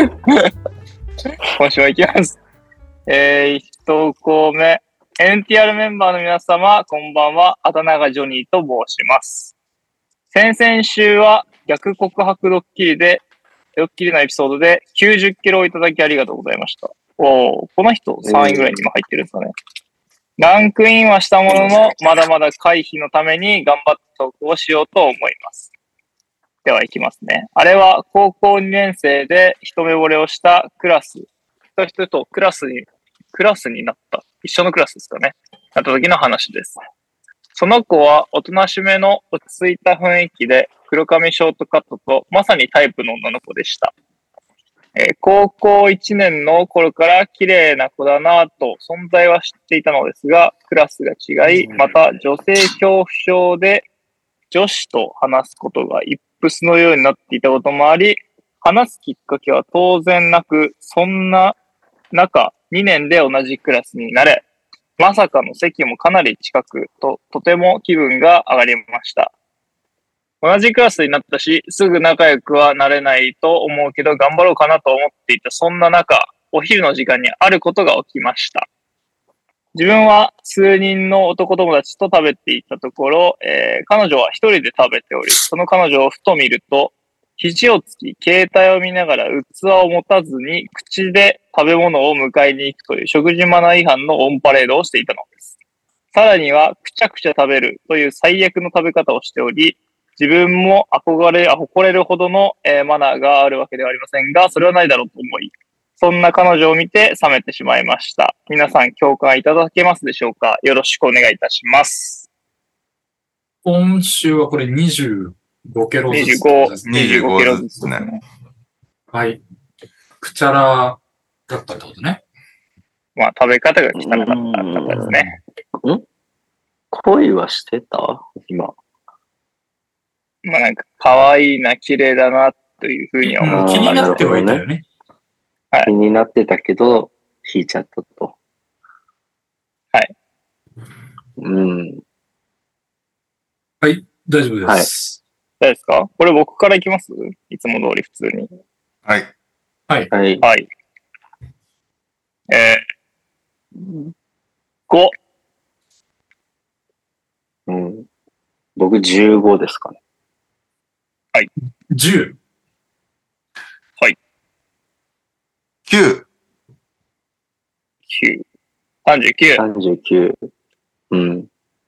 今週も行きます。えー、一項目。エヌティーアール メンバーの皆様、こんばんは。あだ名がジョニーと申します。先々週は逆告白ドッキリで、ドッキリのエピソードできゅうじゅっキロをいただきありがとうございました。おー、この人さんいぐらいにも入ってるんですかね。ランクインはしたものの、まだまだ回避のために頑張って投稿しようと思います。では行きますね。あれは高校にねん生で一目惚れをしたクラス。人人とクラスに、クラスになった。一緒のクラスですかね。なった時の話です。その子はおとなしめの落ち着いた雰囲気で黒髪ショートカットとまさにタイプの女の子でした。えー、高校いちねんの頃から綺麗な子だなぁと存在は知っていたのですが、クラスが違い、また女性恐怖症で女子と話すことがイップスのようになっていたこともあり、話すきっかけは当然なく、そんな中にねんで同じクラスになれ、まさかの席もかなり近くと、とても気分が上がりました。同じクラスになったし、すぐ仲良くはなれないと思うけど、頑張ろうかなと思っていたそんな中、お昼の時間にあることが起きました。自分は数人の男友達と食べていたところ、えー、彼女は一人で食べており、その彼女をふと見ると、肘をつき、携帯を見ながら器を持たずに口で食べ物を迎えに行くという食事マナー違反のオンパレードをしていたのです。さらには、くちゃくちゃ食べるという最悪の食べ方をしており、自分も憧れ、誇れるほどの、えー、マナーがあるわけではありませんが、それはないだろうと思い、そんな彼女を見て冷めてしまいました。皆さん共感いただけますでしょうか？よろしくお願いいたします。 今週はこれにじゅうごキロずつ、ね。 にじゅうご、にじゅうごキロずつね。 はい。くちゃらだったってことね。 まあ食べ方が汚かった方ですね。 ん恋はしてた今。 まあなんか可愛いな、綺麗だなというふうには思う。 気になってはいたよね。 はい、 気になってたけど、引いちゃったと。 はい。 うん。 はい、大丈夫です。 はい、大丈夫ですか？これ僕からいきます？いつも通り普通に。 はい。 はい。 はい。 はい。えー、ご。 うん。僕じゅうごですかね。 はい。 じゅう。 はい。 きゅう。 きゅう。さんじゅうきゅう。 さんじゅうきゅう。うん。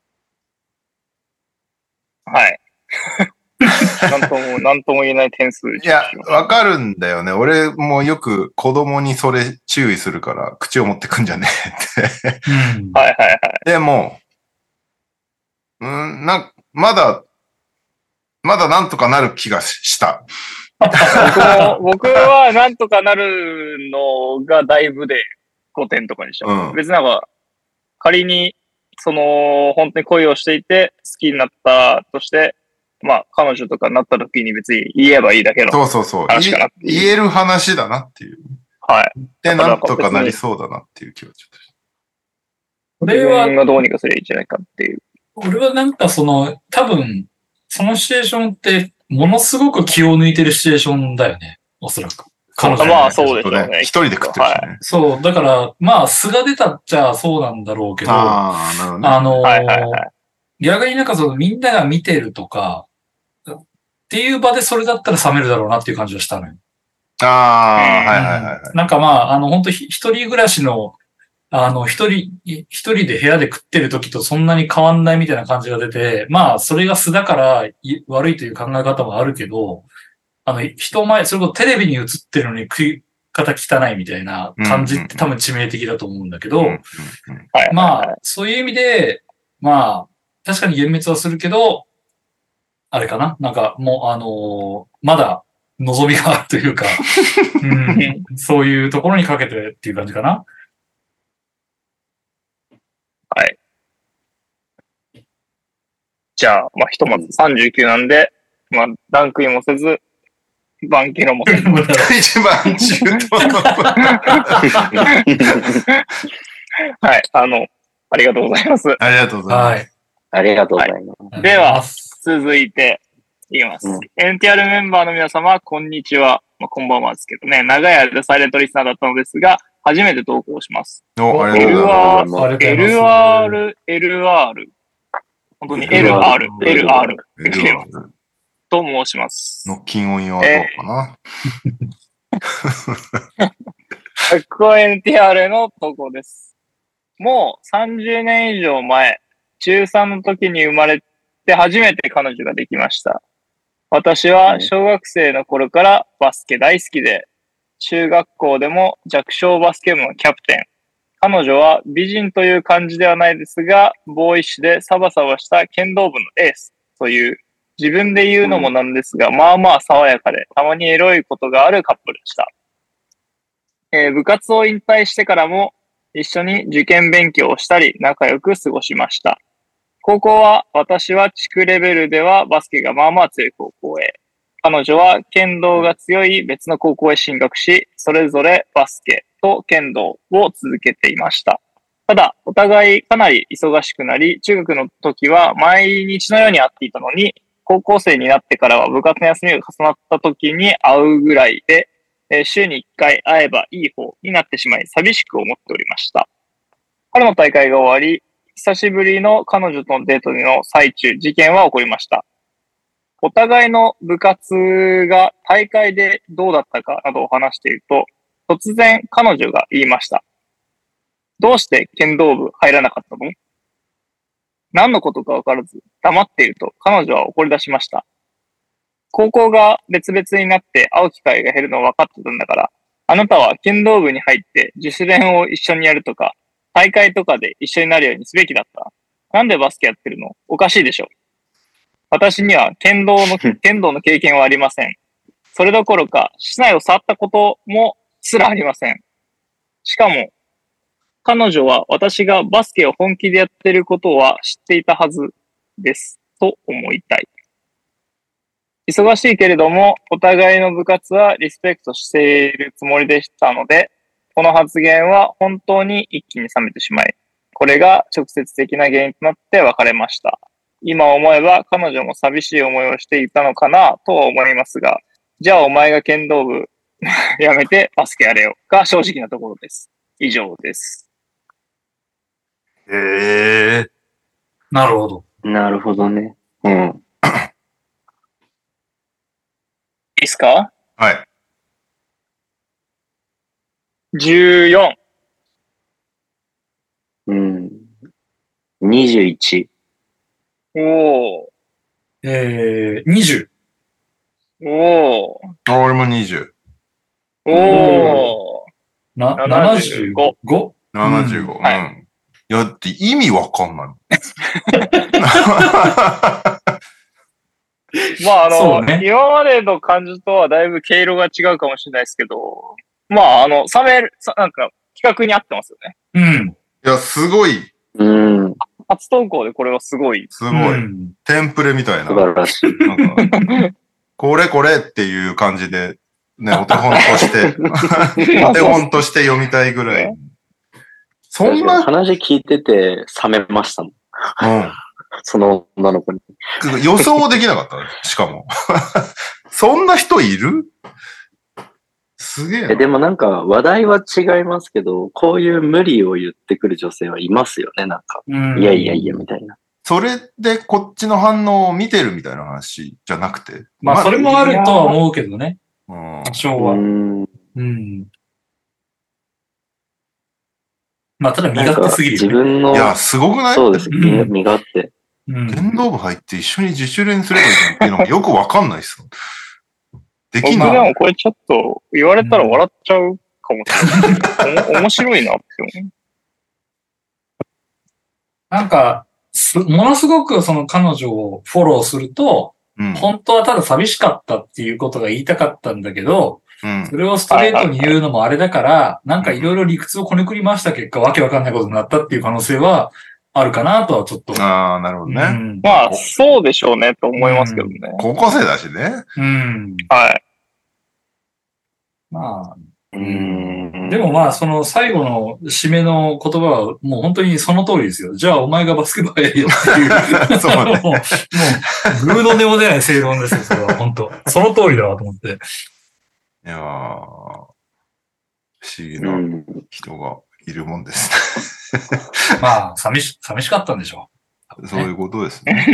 はい。なんとも、なんとも言えない点数。 いや、わかるんだよね。俺もよく子供にそれ注意するから、口を持ってくんじゃねえって。 うん、 はいはいはい。 でも、うん、な、まだ、まだなんとかなる気がした。 僕も、僕はなんとかなるのがだいぶでごてんとかにした。うん、別になんか、仮に、その、本当に恋をしていて好きになったとして、まあ、彼女とかになった時に別に言えばいいだけの話かなっていう。 そうそうそう。言える話だなっていう。 はい。 で、なんとかなりそうだなっていう気がちょっとした。 俺は、自分がどうにかすればいいんじゃないかっていう。 俺はなんかその、多分、そのシチュエーションって、ものすごく気を抜いてるシチュエーションだよね。おそらく。 彼女まあ、そうでしょうね。 一人で食ってるしね。はい、 そう。だから、まあ、素が出たっちゃそうなんだろうけど、 ああ、なるほどね。 あのーはいはいはい、 逆になんかその、みんなが見てるとか、っていう場でそれだったら冷めるだろうなっていう感じがしたのよ。 ああ、はいはいはい、はい。 なんかまあ、あの、本当一人暮らしの、あの、一人、一人で部屋で食ってる時とそんなに変わんないみたいな感じが出て、まあ、それが素だから悪いという考え方もあるけど、あの、人前、それこそテレビに映ってるのに食い方汚いみたいな感じって多分致命的だと思うんだけど、まあ、そういう意味で、まあ、確かに幻滅はするけど、 あれかななんか、もう、あのーまだ、望みがあるというか、うん、そういうところにかけてっていう感じかな。 はい。じゃあ、まあ、ひとまずさんじゅうきゅうなんで、まあ、ランクインもせず、バンキロもせず。 一番中途はい。あの、ありがとうございます。 ありがとうございます。はい。 ありがとうございます。 はい、では、続いて、いきます、うん。エヌティーアール メンバーの皆様、こんにちは。まあ、こんばんはですけどね。長い間サイレントリスナーだったのですが、初めて投稿します。 お、ありがとうございます。 エルアール、エルアール。本当に エルアール、エルアール。と申します。 の金音用はどうかな。 ここは エヌティーアール への投稿です。もうさんじゅうねん以上前、ちゅうさんの時に生まれて初めて彼女ができました。私は小学生の頃からバスケ大好きで、中学校でも弱小バスケ部のキャプテン。彼女は美人という感じではないですが、ボーイッシュでサバサバした剣道部のエースという、自分で言うのもなんですが、まあまあ爽やかで、たまにエロいことがあるカップルでした。えー、部活を引退してからも一緒に受験勉強をしたり仲良く過ごしました。高校は私は地区レベルではバスケがまあまあ強い高校へ。彼女は剣道が強い別の高校へ進学し、それぞれバスケと剣道を続けていました。ただ、お互いかなり忙しくなり、中学の時は毎日のように会っていたのに、高校生になってからは部活の休みが重なった時に会うぐらいで、えー、週にいっかい会えばいい方になってしまい寂しく思っておりました。春の大会が終わり、久しぶりの彼女とのデートの最中、事件は起こりました。お互いの部活が大会でどうだったかなどを話していると、突然彼女が言いました。どうして剣道部入らなかったの？何のことかわからず黙っていると彼女は怒り出しました。高校が別々になって会う機会が減るのは分かってたんだから、あなたは剣道部に入って自主練を一緒にやるとか、大会とかで一緒になるようにすべきだった。なんでバスケやってるの？おかしいでしょ。私には剣道の、剣道の経験はありません。それどころか、室内を触ったこともすらありません。しかも、彼女は私がバスケを本気でやっていることは知っていたはずです。と思いたい。忙しいけれども、お互いの部活はリスペクトしているつもりでしたので、この発言は本当に一気に冷めてしまい、これが直接的な原因となって別れました。今思えば彼女も寂しい思いをしていたのかなとは思いますが、じゃあお前が剣道部やめてバスケやれよが正直なところです。以上です。 へえ。 なるほど。 なるほどね。うん。いいっすか？ はい。 じゅうよん。 うん。にじゅういち。 おー。 えー、にじゅう。おー。 あ、俺もにじゅう。 おー。 な、ななじゅうご。 ななじゅうご。うん。はい。いや、だって意味わかんない。 まあ、あの、ね、今までの感じとはだいぶ毛色が違うかもしれないですけど、まあ、あの、冷める、なんか、企画に合ってますよね。 うん。 いや、すごい。 うん。 初投稿でこれはすごい。 すごい。うん、テンプレみたいな。 素晴らしい。なんかこれこれっていう感じで、ね、お手本として、お手本として読みたいぐらい。 そんな話聞いてて冷めましたもん。うん。その女の子に。 予想もできなかったね、しかも。そんな人いる？すげえな。 でもなんか話題は違いますけど、こういう無理を言ってくる女性はいますよね、なんか。うん、いやいやいや、みたいな。 それでこっちの反応を見てるみたいな話じゃなくて。 まあ、それもあるとは思うけどね。うん。多少は。 うん。 うん。まあ、ただ身勝手すぎるよ、 ね。自分の。 いや、すごくない？ そうです。うん、身勝手。 剣道部入って一緒に自主練すればいいっていうのがよくわかんないっすよ。できんの？ 僕でもこれちょっと言われたら笑っちゃうかもしれない。うん、面白いなって思う。 なんか、す、ものすごくその彼女をフォローすると、 うん。 本当はただ寂しかったっていうことが言いたかったんだけど、 うん。 それをストレートに言うのもあれだから、なんかいろいろ理屈をこねくり回した結果、わけわかんないことになったっていう可能性はあるかなとはちょっと。 ああ、なるほどね。 うん、 まあ、そうでしょうねと思いますけどね。 高校生だしね。 うん。 はい。 まあ、 うーん。 でもまあ、その最後の締めの言葉はもう本当にその通りですよ。じゃあお前がバスケ部やれよっていう。 そうね。 もう、もう、グーの音も出ない正論ですよ、それは本当。その通りだわと思って。 いやー、不思議な人がいるもんですね。 まあ、寂し、寂しかったんでしょう。そういうことですね。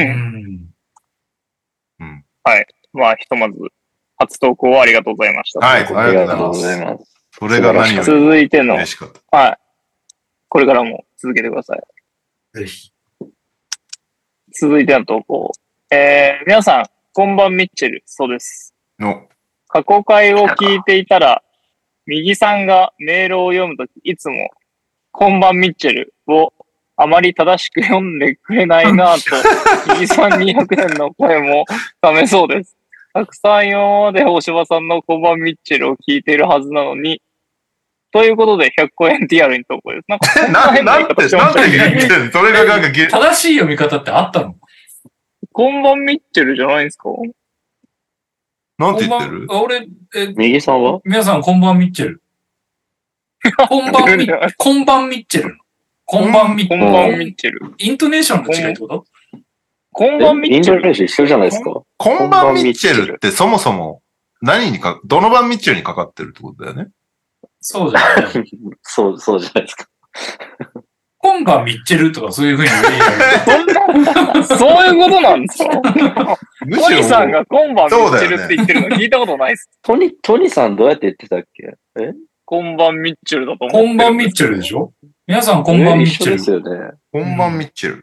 うん。うん。はい。まあ、ひとまず、初投稿をありがとうございました。 はい、ありがとうございます。それが何より続いての、 嬉しかった。 はい。これからも続けてください。 ぜひ。 続いての投稿。えー、皆さん、こんばんミッチェル、そうです。 の。 過去回を聞いていたら、右さんがメールを読むとき、いつも、こんばんミッチェルをあまり正しく読んでくれないなぁと、右さんにひゃくねんの声もダメそうです。たくさん今まで大柴さんのこんばんミッチェルを聞いているはずなのに、ということでひゃくコイン ティーアール に投稿です。なんか、 な、なんて、なんて言ってんのそれがなんか、 正しい読み方ってあったの？ こんばんミッチェルじゃないんですか？ なんて言ってる？ 俺、え、 右さんは？ 皆さんこんばんミッチェル。こんばんミッ、こんばんミッチェル。こんばんミッチェル。 こんばんミッチェル。 イントネーションの違いってこと？ こんばんミッチェル。 イントネーション一緒じゃないですか？ こんばんミッチェルってそもそも何にか、どの番ミッチェルにかかってるってことだよね。 そうじゃない。 そう、そうじゃないですか。 今晩ミッチェルとかそういう風に言うそういうことなんですか？トニさんが今晩ミッチェルって言ってるの聞いたことないです。 トニ、トニさんどうやって言ってたっけ？え今晩ミッチェルだと思う。今晩ミッチェルでしょ？皆さん今晩ミッチェル。 ですよね。 今晩ミッチェル。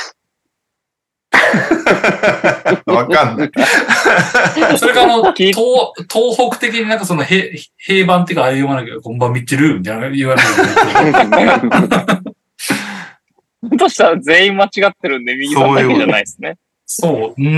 わかんない。 それからあの、東、東北的になんかその平、平板っていうかああいう読まなきゃ、こんばんミッチェルみたいな言われる。 としたら全員間違ってるんで、右さんだけじゃないですね。 そう。うん。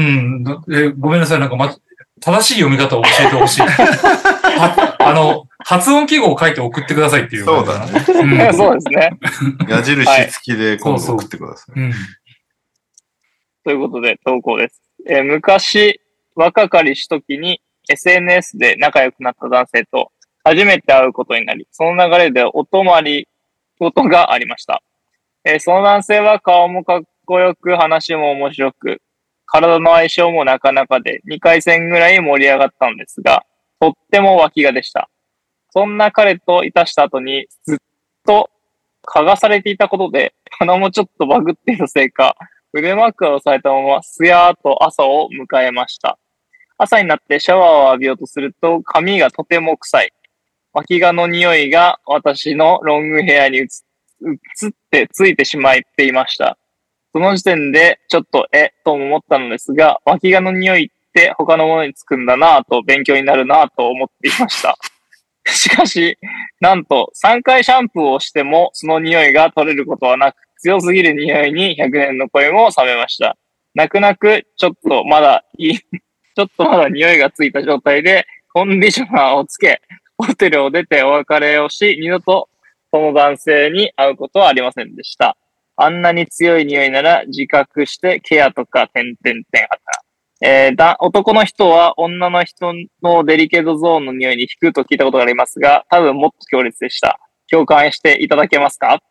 えごめんなさい。なんか、ま、正しい読み方を教えてほしい。あの、発音記号を書いて送ってくださいっていう。 そうだね。 うん、そうですね。 矢印付きで今度送ってください。 はい、そうそううんということで、投稿です。えー、昔、若かりし時に エスエヌエス で仲良くなった男性と初めて会うことになり、その流れでお泊まりことがありました。えー、その男性は顔もかっこよく、話も面白く、体の相性もなかなかでにかい戦ぐらい盛り上がったんですが、とっても脇がでした。そんな彼といたした後にずっと嗅がされていたことで、鼻もちょっとバグっていたせいか、腕枕をされたまま、すやーっと朝を迎えました。朝になってシャワーを浴びようとすると、髪がとても臭い。脇がの匂いが私のロングヘアに移ってついてしまっていました。その時点で、ちょっと、え、と思ったのですが、脇がの匂いって他のものにつくんだなぁと、勉強になるなぁと思っていました。しかし、なんと、さんかいシャンプーをしても、その匂いが取れることはなく、強すぎる匂いにひゃくねんの声も冷めました。泣く泣く、ちょっとまだいい、ちょっとまだ匂いがついた状態で、コンディショナーをつけ、ホテルを出てお別れをし、二度とその男性に会うことはありませんでした。あんなに強い匂いなら自覚してケアとか、点々点はた。えー、だ、男の人は女の人のデリケートゾーンの匂いに引くと聞いたことがありますが、多分もっと強烈でした。共感していただけますか？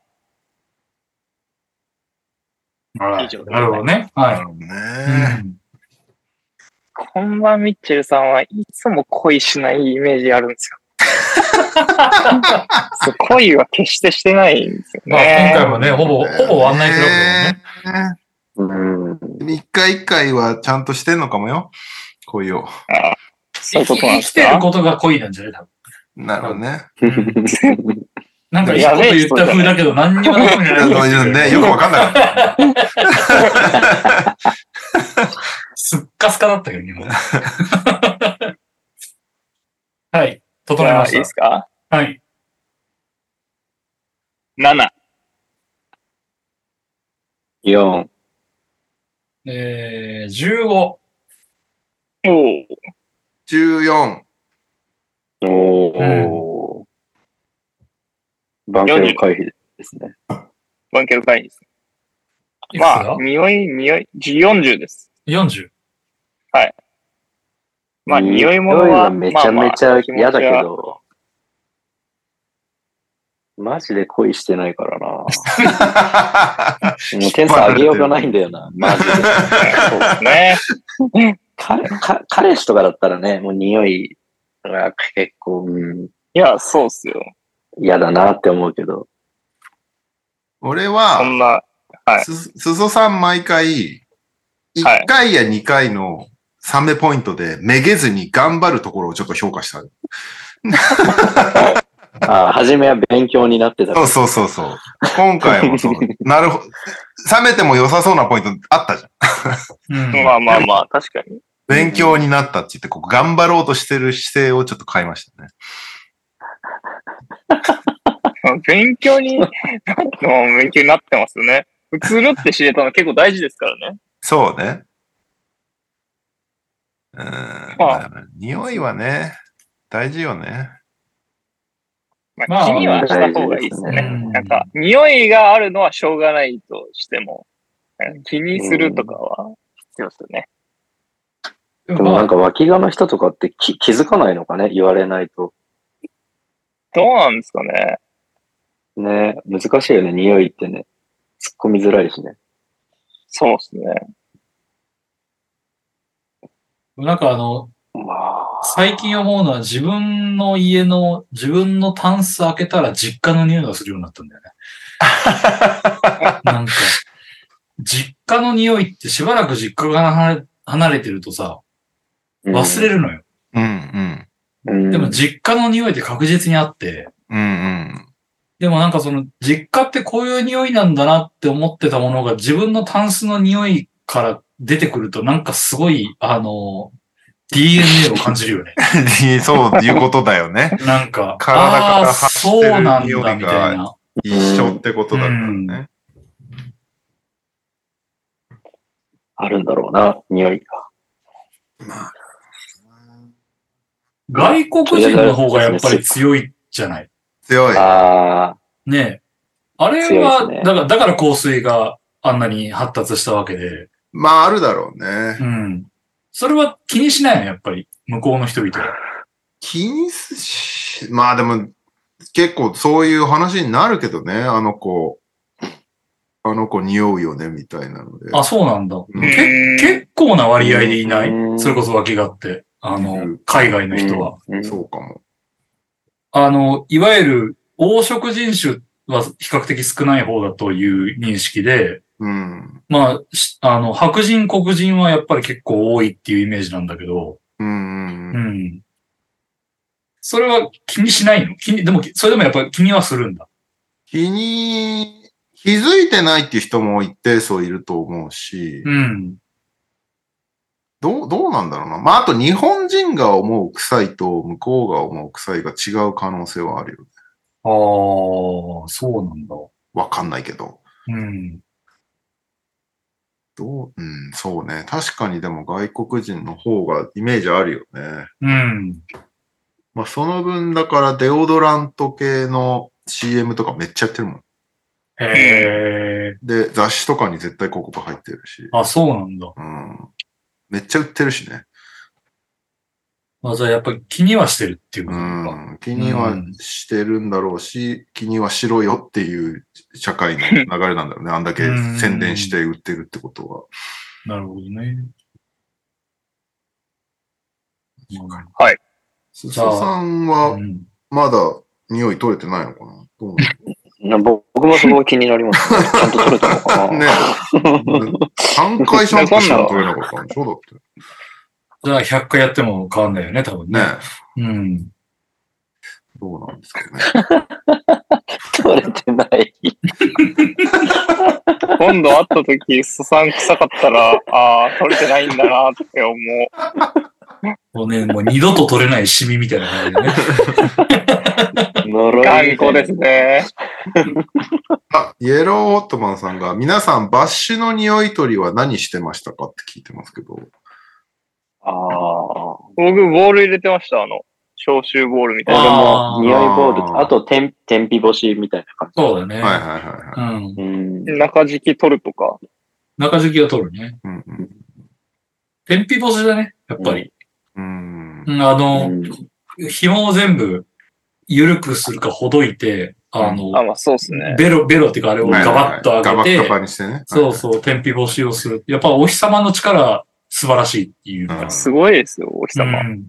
以上で。なるほどね。はい。なるほどね。 うん、こんばんミッチェルさんはいつも恋しないイメージあるんですよ。そう恋は決してしてないんですよね。 まあ今回もね、ほぼ、ほぼワンナイトラブだもんね。 うん。一回一回はちゃんとしてんのかもよ。恋を。 ああ、そういうことなんですか？ 生きてることが恋なんじゃない？多分。 なるほどね。 なんかいいこと言った風だけど何にもないんじゃないね、よくわかんなかった。 すっかすかだったけど、今。はい。整えました。 いいですか？ はい。 なな。 よん。 えー、じゅうご。 おお。 じゅうよん。 おー。バンケル回避ですね。 バンケル回避です。 いくつだまあ、匂い、匂い、よんじゅうです。 よんじゅう。 まあ、匂い物は、 めちゃめちゃまあまあ嫌だけど、マジで恋してないからな。もう点数上げようがないんだよな。マジで。 そうですね。 彼か彼氏とかだったらね、もう匂いが結構、うん、 いや、そうっすよ。 嫌だなって思うけど。 俺そんは、 な、はいす、すそさん毎回、いっかいやにかいのさんめポイントでめげずに頑張るところをちょっと評価した。 あ、初めは勉強になってた。 そうそうそうそう。今回もそう。なるほど。冷めても良さそうなポイントあったじゃん。 うん。 まあまあまあ、確かに。 勉強になったって言って、ここ頑張ろうとしてる姿勢をちょっと変えましたね。 勉強に、勉強になってますよね。普通のって知れたの結構大事ですからね。 そうね。うん。 まあ匂いはね、大事よね。 まあ、 まあ気にはした方がいいですね。 うんなんか、匂いがあるのはしょうがないとしても、気にするとかは必要ですよね。 ででもなんか脇がの人とかって気気づかないのかね、言われないと。 どうなんですかね。 ね、難しいよね、匂いってね。突っ込みづらいしね。 そうですね。 なんかあの、 まあ、 最近思うのは自分の家の、自分のタンス開けたら実家の匂いがするようになったんだよね。なんか、実家の匂いってしばらく実家が離れ離れてるとさ、忘れるのよ。 うんうん。 うん。 でも実家の匂いって確実にあって、 うんうん。 でもなんかその実家ってこういう匂いなんだなって思ってたものが自分のタンスの匂いから出てくるとなんかすごい、あの、ディーエヌエー を感じるよね。 そういうことだよね。 なんか、 体からああ、 発してるそうなん匂いがだみたいな。 一緒ってことだからね。 あるんだろうな、匂いが。 まあ、 外国人の方がやっぱり強いじゃない。 強い。 ああ、 ねえ。あれ強いは、 ですねだから、だから香水があんなに発達したわけで。 まあ、あるだろうね。 うん。それは気にしないの、やっぱり。向こうの人々は。 気にすし、まあでも、結構そういう話になるけどね、あの子。あの子匂うよね、みたいなので。 あ、そうなんだ。 うんけ結構な割合でいないうんそれこそ脇があって。あうのん、 海外の人は。 うん。 そうかも。 あの、いわゆる黄色人種は比較的少ない方だという認識で、 うん。 まあ、しあの、白人、黒人はやっぱり結構多いっていうイメージなんだけど、 うんうんううん。 ん。それは気にしないの気に、でも、それでもやっぱり気にはするんだ。 気に、気づいてないっていう人も一定数いると思うし、 うん。 どう、どうなんだろうな。まあ、あと日本人が思う臭いと向こうが思う臭いが違う可能性はあるよね。 ああ、そうなんだ。 わかんないけど。 うん。 どう、うん、そうね。確かにでも外国人の方がイメージあるよね。 うん。 まあ、その分だからデオドラント系の シーエム とかめっちゃやってるもん。 へえ。 で、雑誌とかに絶対広告入ってるし。 あ、そうなんだ。 うん。めっちゃ売ってるしね。 あ、じゃあやっぱり気にはしてるっていうこうとなのか。 ん。気にはしてるんだろうし、気にはしろよっていう社会の流れなんだろうね。あんだけ宣伝して売ってるってことは。 なるほどね。 はい。 すそさんはうんまだ匂い取れてないのかな、どうな僕もそこ気になりますね。ちゃんと取れたのかな。 ねえ。さんかいシャンプーしても取れなかったんでしょだって。 じゃあひゃっかいやっても変わんないよね、多分ね。 ねえ。 うん。 どうなんですかね。 取れてない。 今度会った時、すさん臭かったら、ああ、取れてないんだなって思う。 もうね、もう二度と取れないシミみたいな感じでね。 呪い頑固ですね。 あ、イエローオットマンさんが、皆さんバッシュの匂い取りは何してましたかって聞いてますけど。 ああ。 僕、ボール入れてました。あの、消臭ボールみたいな。 俺あーも匂いボール、 あーあと天、天日干しみたいな感じ。 そうだね。 はいはいはいはい。 うん。 うん。 中敷き取るとか。 中敷きを取るね。 うんうん天日干しだね、やっぱり。 うんうん、あうの、 ん。 紐を全部緩くするかほどいて、あの、 あ、まあそうですね。 ベロ、ベロっていうかあれをガバッとガバッガ上げて、 バにしてね。 そうそう、天日干しをする。やっぱお日様の力素晴らしいっていうか。 うんすごいですよ、お日様。 うん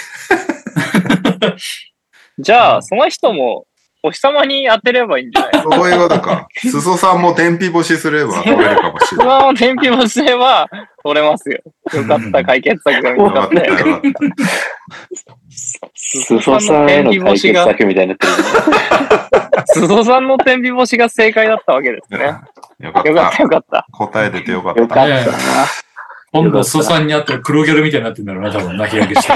じゃあ、その人も、お日様に当てればいいんじゃないそういうことか。裾さんも天日干しすれば取れるかもしれそない。 の天日干しれば取れますよ。よかった、解決策が見つよかったかって。 よかった。 すそさんへの解決策みたいになってるね。 鈴さんの天日干しが正解だったわけですね。 よかっよかった、 た。 よかった。 答え出てよかった。 よかったな。 今度、ソさんに会ったら黒ギャルみたいになってんだろうな、多分、泣き上げして。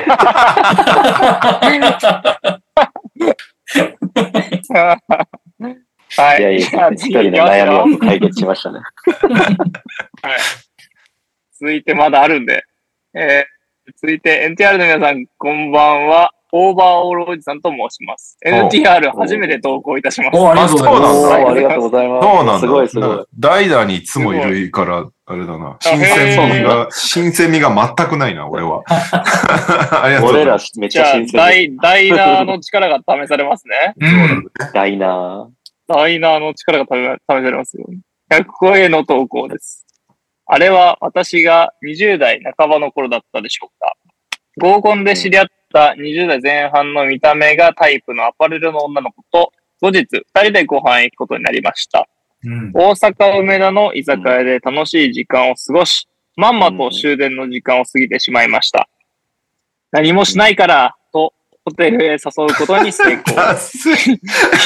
はいい。 やいじゃや、一あ次行人のきますよ悩みを解決しましたね。 はい。続いてまだあるんで。えー、続いて エヌティーアール の皆さん、こんばんは。オーバーオールおじさんと申します。エヌティーアール 初めて投稿いたします。 お、ありがとうございます。 そうなんだおーありがとうございます。 そうなんだ。 すごいすごい。 代打にいつもいるから、あれだな。新鮮味が、新鮮味が全くないな、俺は。ありがとうござ俺らいます。 めっちじゃあ、 ゃ新鮮ダイ、ダイナーの力が試されますね。 うん。 です。ダイナダイナーの力が試試されますよ。ひゃくこえんの投稿です。あれは私がにじゅう代半ばの頃だったでしょうか。合コンで知り合ったにじゅう代前半の見た目がタイプのアパレルの女の子と、後日ふたりでご飯へ行くことになりました。 うん。 大阪梅田の居酒屋で楽しい時間を過ごし、まんまと終電の時間を過ぎてしまいました。何もしないから、とホテルへ誘うことに成功。 安い。 期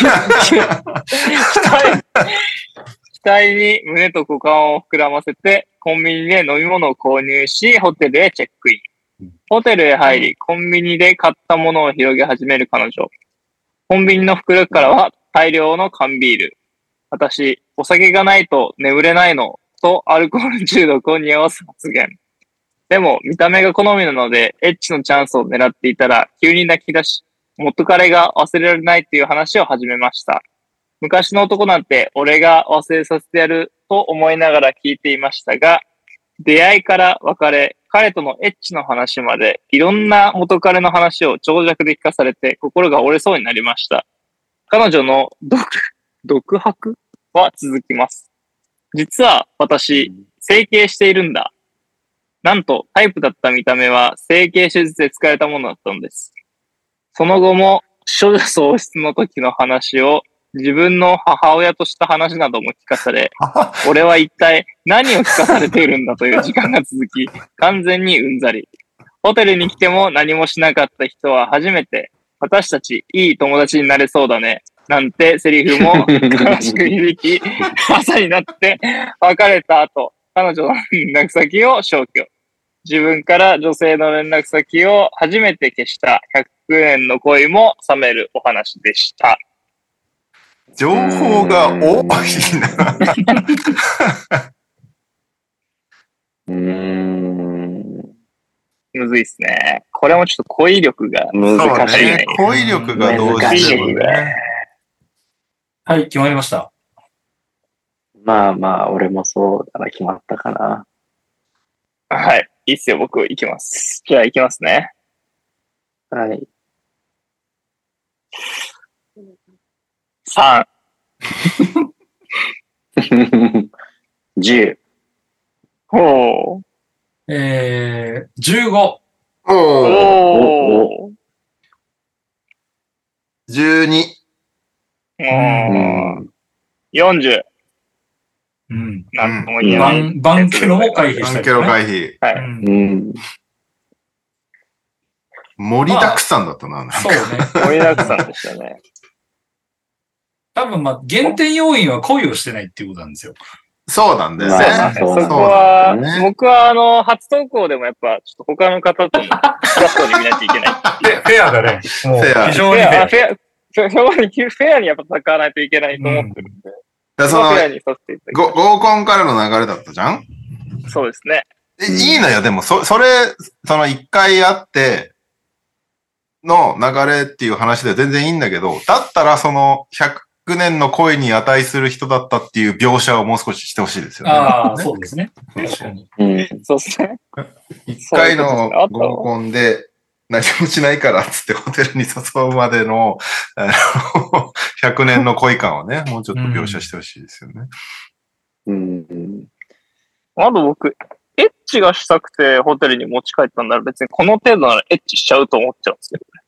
待期待に胸と股間を膨らませて、コンビニで飲み物を購入し、ホテルへチェックイン。ホテルへ入り、コンビニで買ったものを広げ始める彼女。コンビニの袋からは大量の缶ビール。私、お酒がないと眠れないの、とアルコール中毒を匂わす発言。でも、見た目が好みなので、エッチのチャンスを狙っていたら、急に泣き出し、元彼が忘れられないという話を始めました。昔の男なんて、俺が忘れさせてやると思いながら聞いていましたが、出会いから別れ、彼とのエッチの話まで、いろんな元彼の話を長尺で聞かされて、心が折れそうになりました。彼女の独、独白は続きます。実は私、整形しているんだ。なんと、タイプだった見た目は整形手術で使えたものだったのです。その後も、処女喪失の時の話を、自分の母親とした話なども聞かされ、俺は一体何を聞かされているんだという時間が続き、完全にうんざり。ホテルに来ても何もしなかった人は初めて、私たちいい友達になれそうだね。なんてセリフも悲しく響き、朝になって別れた後、彼女の連絡先を消去。自分から女性の連絡先を初めて消したひゃくえんの恋も冷めるお話でした。 情報が多いな。 うーん。 むずいっすね。これもちょっと語彙力が難しいね。 語彙力がどうしてもね。 はい、決まりました。 まあまあ、俺もそうだな、決まったかな。 はい。いいっすよ、僕、行きます。じゃあ行きますね。 はい。 さん。 じゅう。 ほう。 えー、じゅうご。 おー。 おー。 じゅうに。 う。 うんん。 よんじゅう。 うん。 なんとも言えない。 バン、バンケロも回避したバンケロりとかね。 回避。 はい。 うんうん。 盛りだくさんだったな。なんかそうね。 盛りだくさんでしたね。 多分まあ、減点要因は恋をしてないっていうことなんですよ。 そうなんだよまあね。 そそうこは、 そうなんだよね僕はあの、初投稿でもやっぱ、ちょっと他の方とも、フラットに見ないといけない。 フェアだね。もうフェア非常にフェア、 フェア。 フェア、フェアフェアに、フェアにやっぱ戦わないといけないと思ってるんで、 だそのそこはフェアにさせていただきごま合コンからの流れだったじゃんす。そうですね。 えいいのよ、でも、そ、それ、その一回会って、の流れっていう話では全然いいんだけど、だったらそのひゃくねんの恋に値する人だったっていう描写をもう少ししてほしいですよね。 ああ、そうですね。確かに。 うん。 そうですね。 一回の合コンで何もしないからっつってホテルに誘うまでの、あの、ひゃくねんの恋感をね、もうちょっと描写してほしいですよね。 うん。 あと僕、エッチがしたくてホテルに持ち帰ったんなら別にこの程度ならエッチしちゃうと思っちゃうんですけどね。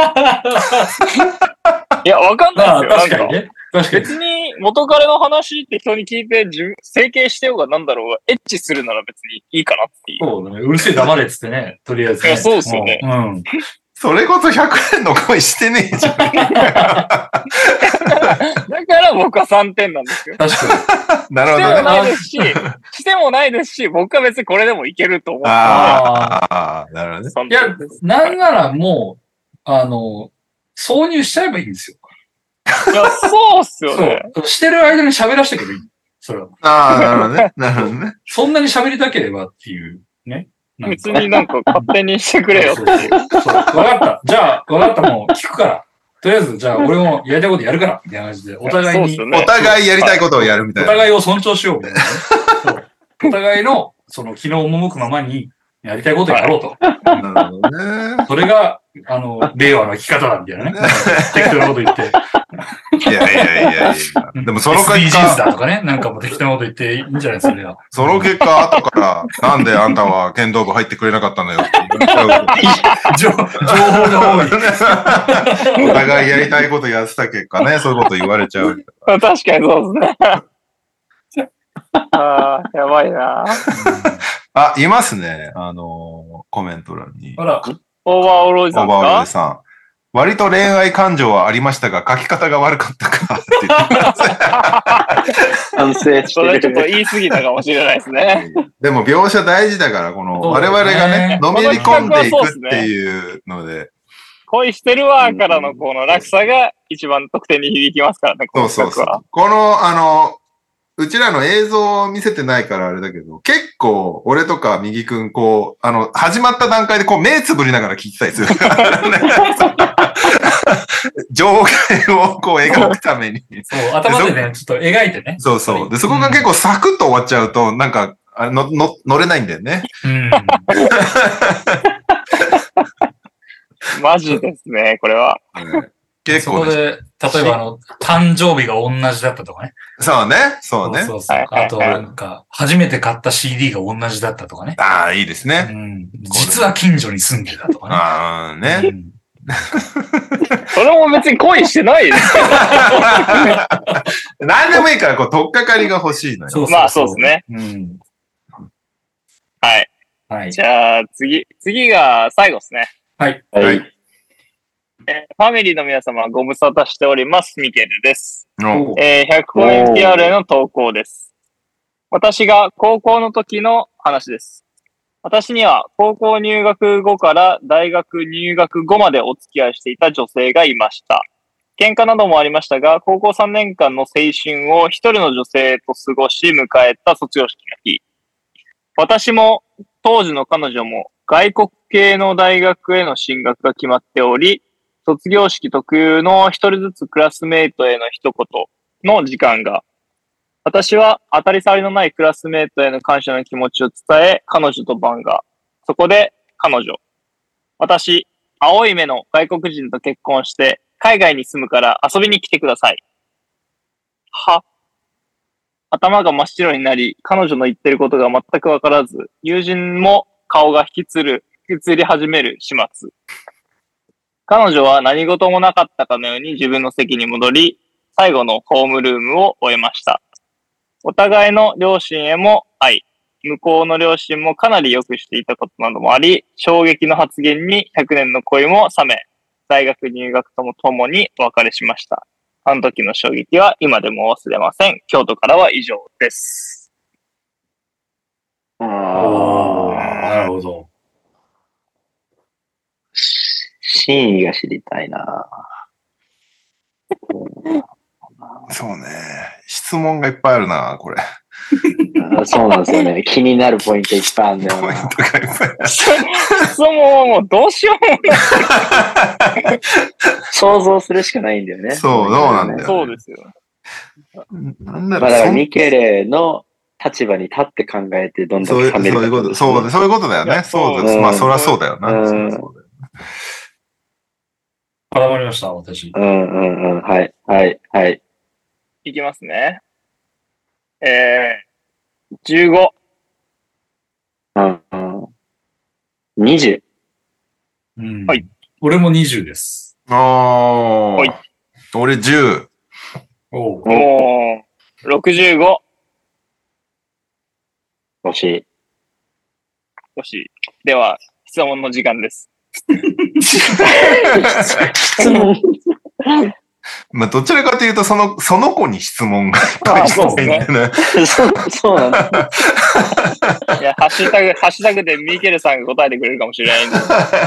いや、わかんないですよ。 確かにね。確かに。 別に元彼の話って人に聞いて自分、整形してようがなんだろうが、エッチするなら別にいいかなっていう。 そうだね。うるせえ黙れっつってね。とりあえず、ね。 いや、そうですよね。 うん。 それこそひゃくねんの恋してねえじゃん。だから僕はさんてんなんですよ。 確かに。なるほどね。 してもないですし、してもないですし、僕は別にこれでもいけると思って。 ああ、なるほどね。いや、なんならもう、あの、挿入しちゃえばいいんですよ。 いや、そうっすよね。 そう。してる間に喋らせてくればいい。それは。 ああ、なるほどね。なるほどね。 そんなに喋りたければっていう、ね。 別になんか勝手にしてくれよっていう。 そう。わかった。じゃあ、わかった。もう聞くから。とりあえず、じゃあ、俺もやりたいことやるから、みたいな感じで、お互いに。 ね、お互いやりたいことをやるみたいな。 お互いを尊重しよう、みたいな、ね。そう。お互いの、その、気の赴くままに、やりたいことをやろうと。 なるほどね。 それが、あの、令和の生き方だ、みたいなね。適当なこと言って。 いやいやいやいや。でもその結果。 エスディージーズ だとかね。なんかもう適当なこと言っていいんじゃないですか、ね、 その結果、後から、なんであんたは剣道部入ってくれなかったのよって言われちゃう。情報が多い。 お互いやりたいことやってた結果ね、そういうこと言われちゃう。 確かにそうですね。ああ、やばいな。 あ、いますね。あのー、コメント欄に。 あら。 オーバーオールおじさんですか？ オーバーオールおじさん。割と恋愛感情はありましたが、書き方が悪かったかって言ってます。 反省してる。 それちょっと言い過ぎたかもしれないですね。 でも描写大事だから、この我々がね、のめり込んでいくっていうので。 恋してるわからのこの落差が一番得点に響きますからね、 そうそうそう。この、あの、うちらの映像を見せてないからあれだけど、結構、俺とか右くん、こう、あの、始まった段階でこう、目つぶりながら聞いてたりする。情景をこう描くために。 そう、頭でね、ちょっと描いてね。 そうそう。で、そこが結構サクッと終わっちゃうと、なんか、あの、の、乗れないんだよね。 うん。 マジですね、これは。 うん結構、 ね。そこで、例えばあの、誕生日が同じだったとかね。 そうね、そうね。 そうそう。あと、なんか、初めて買った シーディー が同じだったとかね。 ああ、いいですね。 うん。実は近所に住んでたとかね。 ああ、ね。うん、 それも別に恋してないですけど。何でもいいから、こう、とっかかりが欲しいのよ。 そうそうそうまあ、そうですね。 うん。 はい。はい。じゃあ、次、次が最後ですね。 はい。 はい。 えー、ファミリーの皆様ご無沙汰しております。ミケルです。えー、ひゃくコイン ピーアール への投稿です。私が高校の時の話です。私には高校入学後から大学入学後までお付き合いしていた女性がいました。喧嘩などもありましたが、高校さんねんかんの青春を一人の女性と過ごし迎えた卒業式の日。私も当時の彼女も外国系の大学への進学が決まっており、卒業式特有の一人ずつクラスメイトへの一言の時間が、私は当たり障りのないクラスメイトへの感謝の気持ちを伝え、彼女と番が。そこで彼女。私、青い目の外国人と結婚して海外に住むから遊びに来てください。は。頭が真っ白になり、彼女の言ってることが全くわからず、友人も顔が引きつる、引きつり始める始末。彼女は何事もなかったかのように自分の席に戻り、最後のホームルームを終えました。お互いの両親へも愛、向こうの両親もかなり良くしていたことなどもあり、衝撃の発言にひゃくねんの恋も冷め、大学入学ともともにお別れしました。あの時の衝撃は今でも忘れません。京都からは以上です。 ああ、なるほど。 真意が知りたいな。 そうね。質問がいっぱいあるな、これ。 あそうなんですよね。気になるポイントいっぱいあるんだよな。 ポイントがいっぱいある。 質問はもうどうしようもない。 想像するしかないんだよね。 そうそうなんだよねそうですよ。 なんだろう、 まあだからそんミケレの立場に立って考えてどんどそういう、 ん冷めるそういうこと、そう、そういうことだよね。 いやそうです。 うんまあ、そりゃそうだよな。 うんそりゃそうだよ絡まりました、私。 うんうんうん。はい、はい、はい。 いきますね。えー、じゅうご。 うんうん。にじゅう。 うんはい。 俺もにじゅうです。 ああ。 はい俺じゅう。 おう。 もう、ろくじゅうご。 欲しい。 よし。では、質問の時間です。 質問。 まあ、どちらかというと、その、その子に質問がいっぱいあそうしてですねね。 そう、そうなんだ。 いや、ハッシュタグ、ハッシュタグでミケルさんが答えてくれるかもしれないんで。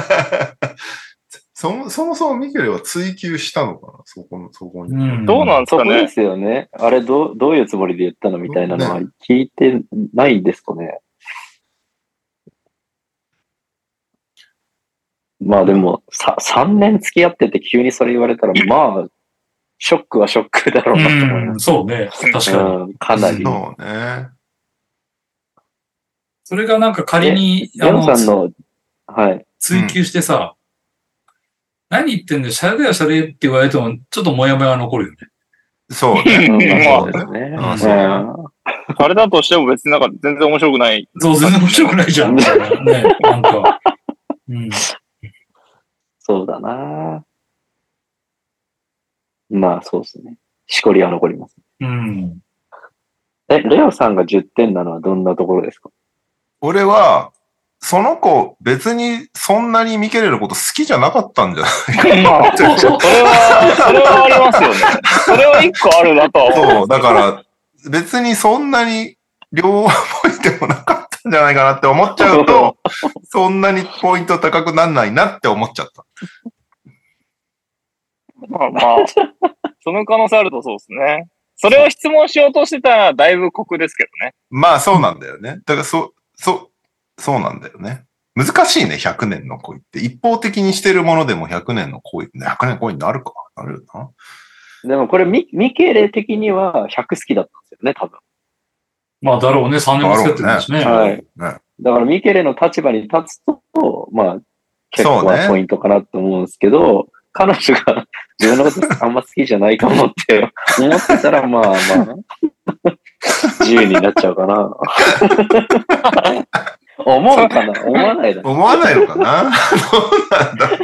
そもそもそもミケルは追求したのかなそこの、そこに。 うんどうなんですかね。 そこですよね。あれ、どう、どういうつもりで言ったのみたいなのはね聞いてないんですかね。まあでも、さ、さんねん付き合ってて急にそれ言われたら、まあ、ショックはショックだろうなと思いまうん、 す。 そうね。確かに。 うん、かなり。 そうね。 それがなんか仮に、あレオさんの、 の、はい。 追求してさ、何言ってんだよ、シャレだよ、シャレって言われても、ちょっとモヤモヤ残るよね。 そううんね。 まあそうですね。 うんそううんあれだとしても別になんか全然面白くない。 そう、全然面白くないじゃん。ね、なんか。うん。 そうだな。まあそうですね。しこりは残ります。 うん。 え、レオさんがじゅってんなのはどんなところですか？ 俺は、その子、別にそんなにミケレのこと好きじゃなかったんじゃないまあ、それは、それはありますよね。それは一個あるなとは思う。 そう、だから、別にそんなに両ポイントもなかったんじゃないかなって思っちゃうと、そんなにポイント高くなんないなって思っちゃった。 まあまあ、その可能性あるとそうですね。それを質問しようとしてたらだいぶ酷ですけどね。 まあそうなんだよね。だからそ、そ、そうなんだよね。難しいね、ひゃくねんの恋って。一方的にしてるものでもひゃくねんの恋、ひゃくねん恋になるか。なるよな。 でもこれミ、ミケレ的にはひゃく好きだったんですよね、多分。 まあ、だろうね。さんねんも付き合ってるんですね。 はい。 ね。 だからミケレの立場に立つと、まあ、結構そうねなポイントかなと思うんですけど、彼女が自分のことあんま好きじゃないかもって思ってたら、まあまあ、自由になっちゃうかな。思うかな思わないだろ。 思わないのかなどうなんだろう。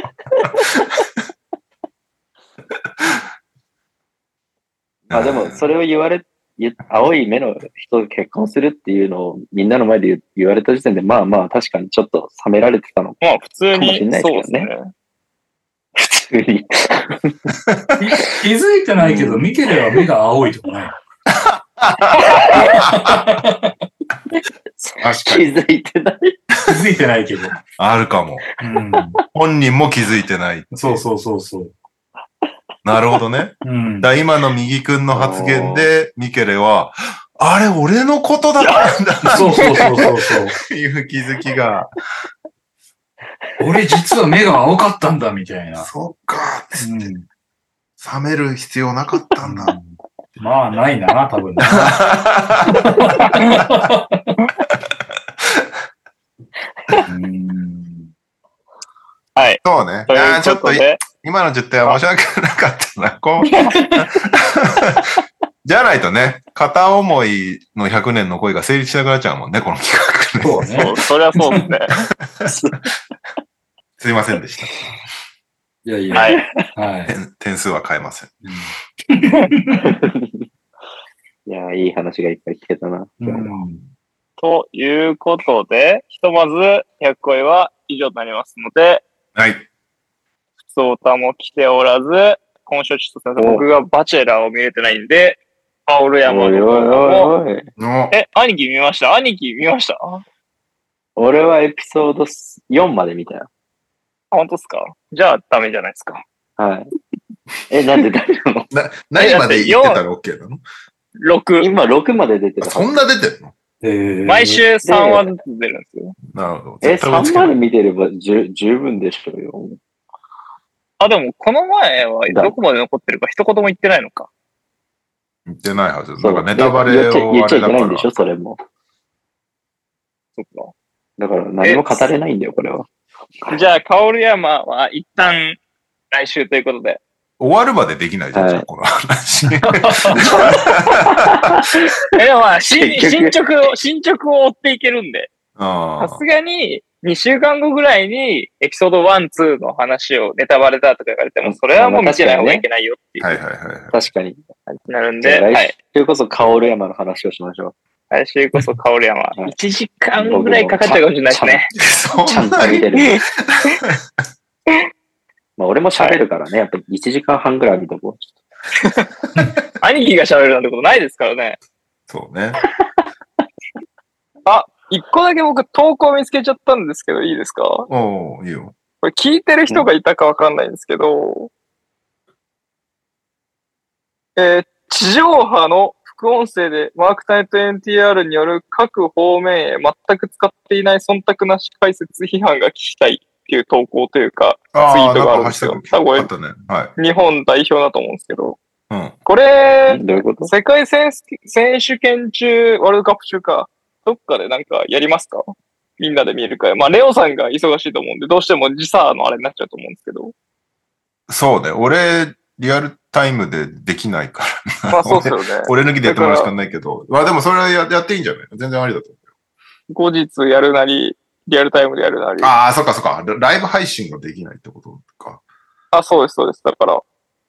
まあでも、それを言われ、言青い目の人と結婚するっていうのをみんなの前で言言われた時点で、まあまあ確かにちょっと冷められてたの。 まあ普通にかもしれないそうでけどですすね。 普通に。 気づいてないけど、ミケレは目が青いとかない。 確か気に。 づいてない。 気づいてないけど。 あるかも。 うん。 本人も気づいてない。 そうそうそうそう。 なるほどね。 うん。 だ今の右くんの発言で、ミケレは、あれ、俺のことだったんだそうそうそうそうそう。 っていう気づきが、 俺実は目が青かったんだ、みたいな。 そっか、つって、 うん。 冷める必要なかったんだ。 まあ、ないな、多分な。うんはい。 そうね。 というあーちょっこととで、 今のじゅってんは申し訳なかったな。こうじゃないとね、片思いのひゃくねんの恋が成立しなくなっちゃうもんね、この企画ね。 そうねそう。そりゃそうですね。 すいませんでした。 いやいや。 はい。 はい。 点点数は変えません。 いや、いい話がいっぱい聞けたな。 うん。 ということで、ひとまずひゃく恋は以上となりますので、 はい。 普通オタも来ておらず、今週ちょっとすみません、僕がバチェラーを見れてないんで、パオル山のおいおいおいおい。 のえ、兄貴見ました兄貴見ましたあ、 俺はエピソードよんまで見たよ。 本当ですかじゃあダメじゃないですか。 はい。え、なんで大丈夫？ な何まで言ってたら OK なのろく。 今ろくまで出てる。 そんな出てんの？ えー、 毎週さんわずつ出るんですよ。 なるほど。 え、 絶対追いつさんけないまで見てればじゅ十分でしょうよ。 あ、でもこの前はどこまで残ってるか一言も言ってないのか。 言ってないはず。 そうんなかネタバレ言っちゃを言っちゃあれだからいけないんでしょ、それも。 そっか。 だから何も語れないんだよ、これは。 じゃあ、カオル山は一旦来週ということで。 終わるまでできないじゃん、 はいじゃあこの話。 え、でもまあ、し結局進捗を、進捗を追っていけるんで。 あさすがに、にしゅうかんごぐらいに、エピソードいち、にの話をネタバレだとか言われても、それはもう見てない方がいけないよっていうはいはいはいはい。 確かに。 感じになるんじゃあで、はい。 来週こそ薫山の話をしましょう。 来週こそカオル山、 いいちじかんぐらいかかっちゃうかもしれないですね。 そちゃんんなにと見てる。まあ俺も喋るからね、やっぱいちじかんはんぐらい見とこう。 兄貴が喋るなんてことないですからね。 そうね。 一個だけ僕投稿見つけちゃったんですけど、いいですか？こおおいいよ。 れ聞いてる人がいたかわかんないんですけど、えー地上波の副音声でマークタイト エヌティーアール による各方面へ全く使っていない忖度なし解説批判が聞きたいっていう投稿というか、 ああ、 ツイートがあるんなんかですよハッシュタグ多分あったね。はい。 日本代表だと思うんですけど、 うん。 これ、 どういうこと世界選選手権中、ワールドカップ中か、どっかでなんかやりますか？みんなで見るか。まあ、レオさんが忙しいと思うんで、どうしても時差のあれになっちゃうと思うんですけど。 そうね。俺、リアルタイムでできないから。 まあ、そうっすよね。 俺抜きでやってもらうしかないけど。まあでもそれはややっていいんじゃない？全然ありだと思後日やるなり、リアルタイムでやるなり。 う。ああ、そっかそっか。ライブ配信ができないってことか。 あ、そうです、そうです。だから、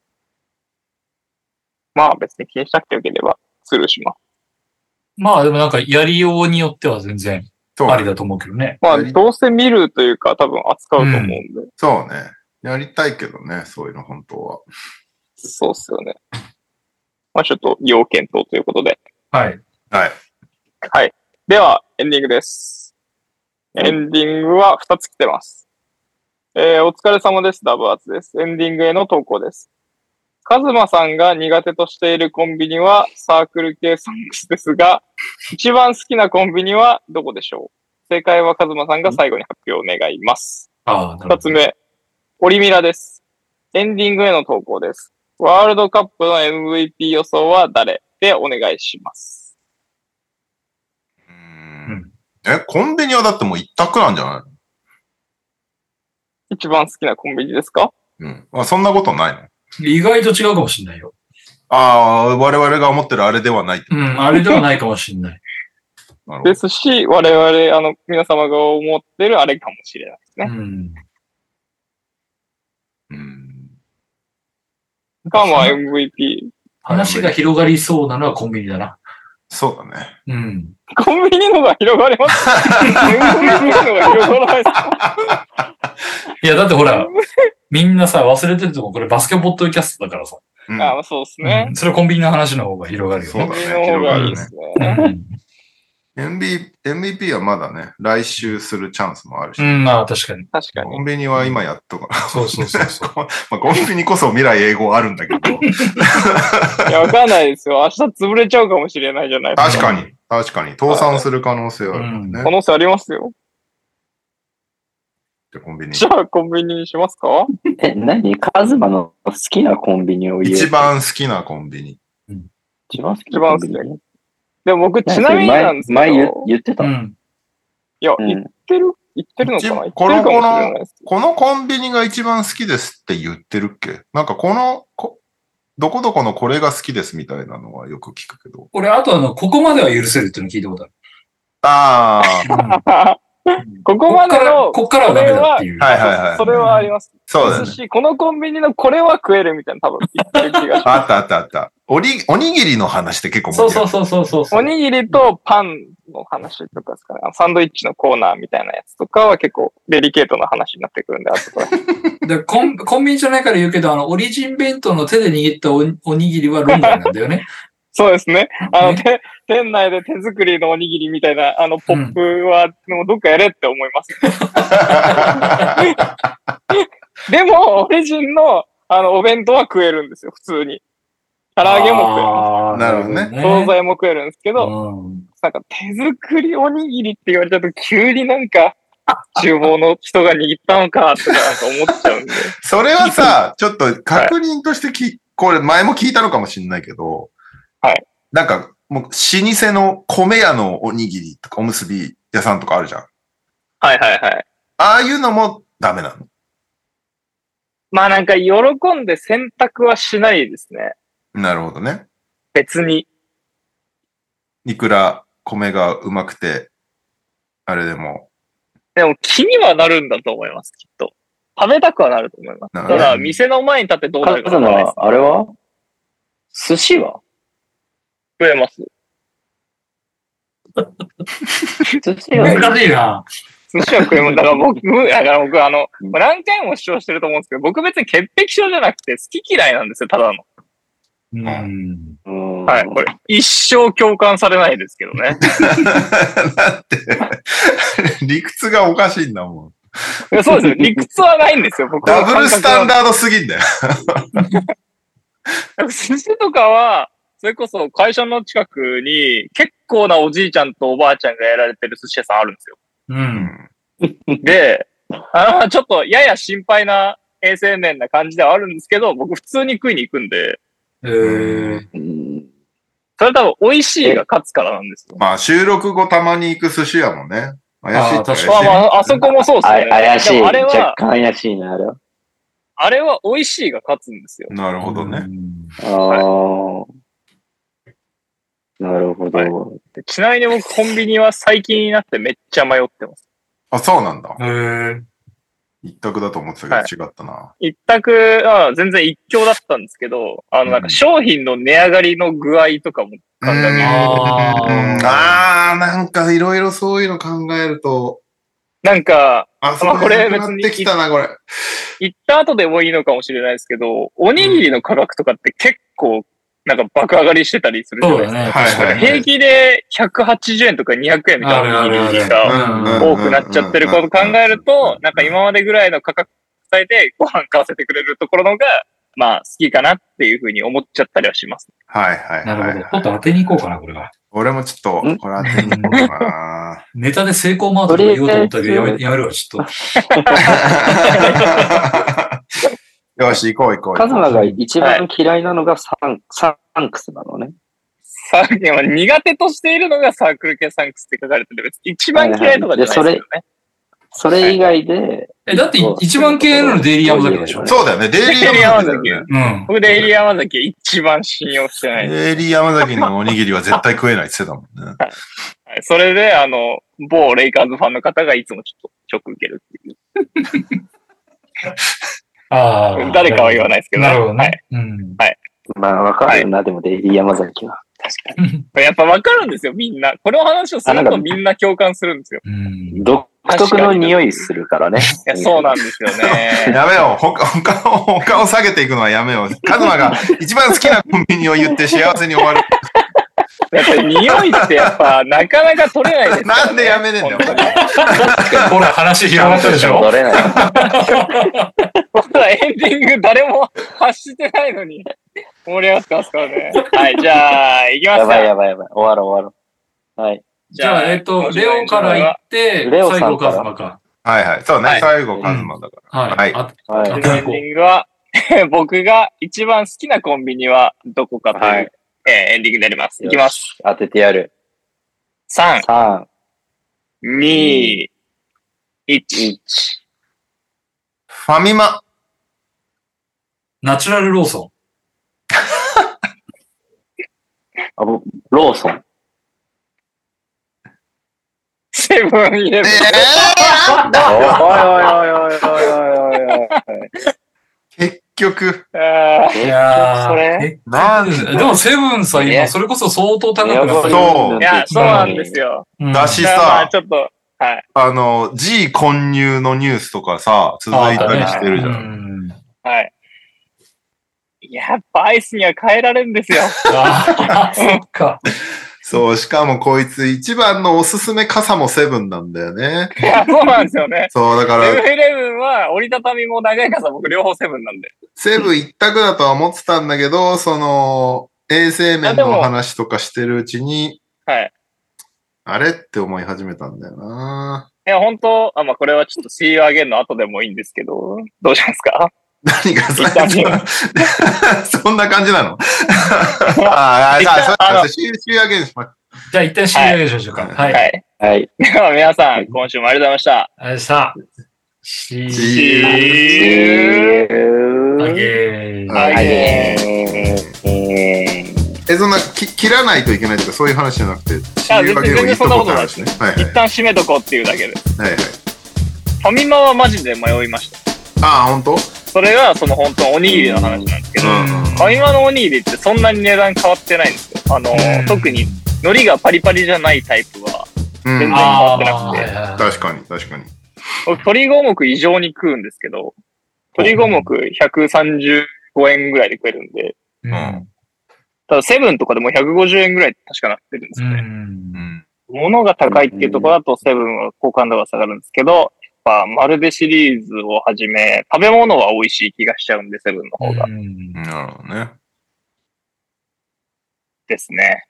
まあ別に気にしなくてよければ、スルーします。 まあでもなんかやりようによっては全然そうありだと思うけどね。 まあ、 やりどうせ見るというか、多分扱うと思うんで。 そうね。やりたいけどね、そういうの本当は。 そうっすよね。まあちょっと要検討ということで。 はい。 はい。 はい。では、エンディングです。エンディングはふたつ来てます。えー、お疲れ様です。ダブアツです。エンディングへの投稿です。カズマさんが苦手としているコンビニはサークル系ソングスですが、一番好きなコンビニはどこでしょう？正解はカズマさんが最後に発表願います。 ああ、なるほど。 二つ目、オリミラです。エンディングへの投稿です。ワールドカップの エムブイピー 予想は誰でお願いします。 うーうんんえ、コンビニはだってもう一択なんじゃないの？ 一番好きなコンビニですか？ うん。あ、そんなことないの？ 意外と違うかもしれないよ。 ああ、我々が思ってるあれではないってこと。 うん、あれではないかもしれない。 なるほど。 ですし、我々、あの、皆様が思ってるあれかもしれないですうね。 ん。 うん。 か、まあ エムブイピ話が広がりそうなのはコンビニだな。 そうだね。 うん。 ー。コンビニのが広がります。エムブイピー のが広がらないですか？ いや、だってほら、みんなさ、忘れてるとこ、これバスケポッドキャストだからさ。 うん。 ああ、そうですねうん。それはコンビニの話の方が広がるよね。 そうだねコンビニの方がいいですね。 うんエムビー、エムブイピー はまだね、来週するチャンスもあるし。 うん、まあ確かに。 確かに。 コンビニは今やっとかな。 そうそうそうそう。 まあ、コンビニこそ未来英語あるんだけど。 いや、わかんないですよ。明日潰れちゃうかもしれないじゃないですか。 確かに、確かに、倒産する可能性はあるもんね。 可能性ありますよ。 じゃあコンビニ。 じゃあ、コンビニにしますか？ え、何カズマの好きなコンビニを言え。 一番好きなコンビニ。 一番好きなコンビニ。 一番好でも僕、ちなみになんですけど。 前、前言言ってた。 うん。 いや、 うん言ってる言ってるのかな言ってるこの、 かもしれこのないです。、 このコンビニが一番好きですって言ってるっけ？なんかこの、こどこどこのこれが好きですみたいなのはよく聞くけど。 俺、あとあの、ここまでは許せるっていうの聞いたことある。 ああ、 ここまでの、 こっからはダメだっていう。 はいはいはいそれはあります。 そうだねです。し、このコンビニのこれは食えるみたいな多分言ってる気がしまあったあったあった。おに、おにぎりの話って結構そう盛り上がるそうそうそうそうす。おにぎりとパンの話とかですかね。あのサンドイッチのコーナーみたいなやつとかは結構デリケートな話になってくるんで、あとこれ。 でコン。コンビニじゃないから言うけど、あの、オリジン弁当の手で握ったおおにぎりは論外なんだよね。 そうですね。あの、 ねて店内で手作りのおにぎりみたいな、あの、ポップは、もうどっかやれって思います。でも、オリジンの、あの、お弁当は食えるんですよ、普通に。 唐揚げも食える。 なるほどね。 惣菜も食えるんですけど、 うん、 なんか手作りおにぎりって言われたと急になんか、厨房の人が握ったのかとかなんか思っちゃうんで。 それはさ、ちょっと確認としてき、これ前も聞いたのかもしれないけど、 はい。 なんか、もう、老舗の米屋のおにぎりとかおむすび屋さんとかあるじゃん。 はいはいはい。 ああいうのもダメなの？ まあなんか喜んで選択はしないですね。 なるほどね。 別に。 いくら米がうまくて、あれでも。 でも気にはなるんだと思います、きっと。食べたくはなると思います。ただ、店の前に立ってどうなるかわからないです。 あれは寿司は食えます。 寿司は難しいな。 寿司は食えます。だから僕、だから僕、あの、何回も主張してると思うんですけど、僕別に潔癖症じゃなくて好き嫌いなんですよ、ただの。 うん。 はい、これ、一生共感されないですけどね。 だって、理屈がおかしいんだもん。 いやそうですよ。理屈はないんですよ、僕は。 ダブルスタンダードすぎんだよ。 寿司とかは、それこそ会社の近くに結構なおじいちゃんとおばあちゃんがやられてる寿司屋さんあるんですよ。 うん。 で、あの、ちょっとやや心配な衛生面な感じではあるんですけど、僕普通に食いに行くんで。 へー。 それ多分美味しいが勝つからなんですよ。 まあ収録後たまに行く寿司屋もね。怪しいっちゃ怪しい。 まあまあ、あそこもそうですね。 怪しい。 あれは若干怪しいな、あれは。 あれは美味しいが勝つんですよ。 なるほどね。 ああ、はい、なるほど、はい。 ちなみに僕コンビニは最近になってめっちゃ迷ってます。 あ、そうなんだ。 へー。 一択だと思ってたけど違ったな。はい、一択は全然一強だったんですけど、あのなんか商品の値上がりの具合とかも考えて、うん、 あー、なんかいろいろそういうの考えると。 なんか、 あ、まあこれ別にきたな、これ。 行った後でもいいのかもしれないですけど、おにぎりの価格とかって結構なんか爆上がりしてたりするじゃないですか。 ね、 はいはいはい、 平気でひゃくはちじゅうえんとかにひゃくえんみたいなおにぎりが多くなっちゃってることを考えると、なんか今までぐらいの価格伝えてご飯買わせてくれるところのが、まあ好きかなっていうふうに思っちゃったりはします。 はいはいはい。 なるほど。ちょっと当てに行こうかな、これは。 俺もちょっと、これ当てに行こうかな。 ネタで成功マートとか言おうと思ったけど、やめ、やめるわ、ちょっと。よし、行こう行こう。 カズマが一番嫌いなのがサン、はい、サンクスなのね。 サン苦手としているのがサークル系サンクスって書かれてる。一番嫌いとかじゃないですよね。はいはい、それ、 それ以外で。 え、だって一番嫌いなのデイリー山崎でしょ？ そうだよね、デイリー山崎。 うん。僕デイリー山崎一番信用してない。 デイリー山崎のおにぎりは絶対食えないって言ってたもんね。 はい。それで、あの、某レイカーズファンの方がいつもちょっとショック受けるっていう。 ああ。 誰かは言わないですけど、 ね。なるほどね。 はい。 うん。 はい。 まあ、わかるよな、はい、でもデイリー山崎は。 確かに。やっぱわかるんですよ、みんな。この話をするとみんな共感するんですよ。 うん。独特の匂いするからね。 いや、そうなんですよね。 やめよう。他、他を、他を下げていくのはやめよう。カズマが一番好きなコンビニを言って幸せに終わる。 やっぱり匂いってやっぱなかなか取れないですから、ね。 なんでやめねえんだよ。 ほら、話広がったでしょ。 取れない。 ほら、エンディング誰も発してないのに盛り上がってますからね。はい、じゃあ、行きますか。 やばいやばいやばい。終わろう終わろう。はい。 じゃあ、えっと、レオから行って、 レオさん最後カズマか。 はいはい。そうね、 はい、 最後カズマだから。 うん、はい。はい。 はい、エンディングは、僕が一番好きなコンビニはどこかという、はい、えー、エンディングになります。いきます。 当ててやる。 さん、 さん、に、いち。 ファミマ。 ナチュラルローソン。 あ、ローソン。 セブンイレブン。 おいおいおいおいおいおいおい。 結局。 いやー、 それなんでもセブンさ、今それこそ相当高くなった。 そう。 いや、そうなんですよ。 だしさ、 まあちょっと、はい。 あの、G 混入のニュースとかさ、続いたりしてるじゃん。 はい。やっぱアイスには変えられるんですよ。 ああ、そっか。 そう、しかもこいつ一番のおすすめ傘もセブンなんだよね。 いや、そうなんですよね。 そう、だかセブンら、 イレブンは折りたたみも長い傘僕両方セブンなんで。 セブン一択だとは思ってたんだけど、その、衛生面の話とかしてるうちに、 はい。 あれって思い始めたんだよな。 いや、本当あ、まあ、これはちょっと See You Again の後でもいいんですけど、どうしますか？ 何が一旦見よそんな感じなのああ、じゃあ、そうだ、シーアゲンしまじゃあ一旦 See You Again しましょうか。はい。 はい。はい。では皆さん、今週もありがとうございました。 ありがとうございました。See See You Again. Again. え、そんな、き切らないといけないとか、そういう話じゃなくて、シーアゲンを言っとこうって話ね。はいはい。 一旦締めとこうっていうだけです。 はいはい。 ファミマはマジで迷いました。 ああ、本当？ それが、その本当おにぎりの話なんですけど、 うん、 ファミマのおにぎりってそんなに値段変わってないんですよ。あの、特に海苔がパリパリじゃないタイプは、全然変わってなくて。 確かに、確かに。 鶏五目異常に食うんですけど、鶏五目ひゃくさんじゅうごえんぐらいで食えるんで、 うん、 ただセブンとかでもひゃくごじゅうえんぐらい確かなってるんですよね。うん、物が高いっていうところだとセブンは好感度が下がるんですけど、やっぱマルデシリーズをはじめ、食べ物は美味しい気がしちゃうんで、セブンの方が。 うん、なるほどね。 ですね。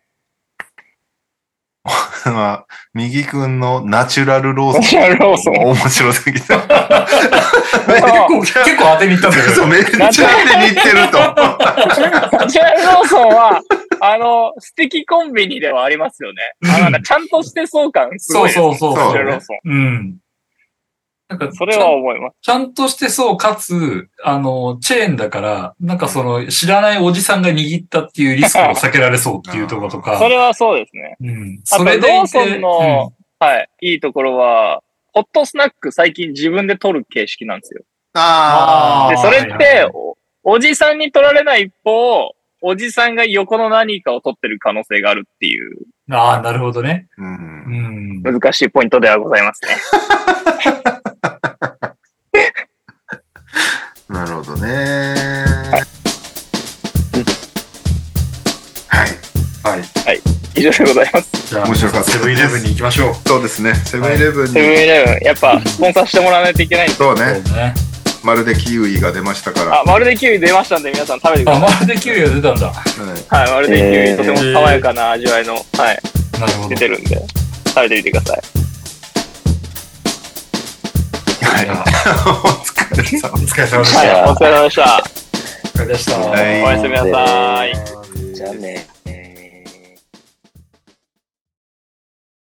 右くんのナチュラルローソン。 ナチュラルローソン。 面白すぎた。 結構、結構当てにいったんだけど。 そう、めっちゃ当てにいってると。 ナチュラルローソンは、あの、素敵コンビニではありますよね。あなんかちゃんとしてそう感すごいです。 そうそうそう。 ナチュラルローソン。 うん。なんか、 それは思います。 ちゃんとしてそう、かつ、あの、チェーンだから、なんかその、知らないおじさんが握ったっていうリスクを避けられそうっていうところとか。 それはそうですね。 うん。 それでローソンの、うん、はい、いいところは、ホットスナック最近自分で取る形式なんですよ。 ああ。で、それって、はいはい、お, おじさんに取られない一方、おじさんが横の何かを取ってる可能性があるっていう。 ああ、なるほどね。 うん。 難しいポイントではございますね。 なるほどね。はい。はい。 はい。はい。以上でございます。 じゃあ、 面白かった。 セブンイレブンに行きましょう。 そうですね。セブンイレブンに。 セブンイレブン、やっぱ、スポンサーしてもらわないといけないんですそうね。そうね。まるでキウイが出ましたから。 あ、まるでキウイ出ましたんで、皆さん食べてください。 あ、まるでキウイが出たんだ。 はい。まるでキウイ、とても爽やかな味わいの、はい。 なるほど。 出てるんで、食べてみてください。 はい。お疲れ様。 お疲れ様でした。 はい、お疲れ様でした。 お疲れ様でした。 おやすみなさい。 じゃあね。